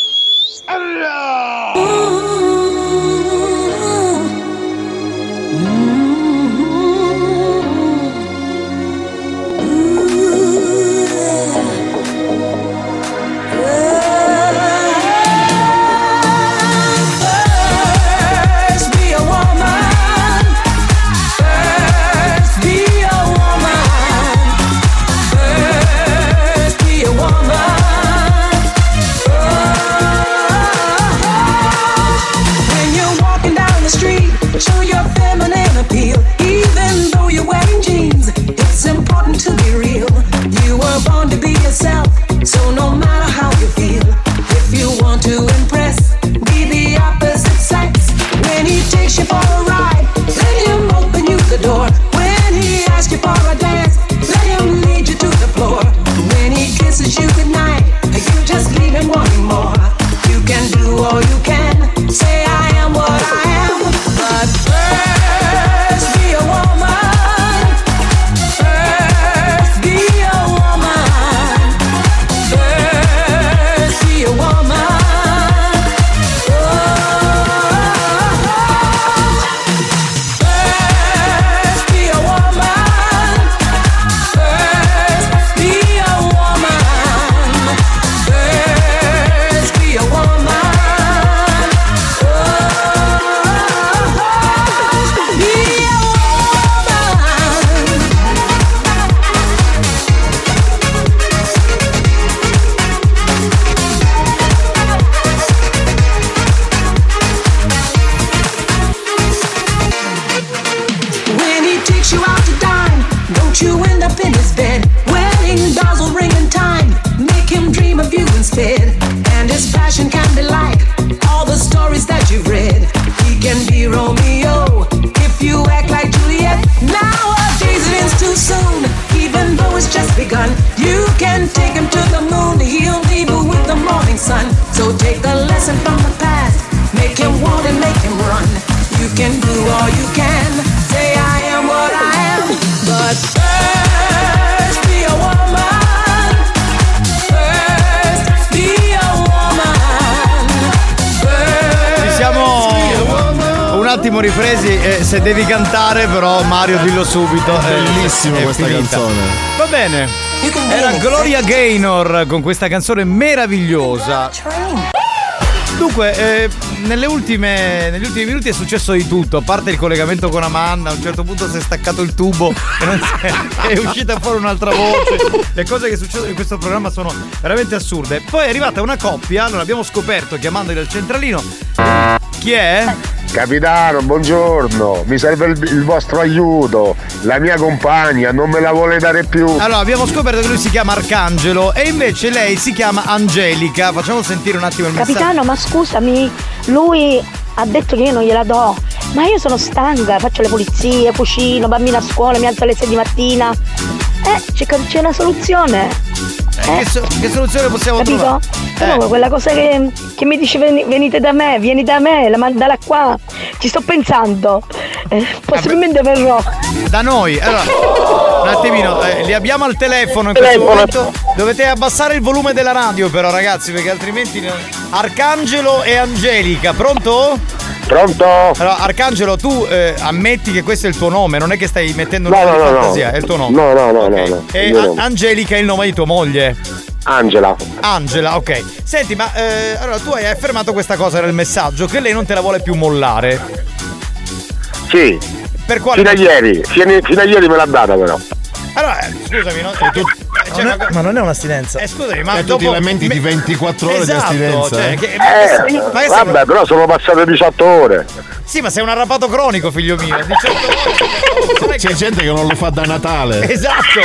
Show your feminine appeal. Even though you're wearing jeans, it's important to be real. You were born to be yourself, so no matter how you feel, if you want to impress, be the opposite sex. When he takes you for a ride, let him open you the door. When he asks you for a dance, let him lead you to the floor. When he kisses you goodnight, you just leave him wanting more. You can do all you can, say I am what I am. But first be a woman. First be a woman. First be a woman. First be a woman. First be a woman. First be a woman. You end up in his bed. Wedding bells will ring in time. Make him dream of you instead. And his passion can be like all the stories that you've read. He can be Romeo if you act like Juliet. Nowadays it ends too soon, even though it's just begun. You can take him to the moon. He'll leave you with the morning sun. So take the lesson from the past. Make him want and make him run. You can do all you can. Say I am what I am. But first be a woman. First be a woman. Ci siamo un attimo siamo ripresi. Eh, se devi cantare, però, Mario, dillo subito. Bellissima eh, questa finita. canzone. Va bene. Era Gloria Gaynor con questa canzone meravigliosa. Dunque, eh, nelle ultime, negli ultimi minuti è successo di tutto. A parte il collegamento con Amanda, a un certo punto si è staccato il tubo e non si è, è uscita fuori un'altra voce. Le cose che succedono in questo programma sono veramente assurde. Poi è arrivata una coppia, non abbiamo scoperto chiamandoli al centralino. Chi è? Capitano, buongiorno, mi serve il, il vostro aiuto. La mia compagna non me la vuole dare più. Allora, abbiamo scoperto che lui si chiama Arcangelo e invece lei si chiama Angelica. Facciamo sentire un attimo il messaggio. Capitano, ma scusami, lui ha detto che io non gliela do. Ma io sono stanca, faccio le pulizie, cucino, bambina a scuola, mi alzo alle sei di mattina. Eh, c'è, c'è una soluzione. Eh, che, so- che soluzione possiamo Capito? trovare? Comunque, Eh. quella cosa che, che mi dice veni- venite da me, vieni da me, la mandala qua. Ci sto pensando. Eh, possibilmente verrò. Da noi, allora, un attimino, eh, li abbiamo al telefono in questo Telefono. momento. Dovete abbassare il volume della radio però, ragazzi, perché altrimenti non- Arcangelo e Angelica, pronto? Pronto? Allora, Arcangelo, tu eh, ammetti che questo è il tuo nome, non è che stai mettendo No, una no, no, no. fantasia, è il tuo nome. No, no, no, Ok. no, no. E Il mio A- nome. Angelica è il nome di tua moglie. Angela. Angela, ok. Senti, ma eh, allora tu hai affermato questa cosa nel messaggio, che lei non te la vuole più mollare. Sì. Per quale Fino a motivo? ieri, fino, fino a ieri me l'ha data però. Allora, eh, scusami, no? Ma non è- ma non è un'astinenza. Eh, scusami, ma E tu dopo ti lamenti di ventiquattro ore Esatto, di astinenza. cioè, eh? che- ma che sei- ma che sei- Vabbè, però sono passate diciotto ore. Sì, ma sei un arrabbiato cronico, figlio mio. diciotto ore. C'è gente che non lo fa da Natale. Esatto.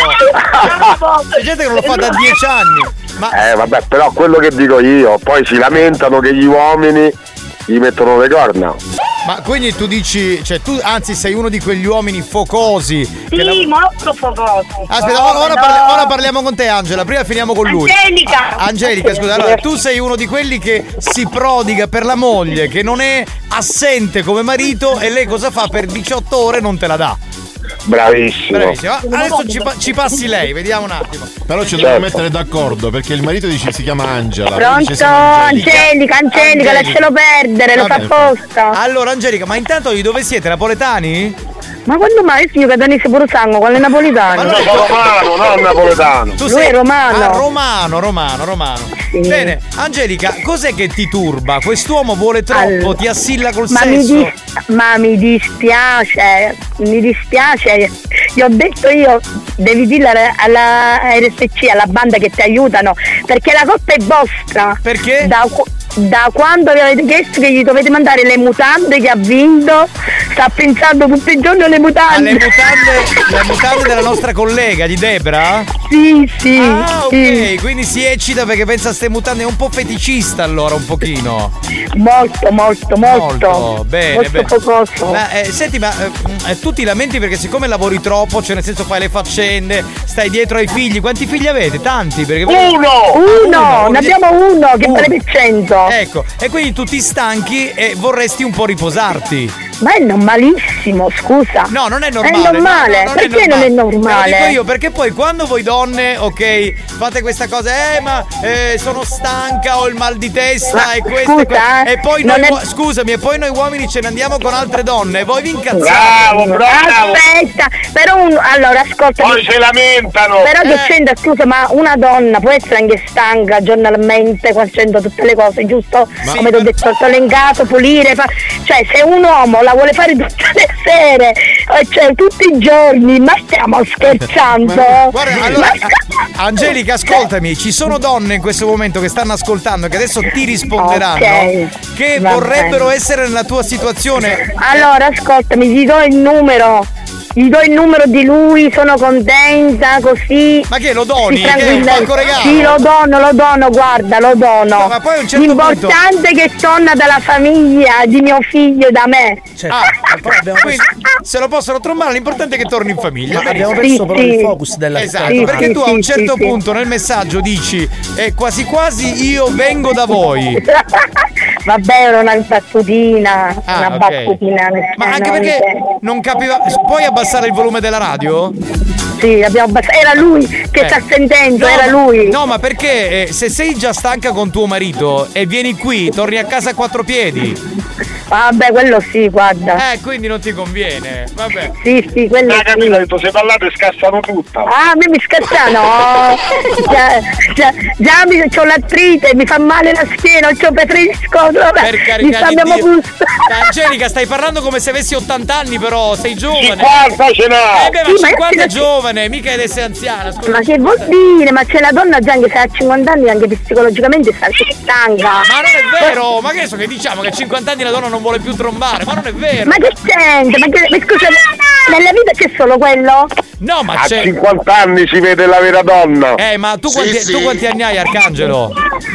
C'è gente che non lo fa da dieci anni. Ma Eh vabbè, però quello che dico io, poi si lamentano che gli uomini gli mettono le corna. Ma quindi tu dici, cioè tu anzi sei uno di quegli uomini focosi. che la- Sì, molto focoso. Aspetta, ora, ora parli- ora parliamo con te, Angela. Prima finiamo con lui. Angelica! Ah, Angelica, scusa, allora tu sei uno di quelli che si prodiga per la moglie, che non è assente come marito e lei cosa fa? Per diciotto ore non te la dà. Bravissimo. Bravissimo. Adesso ci, pa- ci passi lei, vediamo un attimo. Però ci Certo. dobbiamo mettere d'accordo perché il marito dice si chiama Angela. lui Pronto? dice siamo Angelica. Angelica, Angelica, Angelica. lascialo perdere, lo fa Vabbè. apposta. Allora, Angelica, ma intanto di dove siete? Napoletani? Ma quando mai il signor Catanese pure sangue, quale napoletano? Io sono romano, non napoletano. Tu Lui sei è romano. Ah, romano, romano, romano. Sì. Bene, Angelica, cos'è che ti turba? Quest'uomo vuole troppo, Allora, ti assilla col Ma mi, sesso. dis- ma mi dispiace, mi dispiace. Gli ho detto io, devi dire alla R S C, alla banda che ti aiutano, perché la colpa è vostra. Perché? Da, qu- da quando vi avete chiesto che gli dovete mandare le mutande che ha vinto, sta pensando tutto il giorno alle mutande. Alle mutande, le mutande della nostra collega, di Debra? Sì, sì. Ah, ok, sì. quindi si eccita perché pensa a ste mutande, è un po' feticista allora, un pochino. Molto, molto, molto. Molto, bene, molto bene. focoso. Ma eh, senti, ma eh, eh, tu ti lamenti perché siccome lavori troppo, cioè nel senso fai le faccende, stai dietro ai figli, quanti figli avete? Tanti? Perché Uno! Uno! uno Ne di- abbiamo uno che uno. vale per cento. Ecco, e quindi tu ti stanchi e vorresti un po' riposarti. Ma è normalissimo, scusa. No, non è normale. È normale. no, no, Perché non è normale? Te lo dico io, perché poi quando voi donne, ok, fate questa cosa, eh, ma eh, sono stanca, ho il mal di testa Ma e questo scusa, e, que- e poi non noi, è- uo- scusami, e poi noi uomini ce ne andiamo con altre donne e voi vi incazzate. Bravo, bravo. Aspetta, però un, allora ascolta. Poi si lamentano. Però che Eh. c'entra, scusa, ma una donna può essere anche stanca giornalmente facendo tutte le cose, giusto? Ma- Come ti ho detto, elencato, pulire, fa- cioè se un uomo la vuole fare tutte le sere, eh, cioè tutti i giorni, ma stiamo scherzando? Guarda, allora, a- Angelica, ascoltami, ci sono donne in questo momento che stanno ascoltando, che adesso ti risponderanno, Ok, che va vorrebbero bene. essere nella tua situazione. Allora, ascoltami, gli do il numero. Gli do il numero di lui, sono contenta, così. Ma che lo doni? si Che è un tranquilla- palco regalo? Sì, lo dono, lo dono, guarda, lo dono. No, ma poi a un certo L'importante è che torna dalla famiglia di mio figlio e da me. Ah, quindi, se lo possono trombare, l'importante è che torni in famiglia. Ma abbiamo Benissimo. perso però sì. il focus della Esatto, Sì, perché sì, tu a un sì, certo sì, punto nel messaggio dici eh, quasi quasi io vengo da voi. Vabbè, era una battutina, Ah, una ok. battutina. Ma anche non perché c'è. non capiva. Puoi abbassare il volume della radio? Sì, abbiamo abbassato. Era lui che Eh. sta sentendo, No, era ma- lui. No, ma perché eh, se sei già stanca con tuo marito e vieni qui, torni a casa a quattro piedi. Vabbè, quello sì, guarda. Eh, quindi non ti conviene. Vabbè. Sì, sì, quello Ah, sì. capito, ha detto se parlate scassano tutta. Ah, mi, mi scassa, no. già, già, già mi, c'ho l'artrite, mi fa male la schiena, c'ho petrisco. Per Mi carità sta di abbiamo Dio. busto. Angelica, stai parlando come se avessi ottanta anni, però sei giovane. cinquanta ce n'ha. Eh beh, Sì, ma ma cinquanta è io- giovane, mica ed essere anziana. Scusa. Ma che vuol dire? Ma c'è la donna già anche se ha cinquanta anni, anche psicologicamente sta stanca. Ma non è vero, ma che so che diciamo che a cinquanta anni la donna non vuole più trombare, ma non è vero. Ma che sente? Ma, che, ma scusa, nella vita c'è solo quello? No, ma A c'è. cinquanta anni si vede la vera donna. Eh, ma tu quanti, Sì, tu sì. quanti anni hai, Arcangelo?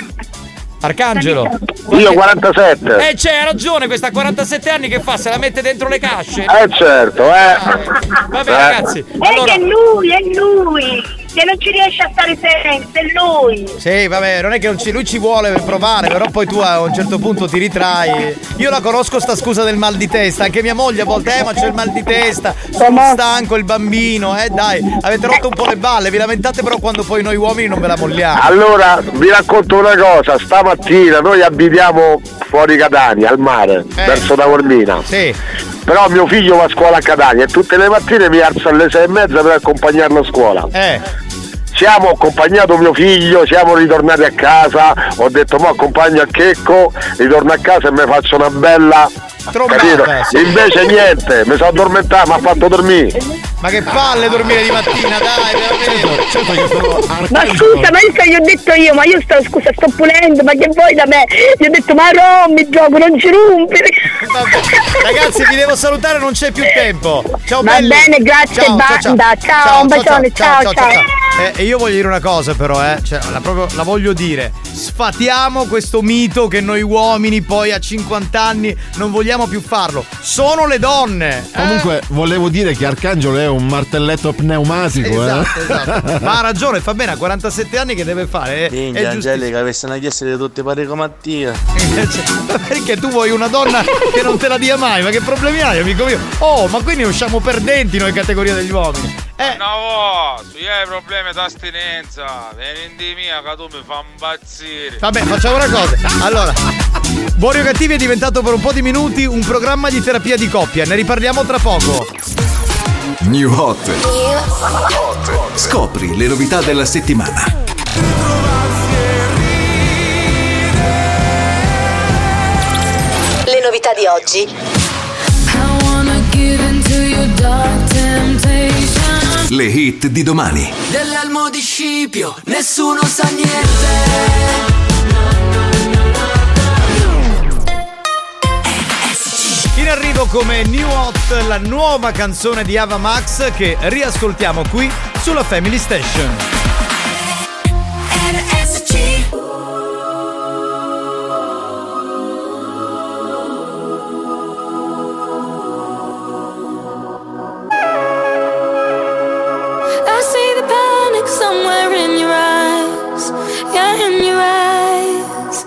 Arcangelo. Io quarantasette. Eh, c'è ragione, questa a quarantasette anni che fa? Se la mette dentro le casce? Eh certo, eh. Vabbè, Eh. ragazzi. Allora, è lui, è lui. Che non ci riesce a stare senza, è lui. sì, vabbè, non è che non ci, lui ci vuole per provare, però poi tu a un certo punto ti ritrai. Io la conosco sta scusa del mal di testa, anche mia moglie a volte, eh, ma c'è il mal di testa, sono stanco, il bambino, eh dai, avete rotto un po' le balle, vi lamentate però quando poi noi uomini non ve la molliamo. Allora vi racconto una cosa, stamattina noi abitiamo fuori Catania, al mare, Eh. verso Taormina. Sì. Però mio figlio va a scuola a Catania e tutte le mattine mi alzo alle sei e mezza per accompagnarlo a scuola. Eh. Siamo accompagnato mio figlio, siamo ritornati a casa, ho detto mo accompagno a Checco, ritorno a casa e mi faccio una bella Trombata, capito? sì. Invece niente, mi sono addormentato, mi ha fatto dormire. Ma che palle dormire di mattina, dai, veramente. Certo che sono Ma scusa, ma io gli ho detto io, ma io sto, scusa, sto pulendo, ma che vuoi da me? Gli ho detto, ma rompi, gioco, non ci rompi. Vabbè. Ragazzi, vi devo salutare, non c'è più tempo. Ciao Va belli. bene, grazie, Ciao, ciao, ciao. banda. Ciao, un bacione, ciao, ciao. Eh, e io voglio dire una cosa però, eh, cioè, la, proprio, la voglio dire. Sfatiamo questo mito che noi uomini poi a cinquanta anni non vogliamo più farlo. Sono le donne. eh? Comunque volevo dire che Arcangelo è un martelletto pneumatico. Esatto, eh. esatto. Ma ha ragione, fa bene, a quarantasette anni che deve fare? eh? Minchia, È giusto. Angelica, avesse una chiesa di tutti pari come Mattia. Perché tu vuoi una donna che non te la dia mai? Ma che problemi hai, amico mio? Oh, ma quindi usciamo perdenti noi categoria degli uomini. Eh. No, se io hai problemi di astinenza, vieni di mia che tu mi fa impazzire. Vabbè, facciamo una cosa. Allora, Buoni o Cattivi è diventato per un po' di minuti un programma di terapia di coppia. Ne riparliamo tra poco. New Hot. Scopri le novità della settimana. Le novità di oggi. Le hit di domani. Dell'elmo di Scipio, nessuno sa niente. In arrivo come New Hot, la nuova canzone di Ava Max che riascoltiamo qui sulla Family Station. I see the panic somewhere in your eyes. Yeah, in your eyes.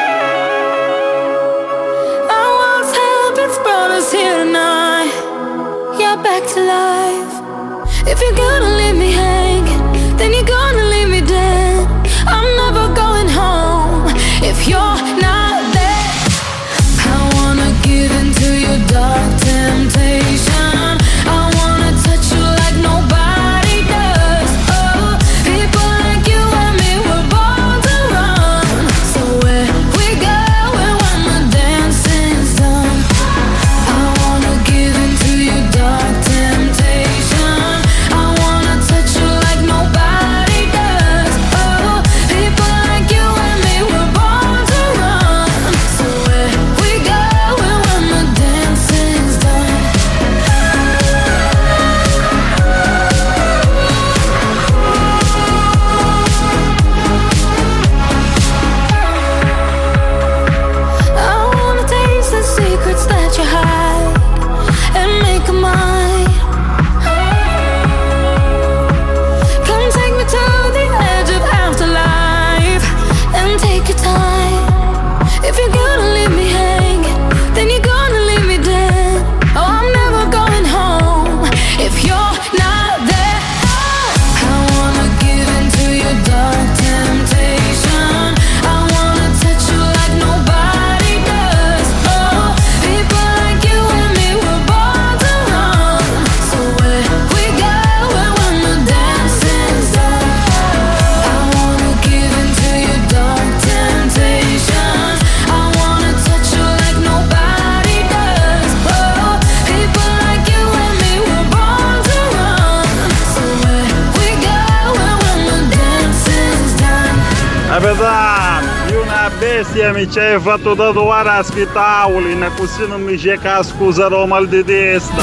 Our walls help, it's brought us here tonight. Yeah, back to life. If you're gonna leave me hanging, then you're gonna leave me dead. I'm never going home if you're not there. I wanna give into your dark temptation. I wanna touch you like nobody does. Oh, people like you and me were born to run. So where we go and when the dancing's done, I wanna give into your dark temptation. I wanna touch you like nobody does. Oh, people like you and me were born to run. Capitano, io una bestia mi ci hai fatto tatuare a spitavoli, così non mi c'è che scuserò mal di testa.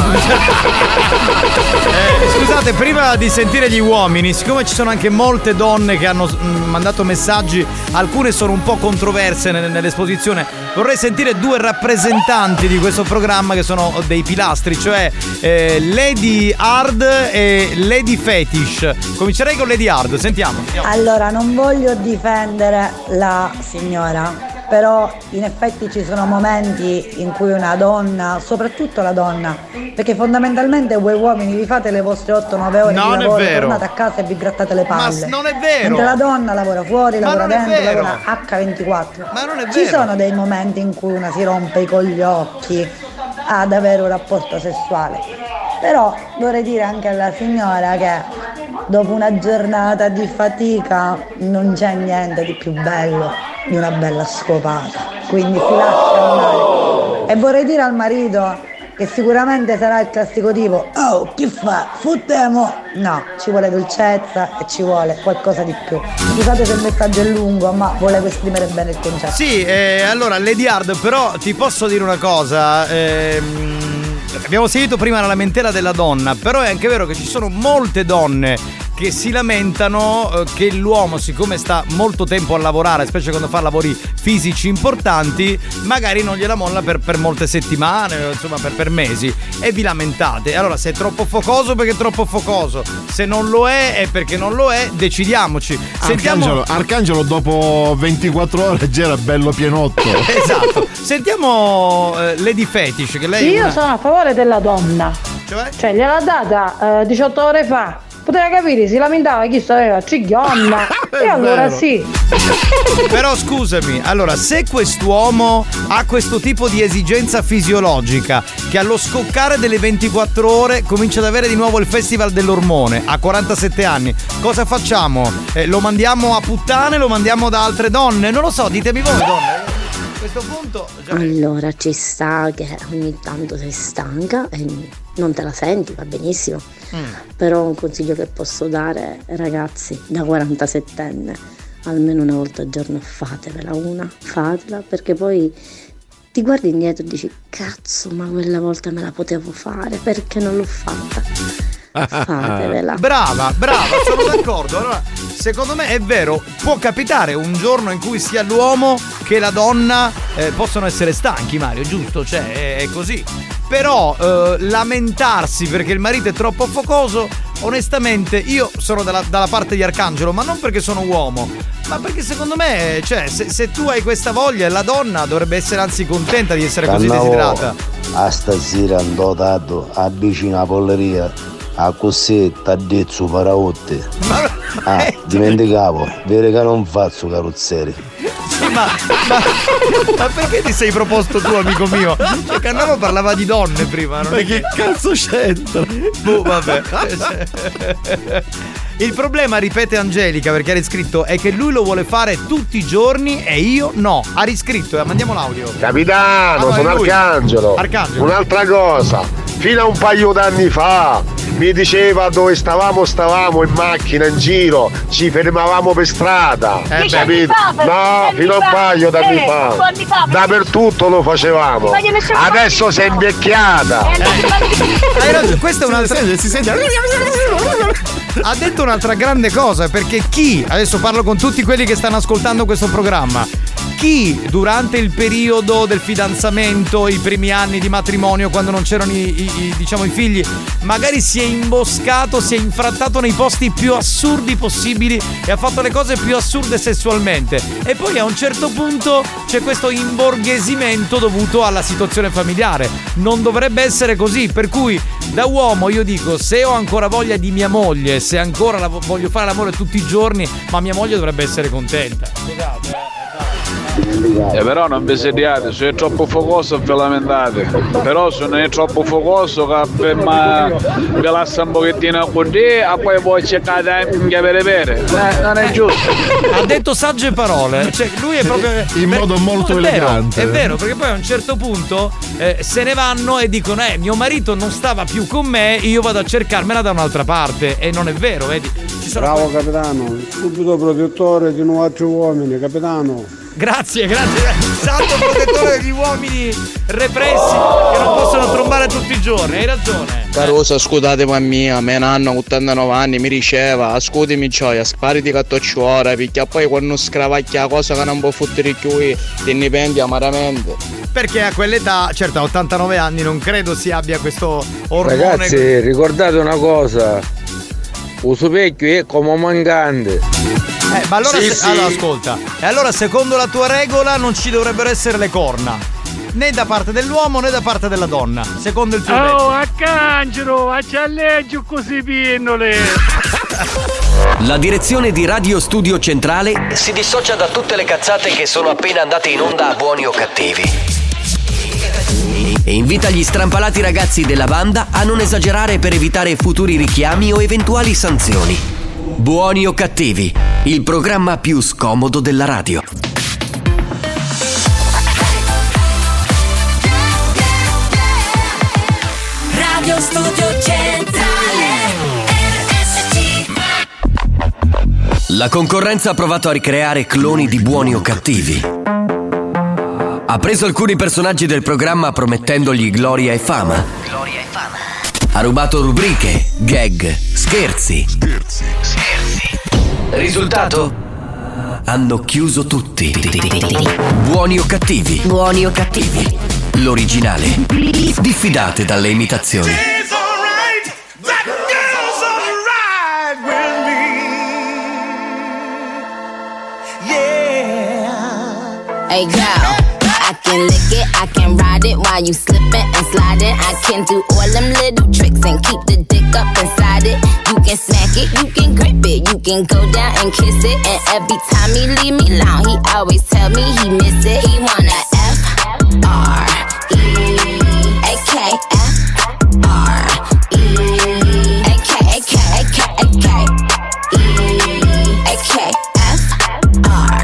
Eh, scusate, prima di sentire gli uomini, siccome ci sono anche molte donne che hanno mh, mandato messaggi, alcune sono un po' controverse nel, nell'esposizione, vorrei sentire due rappresentanti di questo programma che sono dei pilastri, cioè eh, Lady Hard e Lady Fetish. Comincerei con Lady Hard, sentiamo, sentiamo. Allora, non voglio difendere la signora, però in effetti ci sono momenti in cui una donna, soprattutto la donna, perché fondamentalmente voi uomini vi fate le vostre otto nove ore Non di è lavoro, vero. tornate a casa e vi grattate le palle. Ma non è vero. Mentre la donna lavora fuori, Ma lavora non è dentro, vero. lavora acca ventiquattro. Ma non è Ci vero. sono dei momenti in cui una si rompe con gli occhi ad avere un rapporto sessuale. Però vorrei dire anche alla signora che dopo una giornata di fatica non c'è niente di più bello di una bella scopata, quindi si lascia andare. E vorrei dire al marito che sicuramente sarà il classico tipo: oh, chi fa? Futtemo! No, ci vuole dolcezza e ci vuole qualcosa di più. Scusate se il messaggio è lungo, ma volevo esprimere bene il concetto. Sì, eh, allora Lady Hard, però ti posso dire una cosa, ehm, abbiamo sentito prima la lamentela della donna, però è anche vero che ci sono molte donne che si lamentano eh, che l'uomo, siccome sta molto tempo a lavorare, specie quando fa lavori fisici importanti, magari non gliela molla per, per molte settimane, insomma per, per mesi, e vi lamentate. Allora, se è troppo focoso perché è troppo focoso, se non lo è è perché non lo è, decidiamoci. Sentiamo... Arcangelo, Arcangelo dopo ventiquattro ore già era bello pienotto. Esatto. Sentiamo eh, Lady Fetish, che lei Io una... sono a favore della donna. Cioè? Cioè gliel'ha data eh, diciotto ore fa. Poteva capire, si lamentava chi aveva ciglionna. E allora vero. sì. Però scusami, allora se quest'uomo ha questo tipo di esigenza fisiologica, che allo scoccare delle ventiquattro ore comincia ad avere di nuovo il festival dell'ormone, a quarantasette anni, cosa facciamo? Eh, lo mandiamo a puttane, lo mandiamo da altre donne? Non lo so, ditemi voi donne. A questo punto già... Allora ci sta che ogni tanto sei stanca e non te la senti, va benissimo. Mm. Però un consiglio che posso dare, ragazzi, da quarantasettenne, almeno una volta al giorno fatevela una, fatela, perché poi ti guardi indietro e dici cazzo, ma quella volta me la potevo fare, perché non l'ho fatta? Fatevela. Brava, brava, sono d'accordo. Allora, secondo me è vero, può capitare un giorno in cui sia l'uomo che la donna eh, possono essere stanchi, Mario, giusto? Cioè, è, è così. Però eh, lamentarsi perché il marito è troppo focoso, onestamente io sono dalla, dalla parte di Arcangelo, ma non perché sono uomo, ma perché secondo me, cioè, se, se tu hai questa voglia, la donna dovrebbe essere anzi contenta di essere così desiderata. A stasera andò dato a vicino alla polleria. A cosetta dezzo paraotte. Ah, dimenticavo, vero che non faccio carrozzeri. Sì, ma, ma, ma perché ti sei proposto tu, amico mio? Cioè, Cannavo parlava di donne prima, non ma è che che cazzo c'entra? Boh, vabbè. Il problema, ripete Angelica, perché ha riscritto, è che lui lo vuole fare tutti i giorni e io no. Ha riscritto, eh, mandiamo l'audio. Capitano, Ah, no, sono è lui. Arcangelo. Arcangelo. Un'altra cosa, fino a un paio d'anni fa mi diceva dove stavamo, stavamo in macchina, in giro, ci fermavamo per strada. Eh, capito? No, fino a un paio d'anni fa. Dappertutto lo facevamo. Adesso sei invecchiata. Hai ragione, questa è un'altra. Si sente. Ha detto un'altra grande cosa, perché chi, adesso parlo con tutti quelli che stanno ascoltando questo programma, chi durante il periodo del fidanzamento, i primi anni di matrimonio, quando non c'erano i, i, i diciamo i figli, magari si è imboscato, si è infrattato nei posti più assurdi possibili e ha fatto le cose più assurde sessualmente, e poi a un certo punto c'è questo imborghesimento dovuto alla situazione familiare. Non dovrebbe essere così, per cui da uomo io dico, se ho ancora voglia di mia moglie, se ancora la voglio fare l'amore tutti i giorni, ma mia moglie dovrebbe essere contenta. Scusate, eh. Eh, però non vi sediate, se è troppo focoso vi lamentate. Però se non è troppo focoso che ma vi lascia un pochettino così e poi poi cercate di avere vere. Eh, non è giusto. Ha detto sagge parole, cioè lui è proprio in modo molto è vero, elegante. È vero, perché poi a un certo punto eh, se ne vanno e dicono eh mio marito non stava più con me, io vado a cercarmela da un'altra parte, e non è vero, vedi? Bravo capitano, subito protettore di nuovi altri uomini, capitano. Grazie, grazie. Santo protettore degli uomini repressi che non possono trombare tutti i giorni, hai ragione. Caruso, scusate ma mia, me nanno ottantanove anni mi diceva, ascoltami gioia, spariti cattocci ora, perché poi quando scravacchia la cosa che non può fottere più, ti ne pendi amaramente. Perché a quell'età, certo a ottantanove anni non credo si abbia questo ormone. Ragazzi, ricordate una cosa, un specchio è come un mancante. Eh, ma allora, Sì, se, sì. allora ascolta, e allora secondo la tua regola non ci dovrebbero essere le corna, né da parte dell'uomo né da parte della donna, secondo il tuo detto. Oh, a cancero, a cialleggio così pinnole. La direzione di Radio Studio Centrale si dissocia da tutte le cazzate che sono appena andate in onda a Buoni o Cattivi e invita gli strampalati ragazzi della banda a non esagerare per evitare futuri richiami o eventuali sanzioni. Buoni o Cattivi, il programma più scomodo della radio. Radio Studio Centrale R S C. La concorrenza ha provato a ricreare cloni di Buoni o Cattivi. Ha preso alcuni personaggi del programma promettendogli gloria e fama. Gloria e fama. Ha rubato rubriche, gag, scherzi. Scherzi, scherzi. Risultato? Hanno chiuso tutti. Buoni o Cattivi? Buoni o Cattivi? L'originale. Diffidate dalle imitazioni. Hey girl, I can lick it, I can ride it while you slipping and sliding. I can do all them little tricks and keep the dick up inside it. You can smack it, you can grip it, you can go down and kiss it. And every time he leave me alone, he always tell me he miss it. He wanna F R E A K F R E A K A K A K A K E A K F R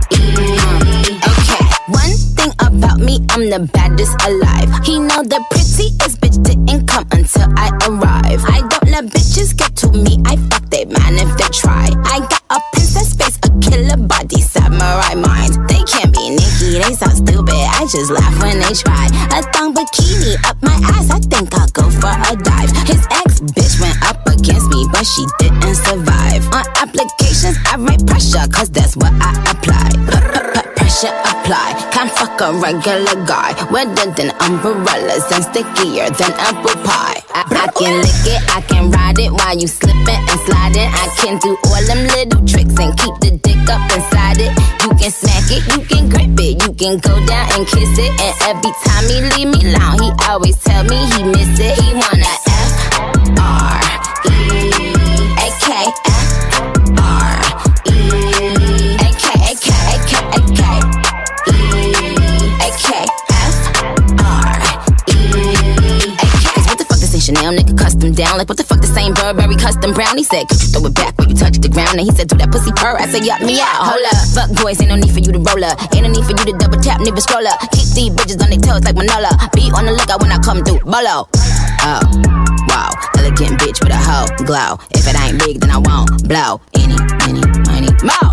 One thing about me, I'm the baddest alive. He know the prettiest bitch didn't come until I arrive. I don't let bitches get to me, I fuck they man if they try. I got a princess face, a killer body, samurai mind. They can't be Nicki, they so stupid, I just laugh when they try. A thong bikini up my ass, I think I'll go for a dive. His ex bitch went up against me, but she didn't survive. On applications, I write pressure, cause that's what I apply. Pressure apply, can't fuck a regular guy. Wetter than umbrellas and stickier than apple pie. I, I can lick it, I can ride it while you slipping and sliding. I can do all them little tricks and keep the dick up inside it. You can smack it, you can grip it, you can go down and kiss it. And every time he leave me alone, he always tell me he miss it. He wanna F R E A K F R E A K A K A K A K E A K F R E A K. Cause what the fuck this ain't Chanel, nigga custom down. Like what the fuck this ain't Burberry custom brown. He said, could you throw it back when you touch the ground? And he said, do that pussy purr. I said, yup me out. Hold up, fuck boys, ain't no need for you to roll up. Ain't no need for you to double tap, nigga scroll up. Keep these bitches on their toes like Manola. Be on the lookout when I come through, bolo. Oh, wow, elegant bitch with a hoe glow. If it ain't big, then I won't blow. Any, any, money, more.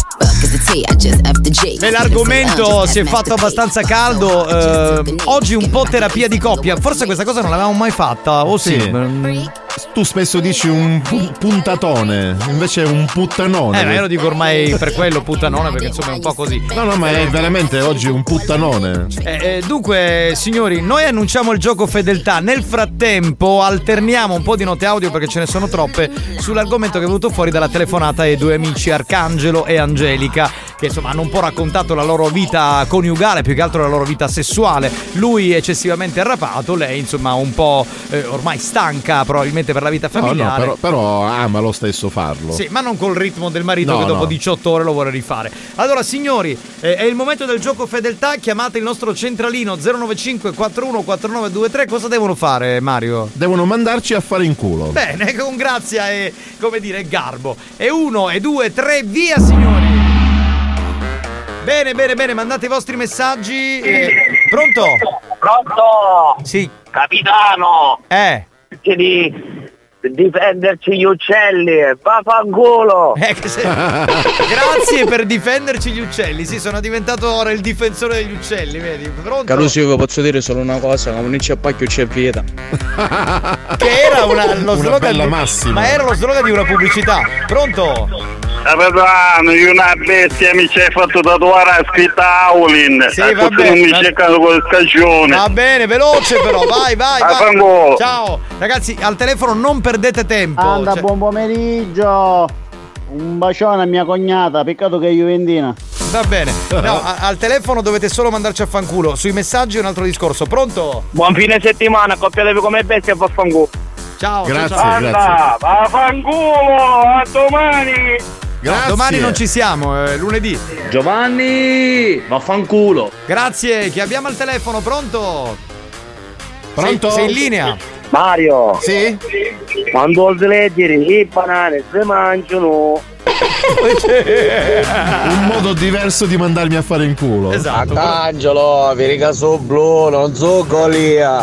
Beh, l'argomento si è fatto abbastanza caldo. eh, Oggi un po' terapia di coppia. Forse questa cosa non l'avevamo mai fatta. O sì? Sì. Tu spesso dici un pu- puntatone, invece è un puttanone. Eh, ma io lo dico ormai per quello puttanone, perché insomma è un po' così. No, no, ma è veramente oggi un puttanone. Eh, eh, dunque, signori, noi annunciamo il gioco fedeltà. Nel frattempo alterniamo un po' di note audio, perché ce ne sono troppe, sull'argomento che è venuto fuori dalla telefonata ai due amici Arcangelo e Angelica, che insomma hanno un po' raccontato la loro vita coniugale, più che altro la loro vita sessuale. Lui eccessivamente arrapato, lei insomma un po' eh, ormai stanca probabilmente per la vita familiare. No, no, però, però ama lo stesso farlo. Sì, ma non col ritmo del marito, no, che dopo no. diciotto ore lo vuole rifare. Allora signori, eh, è il momento del gioco fedeltà. Chiamate il nostro centralino zero nove cinque quattro uno quattro nove due tre. Cosa devono fare, Mario? Devono mandarci a fare in culo. Bene, con grazia e, come dire, garbo. E uno, e due, tre, via signori. Bene, bene, bene, mandate i vostri messaggi. eh, Pronto? Pronto? Sì. Capitano! Eh. Chiedi difenderci gli uccelli, vaffanculo. Eh, che se... Grazie per difenderci gli uccelli. Sì, sono diventato ora il difensore degli uccelli, vedi? Pronto? Caruso, io posso dire solo una cosa, ma non c'è pacchio c'è vieta. Che era una, lo Una slogan bella di- massima. Ma era lo slogan di una pubblicità. Pronto? Capitano, io una bestia mi ci hai fatto tatuare a scritta Aulin. Sì, a va tutti bene. non mi cercano con le scagione. Va bene, veloce però, vai, vai, A vai. fanculo. Ciao. Ragazzi, al telefono non perdete tempo. Anda, Cioè- buon pomeriggio. Un bacione a mia cognata, peccato che è juventina. Va bene. No, a- al telefono dovete solo mandarci a fanculo. Sui messaggi è un altro discorso. Pronto? Buon fine settimana, accoppiatevi come bestia e vaffanculo. Ciao, Grazie, ciao, ciao. Anda, vaffanculo, a domani. No, domani non ci siamo, è lunedì. Giovanni, vaffanculo. Grazie, chi abbiamo al telefono? Pronto? Pronto? Sei, sei in linea? Mario. Sì? Quando si leggere i banane si mangiano. Un modo diverso di mandarmi a fare in culo. Esatto. Angelo, verica su blu, non so golia.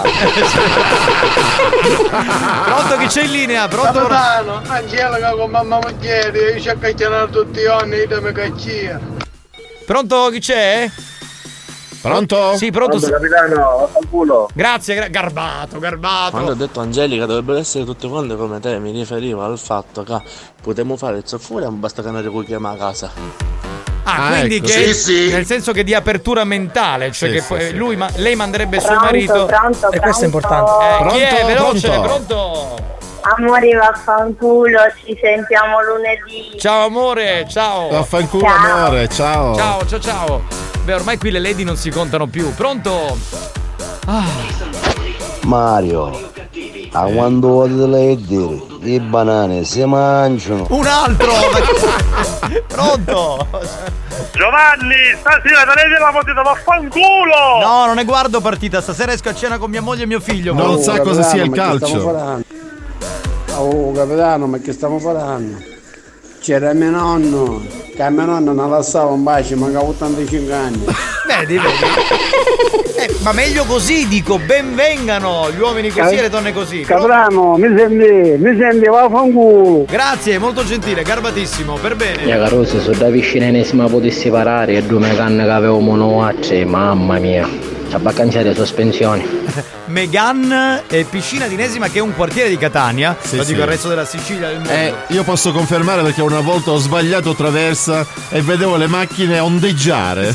Pronto, chi c'è in linea? Pronto? Capitano, Angelica con mamma moglie, io ci accacciano tutti i anni, io mi caccia. Pronto, chi c'è? Pronto? Sì, pronto. Pronto, capitano, vaffanculo. Grazie, gra- garbato, garbato. Quando ho detto Angelica dovrebbero essere tutte quante come te, mi riferivo al fatto che potremmo fare il soffure, basta che noi chiama a casa. Ah, Ah, quindi ecco. che Sì, sì. nel senso che di apertura mentale, cioè Sì, che sì, poi sì. lui ma- lei manderebbe suo Pronto, marito. pronto, E questo è pronto. importante. Eh, chi è? Pronto, Veloce, pronto. pronto. Amori, vaffanculo, ci sentiamo lunedì. Ciao amore, ciao. Vaffanculo Ciao. amore, ciao. Ciao, ciao, ciao. Beh, ormai qui le lady non si contano più. Pronto? Ah, Mario, a quando vuoi leggere, i banane si mangiano. un altro. Pronto? Giovanni, stasera tenete la potete vaffanculo. No, non ne guardo partita. Stasera esco a cena con mia moglie e mio figlio. Non Pronto? sa cosa sia il calcio. Oh capitano, ma che stiamo parlando? C'era mio nonno, che a mio nonno non lasciava un bacio, mancava ottantacinque anni. Vedi, vedi. Eh, ma meglio così, dico, benvengano gli uomini così e le donne così. Capitano, mi senti, mi senti, vaffanculo. Grazie, molto gentile, garbatissimo, per bene. Mia carosa, se da vicina ennesima potessi parare e due canne che avevo monowacce, mamma mia. C'ha baccanciare sospensioni. Megan e Piscina di Inesima, che è un quartiere di Catania. Sì, lo dico sì. al resto della Sicilia, del mondo. Eh, io posso confermare perché una volta ho sbagliato traversa e vedevo le macchine ondeggiare.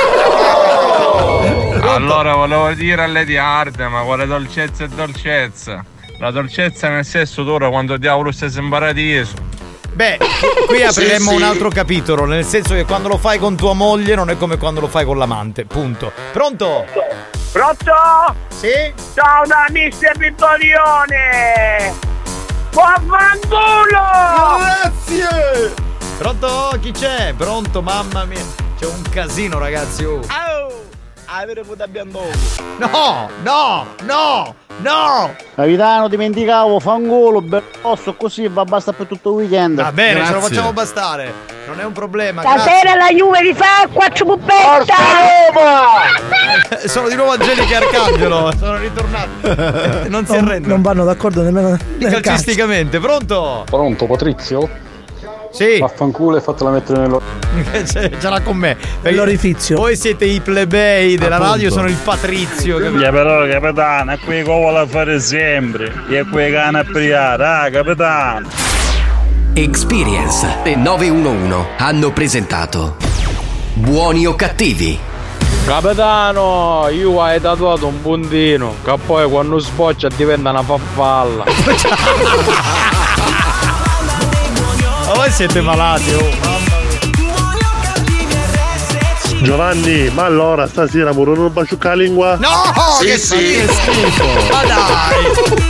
Allora volevo dire a Lady Hard, ma quale dolcezza è dolcezza? La dolcezza nel senso d'ora quando diavolo stai in paradiso. Beh, qui apriremmo Sì, sì. un altro capitolo, nel senso che quando lo fai con tua moglie non è come quando lo fai con l'amante, punto. Pronto? Pronto? Sì? Ciao da mister Vittorione. Vaffanculo. Grazie! Pronto? Chi c'è? Pronto, mamma mia. C'è un casino, ragazzi. Oh. Avere puta bianco. No, no, no, no. Capitano, dimenticavo, fangolo, bellosso, così va basta per tutto il weekend. Va bene, Grazie. ce lo facciamo bastare. Non è un problema. Stasera la Juve vi fa quattro puppetta! grazie. Sono di nuovo Angelica e Arcangelo. Sono ritornati. Non si Non, arrendono. non vanno d'accordo nemmeno nel calcio. Calcisticamente, pronto? Pronto, Patrizio? Sì. Vaffanculo e fatela mettere nello... Ce ce l'ha con me. L'orifizio. Voi siete i plebei della Appunto. radio, sono il Patrizio, capito? Yeah, però capitano, è qui che vuole fare sempre. E qui che hanno a priare, ah capitano. Experience e nove uno uno hanno presentato Buoni o cattivi? Capitano, io hai tatuato un puntino, che poi quando sboccia diventa una farfalla. Ma voi siete malati, oh, mamma mia. Giovanni, ma allora stasera pure non baciucca la lingua? No! Sì, che sì. schifo! Ma dai!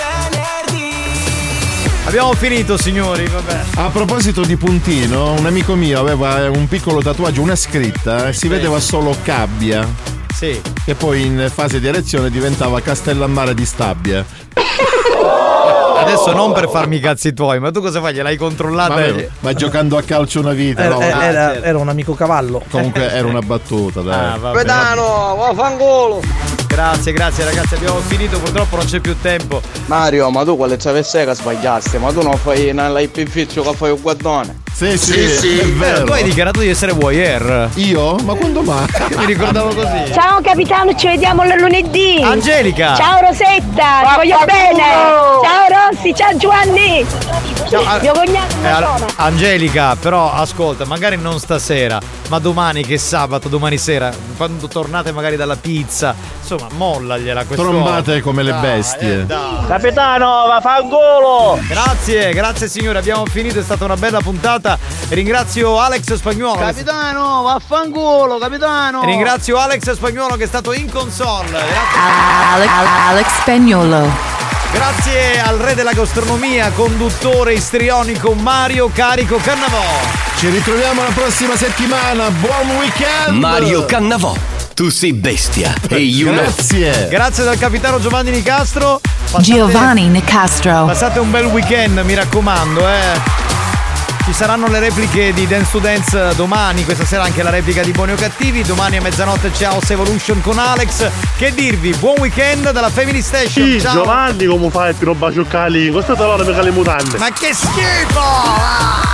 Abbiamo finito, signori, vabbè. A proposito di puntino, un amico mio aveva un piccolo tatuaggio, una scritta, e si vedeva solo Cabbia. Sì. Che poi in fase di erezione diventava Castellammare di Stabia. Adesso non per farmi i cazzi tuoi, ma tu cosa fai? Gliel'hai controllata? Vabbè, ma giocando a calcio una vita, Era, no? era- era un amico cavallo. Comunque era una battuta, dai. Ah, vabbè. Capitano, vaffanculo. Grazie, grazie ragazzi, abbiamo finito, purtroppo non c'è più tempo. Mario, ma tu quale travesse che sbagliaste? Ma tu non fai nell'ipifizio che fai un guardone? Sì, sì, sì, è vero. Tu hai dichiarato di essere voyeur. Io? Ma quando mai? Io mi ricordavo così. Ciao capitano, ci vediamo il lunedì. Angelica. Ciao Rosetta, ti voglio bene. Ciao Rossi, ciao Giovanni. Ciao, mio cognato eh, An- Angelica, però ascolta, magari non stasera, ma domani che è sabato, domani sera, quando tornate magari dalla pizza, insomma, mollagliela quest'uomo. Trombate come le bestie. Eh, dai. Capitano, vaffanculo! Grazie, grazie signore, abbiamo finito, è stata una bella puntata. Ringrazio Alex Spagnuolo. Capitano, vaffanculo, capitano! Ringrazio Alex Spagnuolo che è stato in console. Grazie. Alex, Alex Spagnuolo. Grazie al re della gastronomia, conduttore istrionico Mario Carico Cannavò. Ci ritroviamo la prossima settimana. Buon weekend! Mario Cannavò, tu sei bestia. E io Grazie. Grazie dal capitano Giovanni Nicastro. Passate, Giovanni Nicastro. Passate un bel weekend, mi raccomando, eh. Ci saranno le repliche di Dance to Dance domani, questa sera anche la replica di Buoni o Cattivi, domani a mezzanotte c'è House Evolution con Alex. Che dirvi, buon weekend dalla Family Station. Sì, ciao. Giovanni, come fai più roba giocali? Questa allora mica le mutande. Ma che schifo! Ah!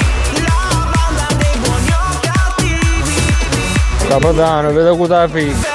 Capitano, vedo che figlia.